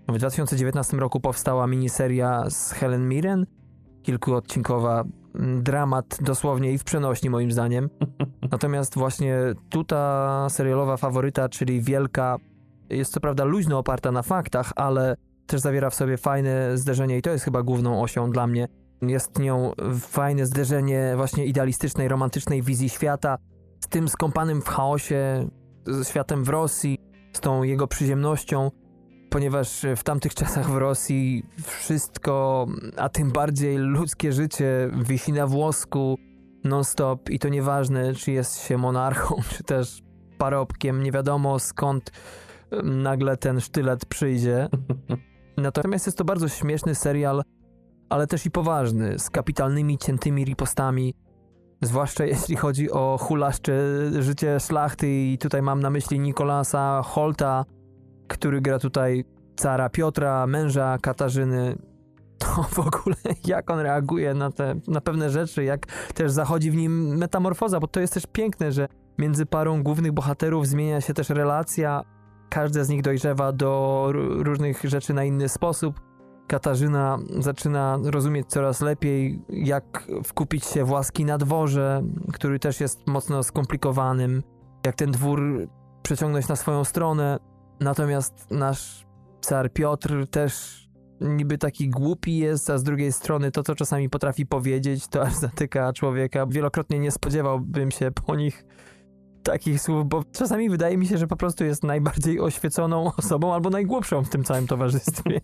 W 2019 roku powstała miniseria z Helen Mirren, kilkuodcinkowa, dramat dosłownie i w przenośni moim zdaniem. Natomiast właśnie ta serialowa faworyta, czyli Wielka, jest co prawda luźno oparta na faktach, ale też zawiera w sobie fajne zderzenie i to jest chyba główną osią dla mnie. Jest nią fajne zderzenie właśnie idealistycznej, romantycznej wizji świata z tym skąpanym w chaosie, ze światem w Rosji, z tą jego przyziemnością, ponieważ w tamtych czasach w Rosji wszystko, a tym bardziej ludzkie życie wisi na włosku non-stop i to nieważne, czy jest się monarchą, czy też parobkiem, nie wiadomo skąd nagle ten sztylet przyjdzie. Natomiast jest to bardzo śmieszny serial, ale też i poważny, z kapitalnymi, ciętymi ripostami, zwłaszcza jeśli chodzi o hulaszcze życie szlachty i tutaj mam na myśli Nicolasa Holta, który gra tutaj cara Piotra, męża Katarzyny. To w ogóle jak on reaguje na pewne rzeczy, jak też zachodzi w nim metamorfoza, bo to jest też piękne, że między parą głównych bohaterów zmienia się też relacja, każdy z nich dojrzewa do różnych rzeczy na inny sposób. Katarzyna zaczyna rozumieć coraz lepiej, jak wkupić się w łaski na dworze, który też jest mocno skomplikowanym, jak ten dwór przeciągnąć na swoją stronę. Natomiast nasz car Piotr też niby taki głupi jest, a z drugiej strony to, co czasami potrafi powiedzieć, to aż zatyka człowieka. Wielokrotnie nie spodziewałbym się po nich takich słów, bo czasami wydaje mi się, że po prostu jest najbardziej oświeconą osobą albo najgłupszą w tym całym towarzystwie.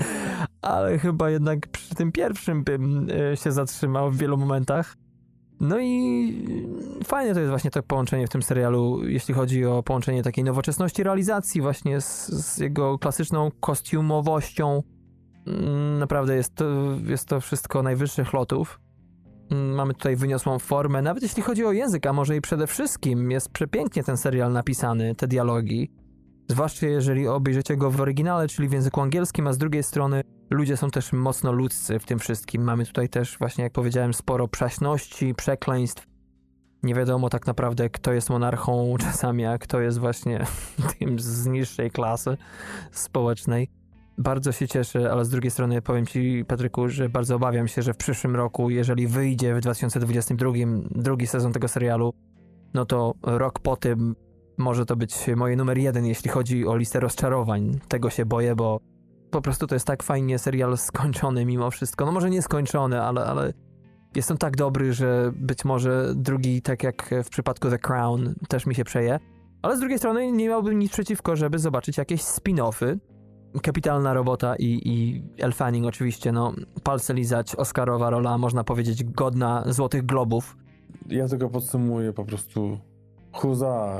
Ale chyba jednak przy tym pierwszym bym się zatrzymał w wielu momentach. No i fajne to jest właśnie to połączenie w tym serialu, jeśli chodzi o połączenie takiej nowoczesności realizacji właśnie z jego klasyczną kostiumowością. Naprawdę jest to wszystko najwyższych lotów. Mamy tutaj wyniosłą formę, nawet jeśli chodzi o język, a może i przede wszystkim jest przepięknie ten serial napisany, te dialogi. Zwłaszcza jeżeli obejrzycie go w oryginale, czyli w języku angielskim, a z drugiej strony ludzie są też mocno ludzcy w tym wszystkim. Mamy tutaj też właśnie, jak powiedziałem, sporo przaśności, przekleństw. Nie wiadomo tak naprawdę, kto jest monarchą czasami, a kto jest właśnie tym z niższej klasy społecznej. Bardzo się cieszę, ale z drugiej strony powiem ci, Patryku, że bardzo obawiam się, że w przyszłym roku, jeżeli wyjdzie w 2022 drugi sezon tego serialu, no to rok po tym może to być moje numer 1, jeśli chodzi o listę rozczarowań. Tego się boję, bo po prostu to jest tak fajnie serial skończony mimo wszystko. No może nie skończony, ale jest on tak dobry, że być może drugi, tak jak w przypadku The Crown, też mi się przeje. Ale z drugiej strony nie miałbym nic przeciwko, żeby zobaczyć jakieś spin-offy. Kapitalna robota i Elle Fanning oczywiście, no palce lizać, oscarowa rola, można powiedzieć godna Złotych Globów. Ja tego podsumuję po prostu huzar.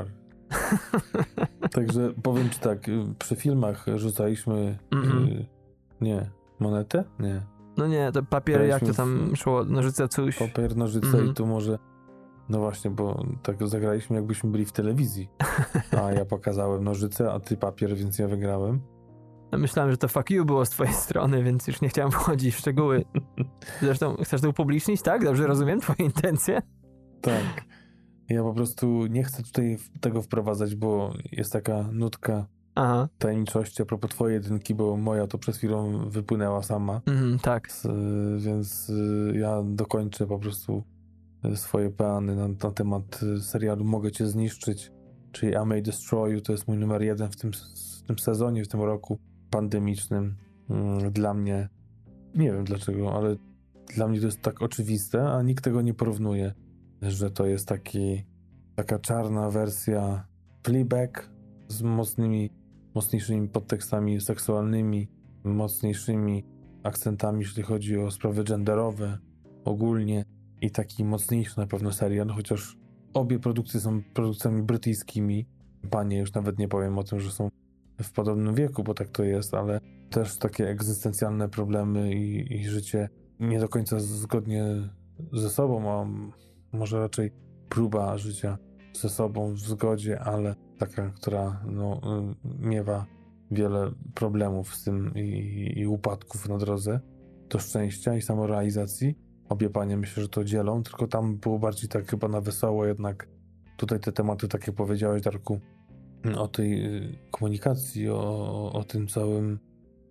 Także powiem ci tak, przy filmach rzucaliśmy nie, monetę? Nie. No nie, to papier, jak to tam szło, nożyce, coś. Papier, nożyce i tu może, no właśnie, bo tak zagraliśmy jakbyśmy byli w telewizji, a ja pokazałem nożyce, a ty papier, więc ja wygrałem. Myślałem, że to fuck you było z twojej strony, więc już nie chciałem wchodzić w szczegóły. Zresztą chcesz to upublicznić, tak? Dobrze rozumiem twoje intencje? Tak. Ja po prostu nie chcę tutaj tego wprowadzać, bo jest taka nutka tajemniczości a propos twojej jedynki, bo moja to przed chwilą wypłynęła sama. Tak. Więc ja dokończę po prostu swoje peany na temat serialu Mogę cię zniszczyć, czyli I May Destroy You. To jest mój numer 1 w tym sezonie, w tym roku pandemicznym. Dla mnie, nie wiem dlaczego, ale dla mnie to jest tak oczywiste, a nikt tego nie porównuje, że to jest taka czarna wersja Fleabag z mocniejszymi podtekstami seksualnymi, mocniejszymi akcentami, jeśli chodzi o sprawy genderowe ogólnie i taki mocniejszy na pewno serial, chociaż obie produkcje są produkcjami brytyjskimi. Panie, już nawet nie powiem o tym, że są w podobnym wieku, bo tak to jest, ale też takie egzystencjalne problemy i życie nie do końca zgodnie ze sobą, a może raczej próba życia ze sobą w zgodzie, ale taka, która miewa wiele problemów z tym i upadków na drodze do szczęścia i samorealizacji. Obie panie myślę, że to dzielą, tylko tam było bardziej tak chyba na wesoło, jednak tutaj te tematy, tak jak powiedziałeś, Darku, o tej komunikacji, o tym całym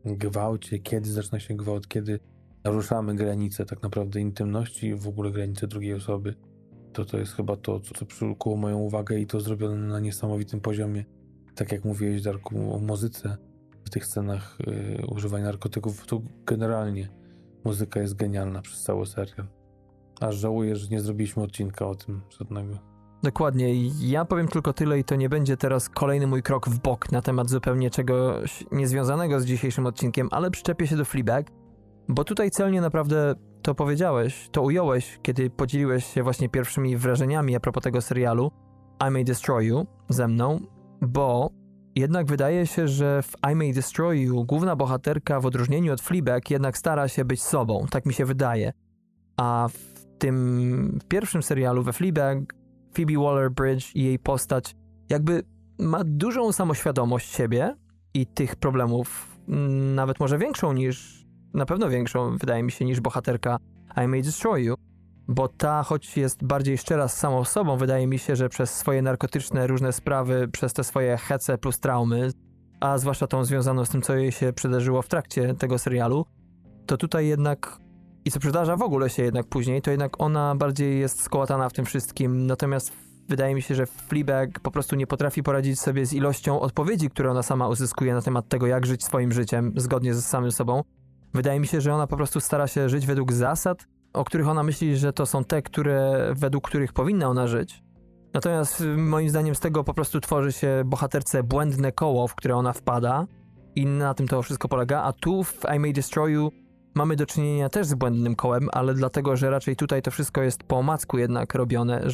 gwałcie, kiedy zaczyna się gwałt, kiedy naruszamy granice tak naprawdę intymności i w ogóle granice drugiej osoby. To jest chyba to, co przykuło moją uwagę i to zrobione na niesamowitym poziomie. Tak jak mówiłeś, Darku, o muzyce w tych scenach używania narkotyków, to generalnie muzyka jest genialna przez cały serial. Aż żałuję, że nie zrobiliśmy odcinka o tym żadnego. Dokładnie. Ja powiem tylko tyle i to nie będzie teraz kolejny mój krok w bok na temat zupełnie czegoś niezwiązanego z dzisiejszym odcinkiem, ale przyczepię się do Fleabag, bo tutaj celnie naprawdę to powiedziałeś, to ująłeś, kiedy podzieliłeś się właśnie pierwszymi wrażeniami a propos tego serialu I May Destroy You ze mną, bo jednak wydaje się, że w I May Destroy You główna bohaterka w odróżnieniu od Fleabag jednak stara się być sobą, tak mi się wydaje. A w tym pierwszym serialu we Fleabag Phoebe Waller-Bridge i jej postać jakby ma dużą samoświadomość siebie i tych problemów, nawet może większą na pewno większą, wydaje mi się, niż bohaterka I May Destroy You, bo ta, choć jest bardziej szczera z samą sobą, wydaje mi się, że przez swoje narkotyczne różne sprawy, przez te swoje hece plus traumy, a zwłaszcza tą związaną z tym, co jej się przydarzyło w trakcie tego serialu, to tutaj jednak, i co przydarza w ogóle się jednak później, to jednak ona bardziej jest skołatana w tym wszystkim, natomiast wydaje mi się, że Fleabag po prostu nie potrafi poradzić sobie z ilością odpowiedzi, które ona sama uzyskuje na temat tego, jak żyć swoim życiem, zgodnie ze samym sobą. Wydaje mi się, że ona po prostu stara się żyć według zasad, o których ona myśli, że to są te, według których powinna ona żyć. Natomiast moim zdaniem z tego po prostu tworzy się bohaterce błędne koło, w które ona wpada i na tym to wszystko polega, a tu w I May Destroy You mamy do czynienia też z błędnym kołem, ale dlatego, że raczej tutaj to wszystko jest po omacku jednak robione,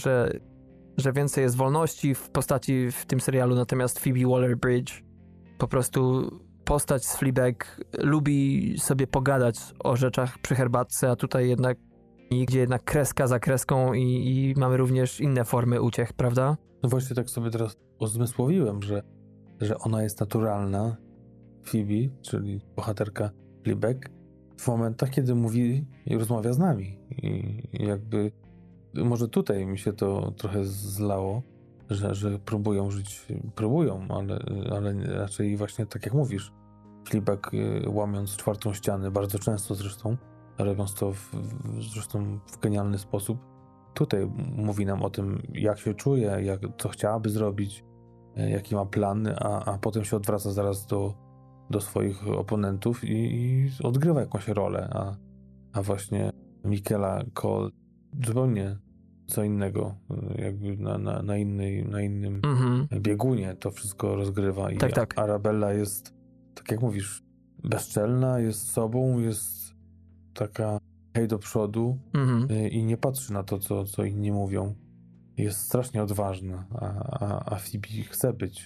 że więcej jest wolności w postaci w tym serialu, natomiast Phoebe Waller-Bridge po prostu postać z Fleabag lubi sobie pogadać o rzeczach przy herbatce, a tutaj jednak gdzie jednak kreska za kreską i mamy również inne formy uciech, prawda? No właśnie tak sobie teraz uzmysłowiłem, że ona jest naturalna, Phoebe, czyli bohaterka Fleabag, w momentach, kiedy mówi i rozmawia z nami. I jakby może tutaj mi się to trochę zlało, że próbują, ale raczej właśnie tak jak mówisz, Fleabag łamiąc czwartą ścianę, bardzo często zresztą, robiąc to zresztą w genialny sposób, tutaj mówi nam o tym, jak się czuje, co chciałaby zrobić, jaki ma plany, a potem się odwraca zaraz do swoich oponentów i odgrywa jakąś rolę, a właśnie Michaela Coel zupełnie co innego, jakby na innym biegunie to wszystko rozgrywa i tak. Arabella jest, tak jak mówisz, bezczelna, jest sobą, jest taka hej do przodu i nie patrzy na to, co inni mówią. Jest strasznie odważna, a Phoebe chce być,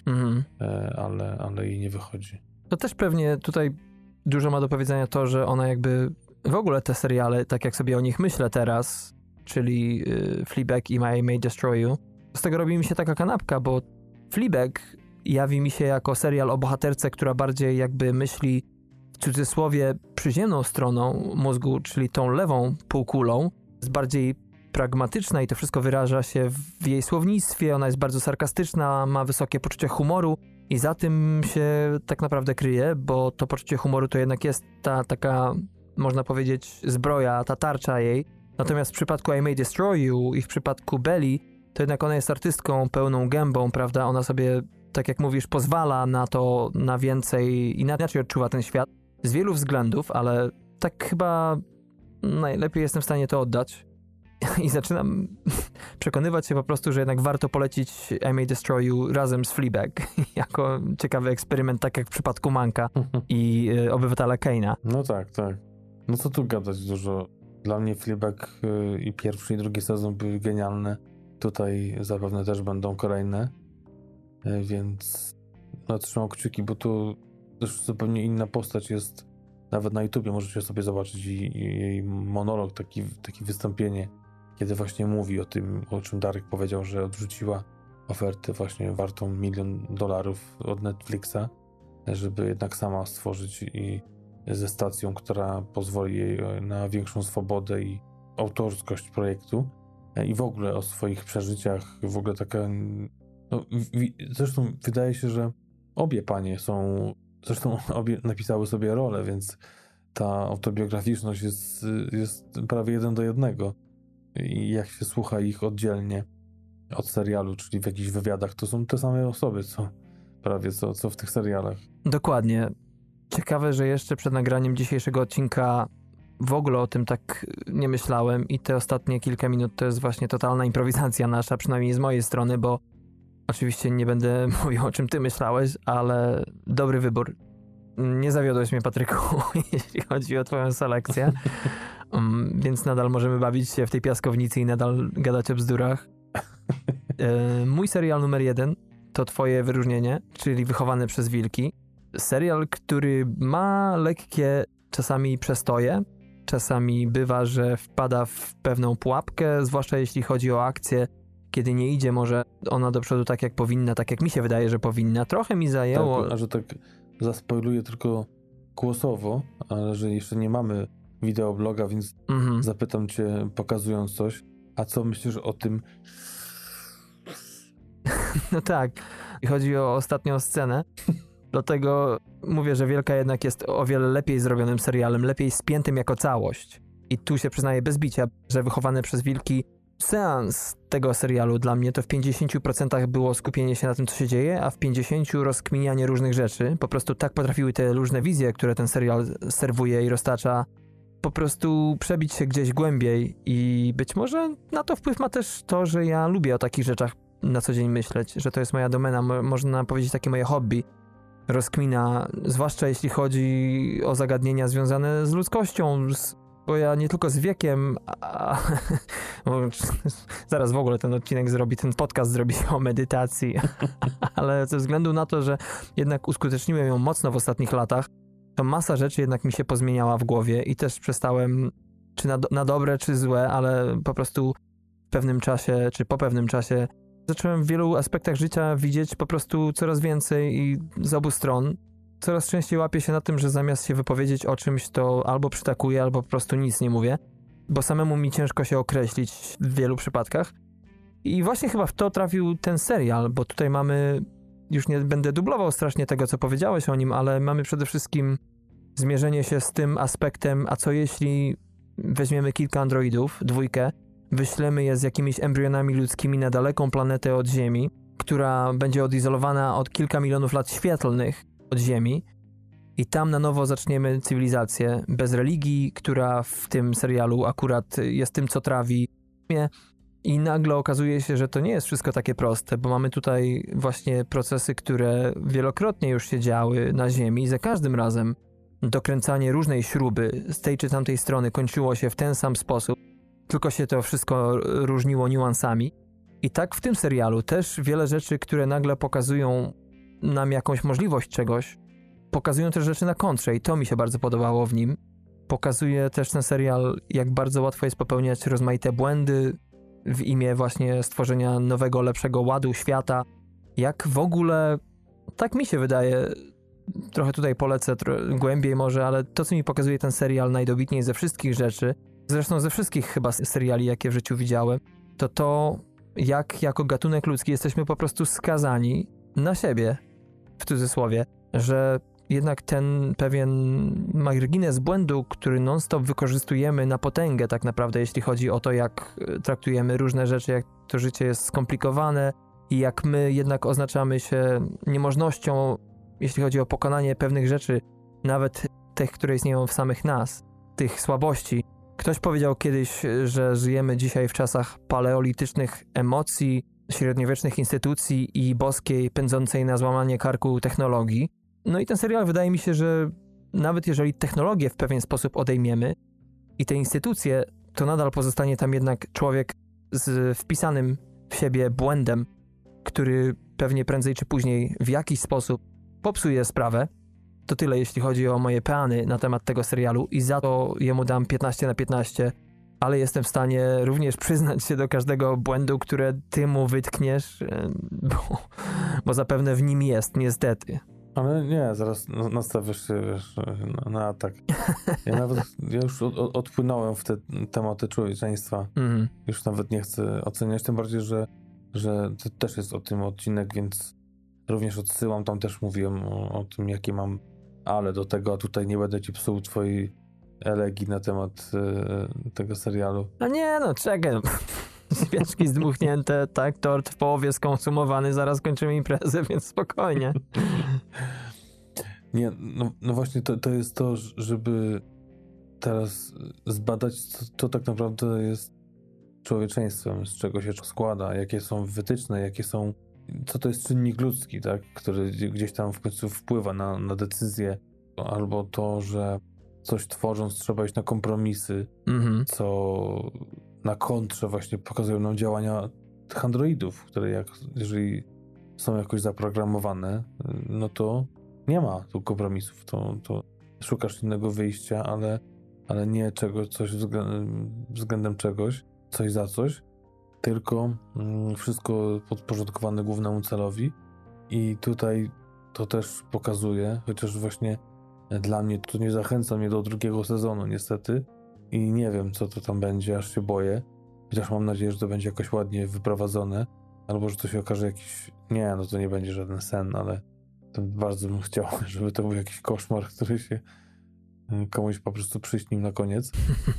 ale jej nie wychodzi. To też pewnie tutaj dużo ma do powiedzenia to, że ona jakby w ogóle te seriale, tak jak sobie o nich myślę teraz, czyli Fleabag i I May Destroy You, z tego robi mi się taka kanapka, bo Fleabag jawi mi się jako serial o bohaterce, która bardziej jakby myśli w cudzysłowie przyziemną stroną mózgu, czyli tą lewą półkulą, jest bardziej pragmatyczna i to wszystko wyraża się w jej słownictwie, ona jest bardzo sarkastyczna, ma wysokie poczucie humoru i za tym się tak naprawdę kryje, bo to poczucie humoru to jednak jest ta taka, można powiedzieć, zbroja, ta tarcza jej. Natomiast w przypadku I May Destroy You i w przypadku Belly, to jednak ona jest artystką pełną gębą, prawda? Ona sobie, tak jak mówisz, pozwala na to, na więcej i inaczej odczuwa ten świat z wielu względów, ale tak chyba najlepiej jestem w stanie to oddać. I zaczynam przekonywać się po prostu, że jednak warto polecić I May Destroy You razem z Fleabag jako ciekawy eksperyment, tak jak w przypadku Manka i Obywatela Kane'a. No tak. No co tu gadać dużo. Dla mnie Fleabag i pierwszy i drugi sezon były genialne. Tutaj zapewne też będą kolejne. Więc trzymam kciuki, bo tu też zupełnie inna postać jest. Nawet na YouTubie możecie sobie zobaczyć jej monolog, takie wystąpienie, kiedy właśnie mówi o tym, o czym Darek powiedział, że odrzuciła ofertę właśnie wartą $1 milion od Netflixa, żeby jednak sama stworzyć i ze stacją, która pozwoli jej na większą swobodę i autorskość projektu i w ogóle o swoich przeżyciach, w ogóle taka... zresztą wydaje się, że obie panie są Zresztą obie napisały sobie rolę, więc ta autobiograficzność jest prawie 1:1. I jak się słucha ich oddzielnie od serialu, czyli w jakichś wywiadach, to są te same osoby, co w tych serialach. Dokładnie. Ciekawe, że jeszcze przed nagraniem dzisiejszego odcinka w ogóle o tym tak nie myślałem i te ostatnie kilka minut to jest właśnie totalna improwizacja nasza, przynajmniej z mojej strony, bo oczywiście nie będę mówił, o czym ty myślałeś, ale dobry wybór. Nie zawiodłeś mnie, Patryku, jeśli chodzi o twoją selekcję, więc nadal możemy bawić się w tej piaskownicy i nadal gadać o bzdurach. Mój serial numer 1 to twoje wyróżnienie, czyli Wychowany przez wilki. Serial, który ma lekkie czasami przestoje, czasami bywa, że wpada w pewną pułapkę, zwłaszcza jeśli chodzi o akcję, kiedy nie idzie może ona do przodu tak jak powinna, tak jak mi się wydaje, że powinna. Trochę mi zajęło... Tak, a że tak zaspoiluję tylko głosowo, ale że jeszcze nie mamy wideobloga, więc zapytam cię, pokazując coś, a co myślisz o tym? No tak, chodzi o ostatnią scenę. Dlatego mówię, że Wielka jednak jest o wiele lepiej zrobionym serialem, lepiej spiętym jako całość. I tu się przyznaję bez bicia, że Wychowany przez wilki, seans tego serialu dla mnie to w 50% było skupienie się na tym, co się dzieje, a w 50% rozkminianie różnych rzeczy. Po prostu tak potrafiły te różne wizje, które ten serial serwuje i roztacza, po prostu przebić się gdzieś głębiej i być może na to wpływ ma też to, że ja lubię o takich rzeczach na co dzień myśleć, że to jest moja domena, można powiedzieć takie moje hobby. Rozkmina, zwłaszcza jeśli chodzi o zagadnienia związane z ludzkością, bo ja nie tylko z wiekiem, zaraz w ogóle ten odcinek ten podcast zrobi o medytacji, ale ze względu na to, że jednak uskuteczniłem ją mocno w ostatnich latach, to masa rzeczy jednak mi się pozmieniała w głowie i też przestałem, czy na dobre, czy złe, ale po prostu w pewnym czasie, czy po pewnym czasie zacząłem w wielu aspektach życia widzieć po prostu coraz więcej i z obu stron. Coraz częściej łapię się na tym, że zamiast się wypowiedzieć o czymś, to albo przytakuję, albo po prostu nic nie mówię, bo samemu mi ciężko się określić w wielu przypadkach. I właśnie chyba w to trafił ten serial, bo tutaj mamy, już nie będę dublował strasznie tego, co powiedziałeś o nim, ale mamy przede wszystkim zmierzenie się z tym aspektem, a co jeśli weźmiemy kilka androidów, 2, wyślemy je z jakimiś embrionami ludzkimi na daleką planetę od Ziemi, która będzie odizolowana od kilka milionów lat świetlnych od Ziemi i tam na nowo zaczniemy cywilizację bez religii, która w tym serialu akurat jest tym, co trawi. I nagle okazuje się, że to nie jest wszystko takie proste, bo mamy tutaj właśnie procesy, które wielokrotnie już się działy na Ziemi i za każdym razem dokręcanie różnej śruby z tej czy tamtej strony kończyło się w ten sam sposób, tylko się to wszystko różniło niuansami. I tak w tym serialu też wiele rzeczy, które nagle pokazują nam jakąś możliwość czegoś, pokazują też rzeczy na kontrze i to mi się bardzo podobało w nim. Pokazuje też ten serial, jak bardzo łatwo jest popełniać rozmaite błędy w imię właśnie stworzenia nowego, lepszego ładu świata. Jak w ogóle, tak mi się wydaje, trochę tutaj polecę głębiej może, ale to, co mi pokazuje ten serial najdobitniej ze wszystkich rzeczy, zresztą ze wszystkich chyba seriali, jakie w życiu widziałem, to jak jako gatunek ludzki jesteśmy po prostu skazani na siebie, w cudzysłowie, że jednak ten pewien margines błędu, który non-stop wykorzystujemy na potęgę tak naprawdę, jeśli chodzi o to, jak traktujemy różne rzeczy, jak to życie jest skomplikowane i jak my jednak oznaczamy się niemożnością, jeśli chodzi o pokonanie pewnych rzeczy, nawet tych, które istnieją w samych nas, tych słabości. Ktoś powiedział kiedyś, że żyjemy dzisiaj w czasach paleolitycznych emocji, średniowiecznych instytucji i boskiej, pędzącej na złamanie karku technologii. No i ten serial wydaje mi się, że nawet jeżeli technologię w pewien sposób odejmiemy i te instytucje, to nadal pozostanie tam jednak człowiek z wpisanym w siebie błędem, który pewnie prędzej czy później w jakiś sposób popsuje sprawę. To tyle, jeśli chodzi o moje peany na temat tego serialu i za to jemu dam 15/15, ale jestem w stanie również przyznać się do każdego błędu, które ty mu wytkniesz, bo zapewne w nim jest, niestety. Ale nie, zaraz nastawiasz się, wiesz, na atak. Ja już odpłynąłem w te tematy człowieczeństwa. Już nawet nie chcę oceniać, tym bardziej, że to też jest o tym odcinek, więc również odsyłam, tam też mówiłem o tym, jakie mam, ale do tego, a tutaj nie będę ci psuł twojej elegii na temat tego serialu. No nie, no czekaj. Świeczki zdmuchnięte, tak, tort w połowie skonsumowany, zaraz kończymy imprezę, więc spokojnie. Nie, no właśnie to jest to, żeby teraz zbadać, co tak naprawdę jest człowieczeństwem, z czego się składa, jakie są wytyczne, co to jest czynnik ludzki, tak, który gdzieś tam w końcu wpływa na decyzje, albo to, że coś tworząc trzeba iść na kompromisy, co na kontrze właśnie pokazują nam działania tych androidów, które jeżeli są jakoś zaprogramowane, no to nie ma tu kompromisów, to szukasz innego wyjścia, ale nie coś względem czegoś, coś za coś, tylko wszystko podporządkowane głównemu celowi i tutaj to też pokazuje, chociaż właśnie dla mnie to nie zachęca mnie do drugiego sezonu niestety i nie wiem, co to tam będzie, aż się boję, chociaż mam nadzieję, że to będzie jakoś ładnie wyprowadzone, albo że to się okaże no to nie będzie żaden sen, ale to bardzo bym chciał, żeby to był jakiś koszmar, który się komuś po prostu przyśnił na koniec.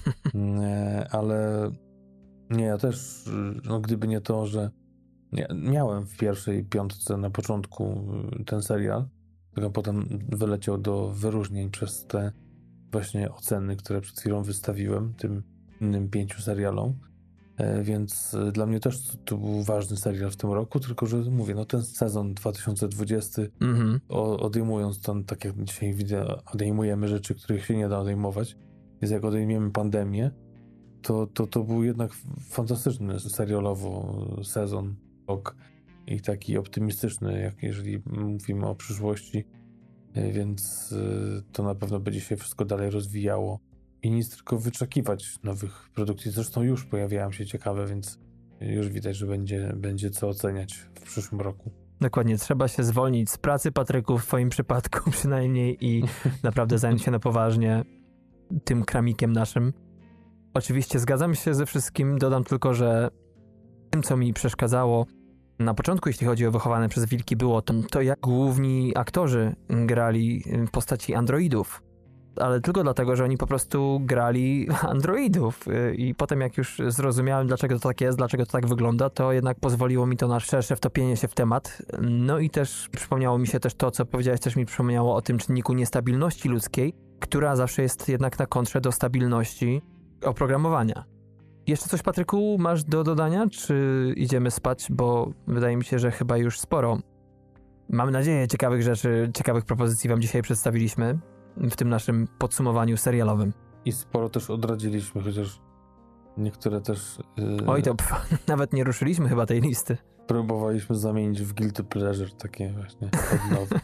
Ale nie, ja też, no gdyby nie to, że miałem w pierwszej 5 na początku ten serial, tylko potem wyleciał do wyróżnień przez te właśnie oceny, które przed chwilą wystawiłem tym innym 5 serialom. Więc dla mnie też to był ważny serial w tym roku, tylko że mówię, no ten sezon 2020 odejmując tam, tak jak dzisiaj widzę, odejmujemy rzeczy, których się nie da odejmować, więc jak odejmiemy pandemię, to był jednak fantastyczny serialowo sezon, rok i taki optymistyczny, jeżeli mówimy o przyszłości, więc to na pewno będzie się wszystko dalej rozwijało. I nic, tylko wyczekiwać nowych produkcji. Zresztą już pojawiają się ciekawe, więc już widać, że będzie co oceniać w przyszłym roku. Dokładnie, trzeba się zwolnić z pracy, Patryku, w twoim przypadku przynajmniej i naprawdę zająć się na poważnie tym kramikiem naszym. Oczywiście zgadzam się ze wszystkim, dodam tylko, że tym, co mi przeszkadzało na początku, jeśli chodzi o Wychowane przez wilki, było to jak główni aktorzy grali postaci androidów. Ale tylko dlatego, że oni po prostu grali androidów i potem jak już zrozumiałem, dlaczego to tak jest, dlaczego to tak wygląda, to jednak pozwoliło mi to na szersze wtopienie się w temat. No i też przypomniało mi się też to, co powiedziałeś, też mi przypomniało o tym czynniku niestabilności ludzkiej, która zawsze jest jednak na kontrze do stabilności oprogramowania. Jeszcze coś, Patryku, masz do dodania, czy idziemy spać, bo wydaje mi się, że chyba już sporo. Mam nadzieję, ciekawych rzeczy, ciekawych propozycji wam dzisiaj przedstawiliśmy w tym naszym podsumowaniu serialowym. I sporo też odradziliśmy, chociaż niektóre też... Oj, to nawet nie ruszyliśmy chyba tej listy. Próbowaliśmy zamienić w guilty pleasure, takie właśnie odnowy.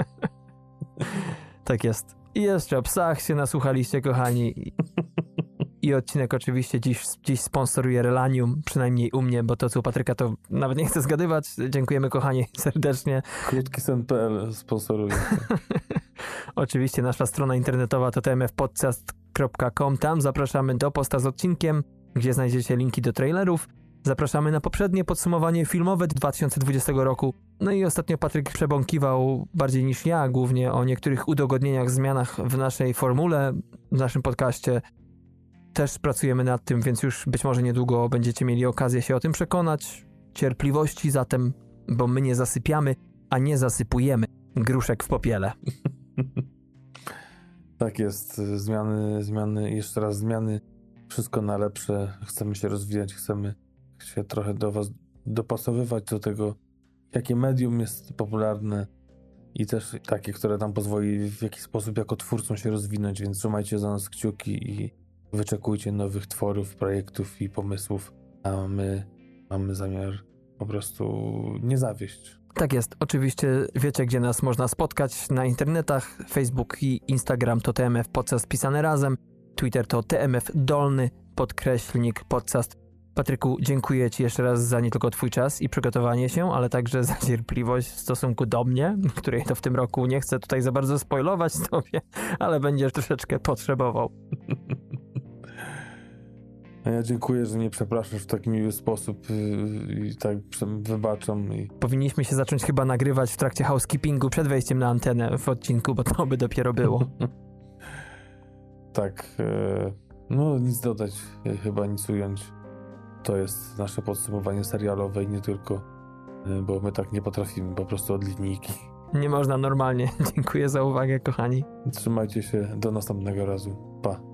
Tak jest. I jeszcze o psach się nasłuchaliście, kochani. I odcinek oczywiście dziś sponsoruje Relanium, przynajmniej u mnie, bo to, co u Patryka, to nawet nie chcę zgadywać. Dziękujemy, kochani, serdecznie. Krótkisen.pl sponsoruje. Oczywiście nasza strona internetowa to tmfpodcast.com. Tam zapraszamy do posta z odcinkiem, gdzie znajdziecie linki do trailerów. Zapraszamy na poprzednie podsumowanie filmowe 2020 roku. No i ostatnio Patryk przebąkiwał bardziej niż ja, głównie o niektórych udogodnieniach, zmianach w naszej formule, w naszym podcaście. Też pracujemy nad tym, więc już być może niedługo będziecie mieli okazję się o tym przekonać. Cierpliwości zatem, bo my nie zasypiamy, a nie zasypujemy. Gruszek w popiele. Tak jest. Zmiany, jeszcze raz zmiany. Wszystko na lepsze. Chcemy się rozwijać, chcemy się trochę do was dopasowywać do tego, jakie medium jest popularne i też takie, które nam pozwoli w jakiś sposób jako twórcom się rozwinąć, więc trzymajcie za nas kciuki i wyczekujcie nowych tworów, projektów i pomysłów, a my mamy zamiar po prostu nie zawieść. Tak jest. Oczywiście wiecie, gdzie nas można spotkać na internetach. Facebook i Instagram to TMF Podcast pisane razem. Twitter to TMF_podcast. Patryku, dziękuję ci jeszcze raz za nie tylko twój czas i przygotowanie się, ale także za cierpliwość w stosunku do mnie, której to w tym roku nie chcę tutaj za bardzo spoilować tobie, ale będziesz troszeczkę potrzebował. A ja dziękuję, że mnie przepraszasz w taki miły sposób i tak wybaczam. Powinniśmy się zacząć chyba nagrywać w trakcie housekeepingu przed wejściem na antenę w odcinku, bo to by dopiero było. Tak, no nic dodać, chyba nic ująć. To jest nasze podsumowanie serialowe i nie tylko, bo my tak nie potrafimy, po prostu od linijki. Nie można normalnie. Dziękuję za uwagę, kochani. Trzymajcie się, do następnego razu. Pa.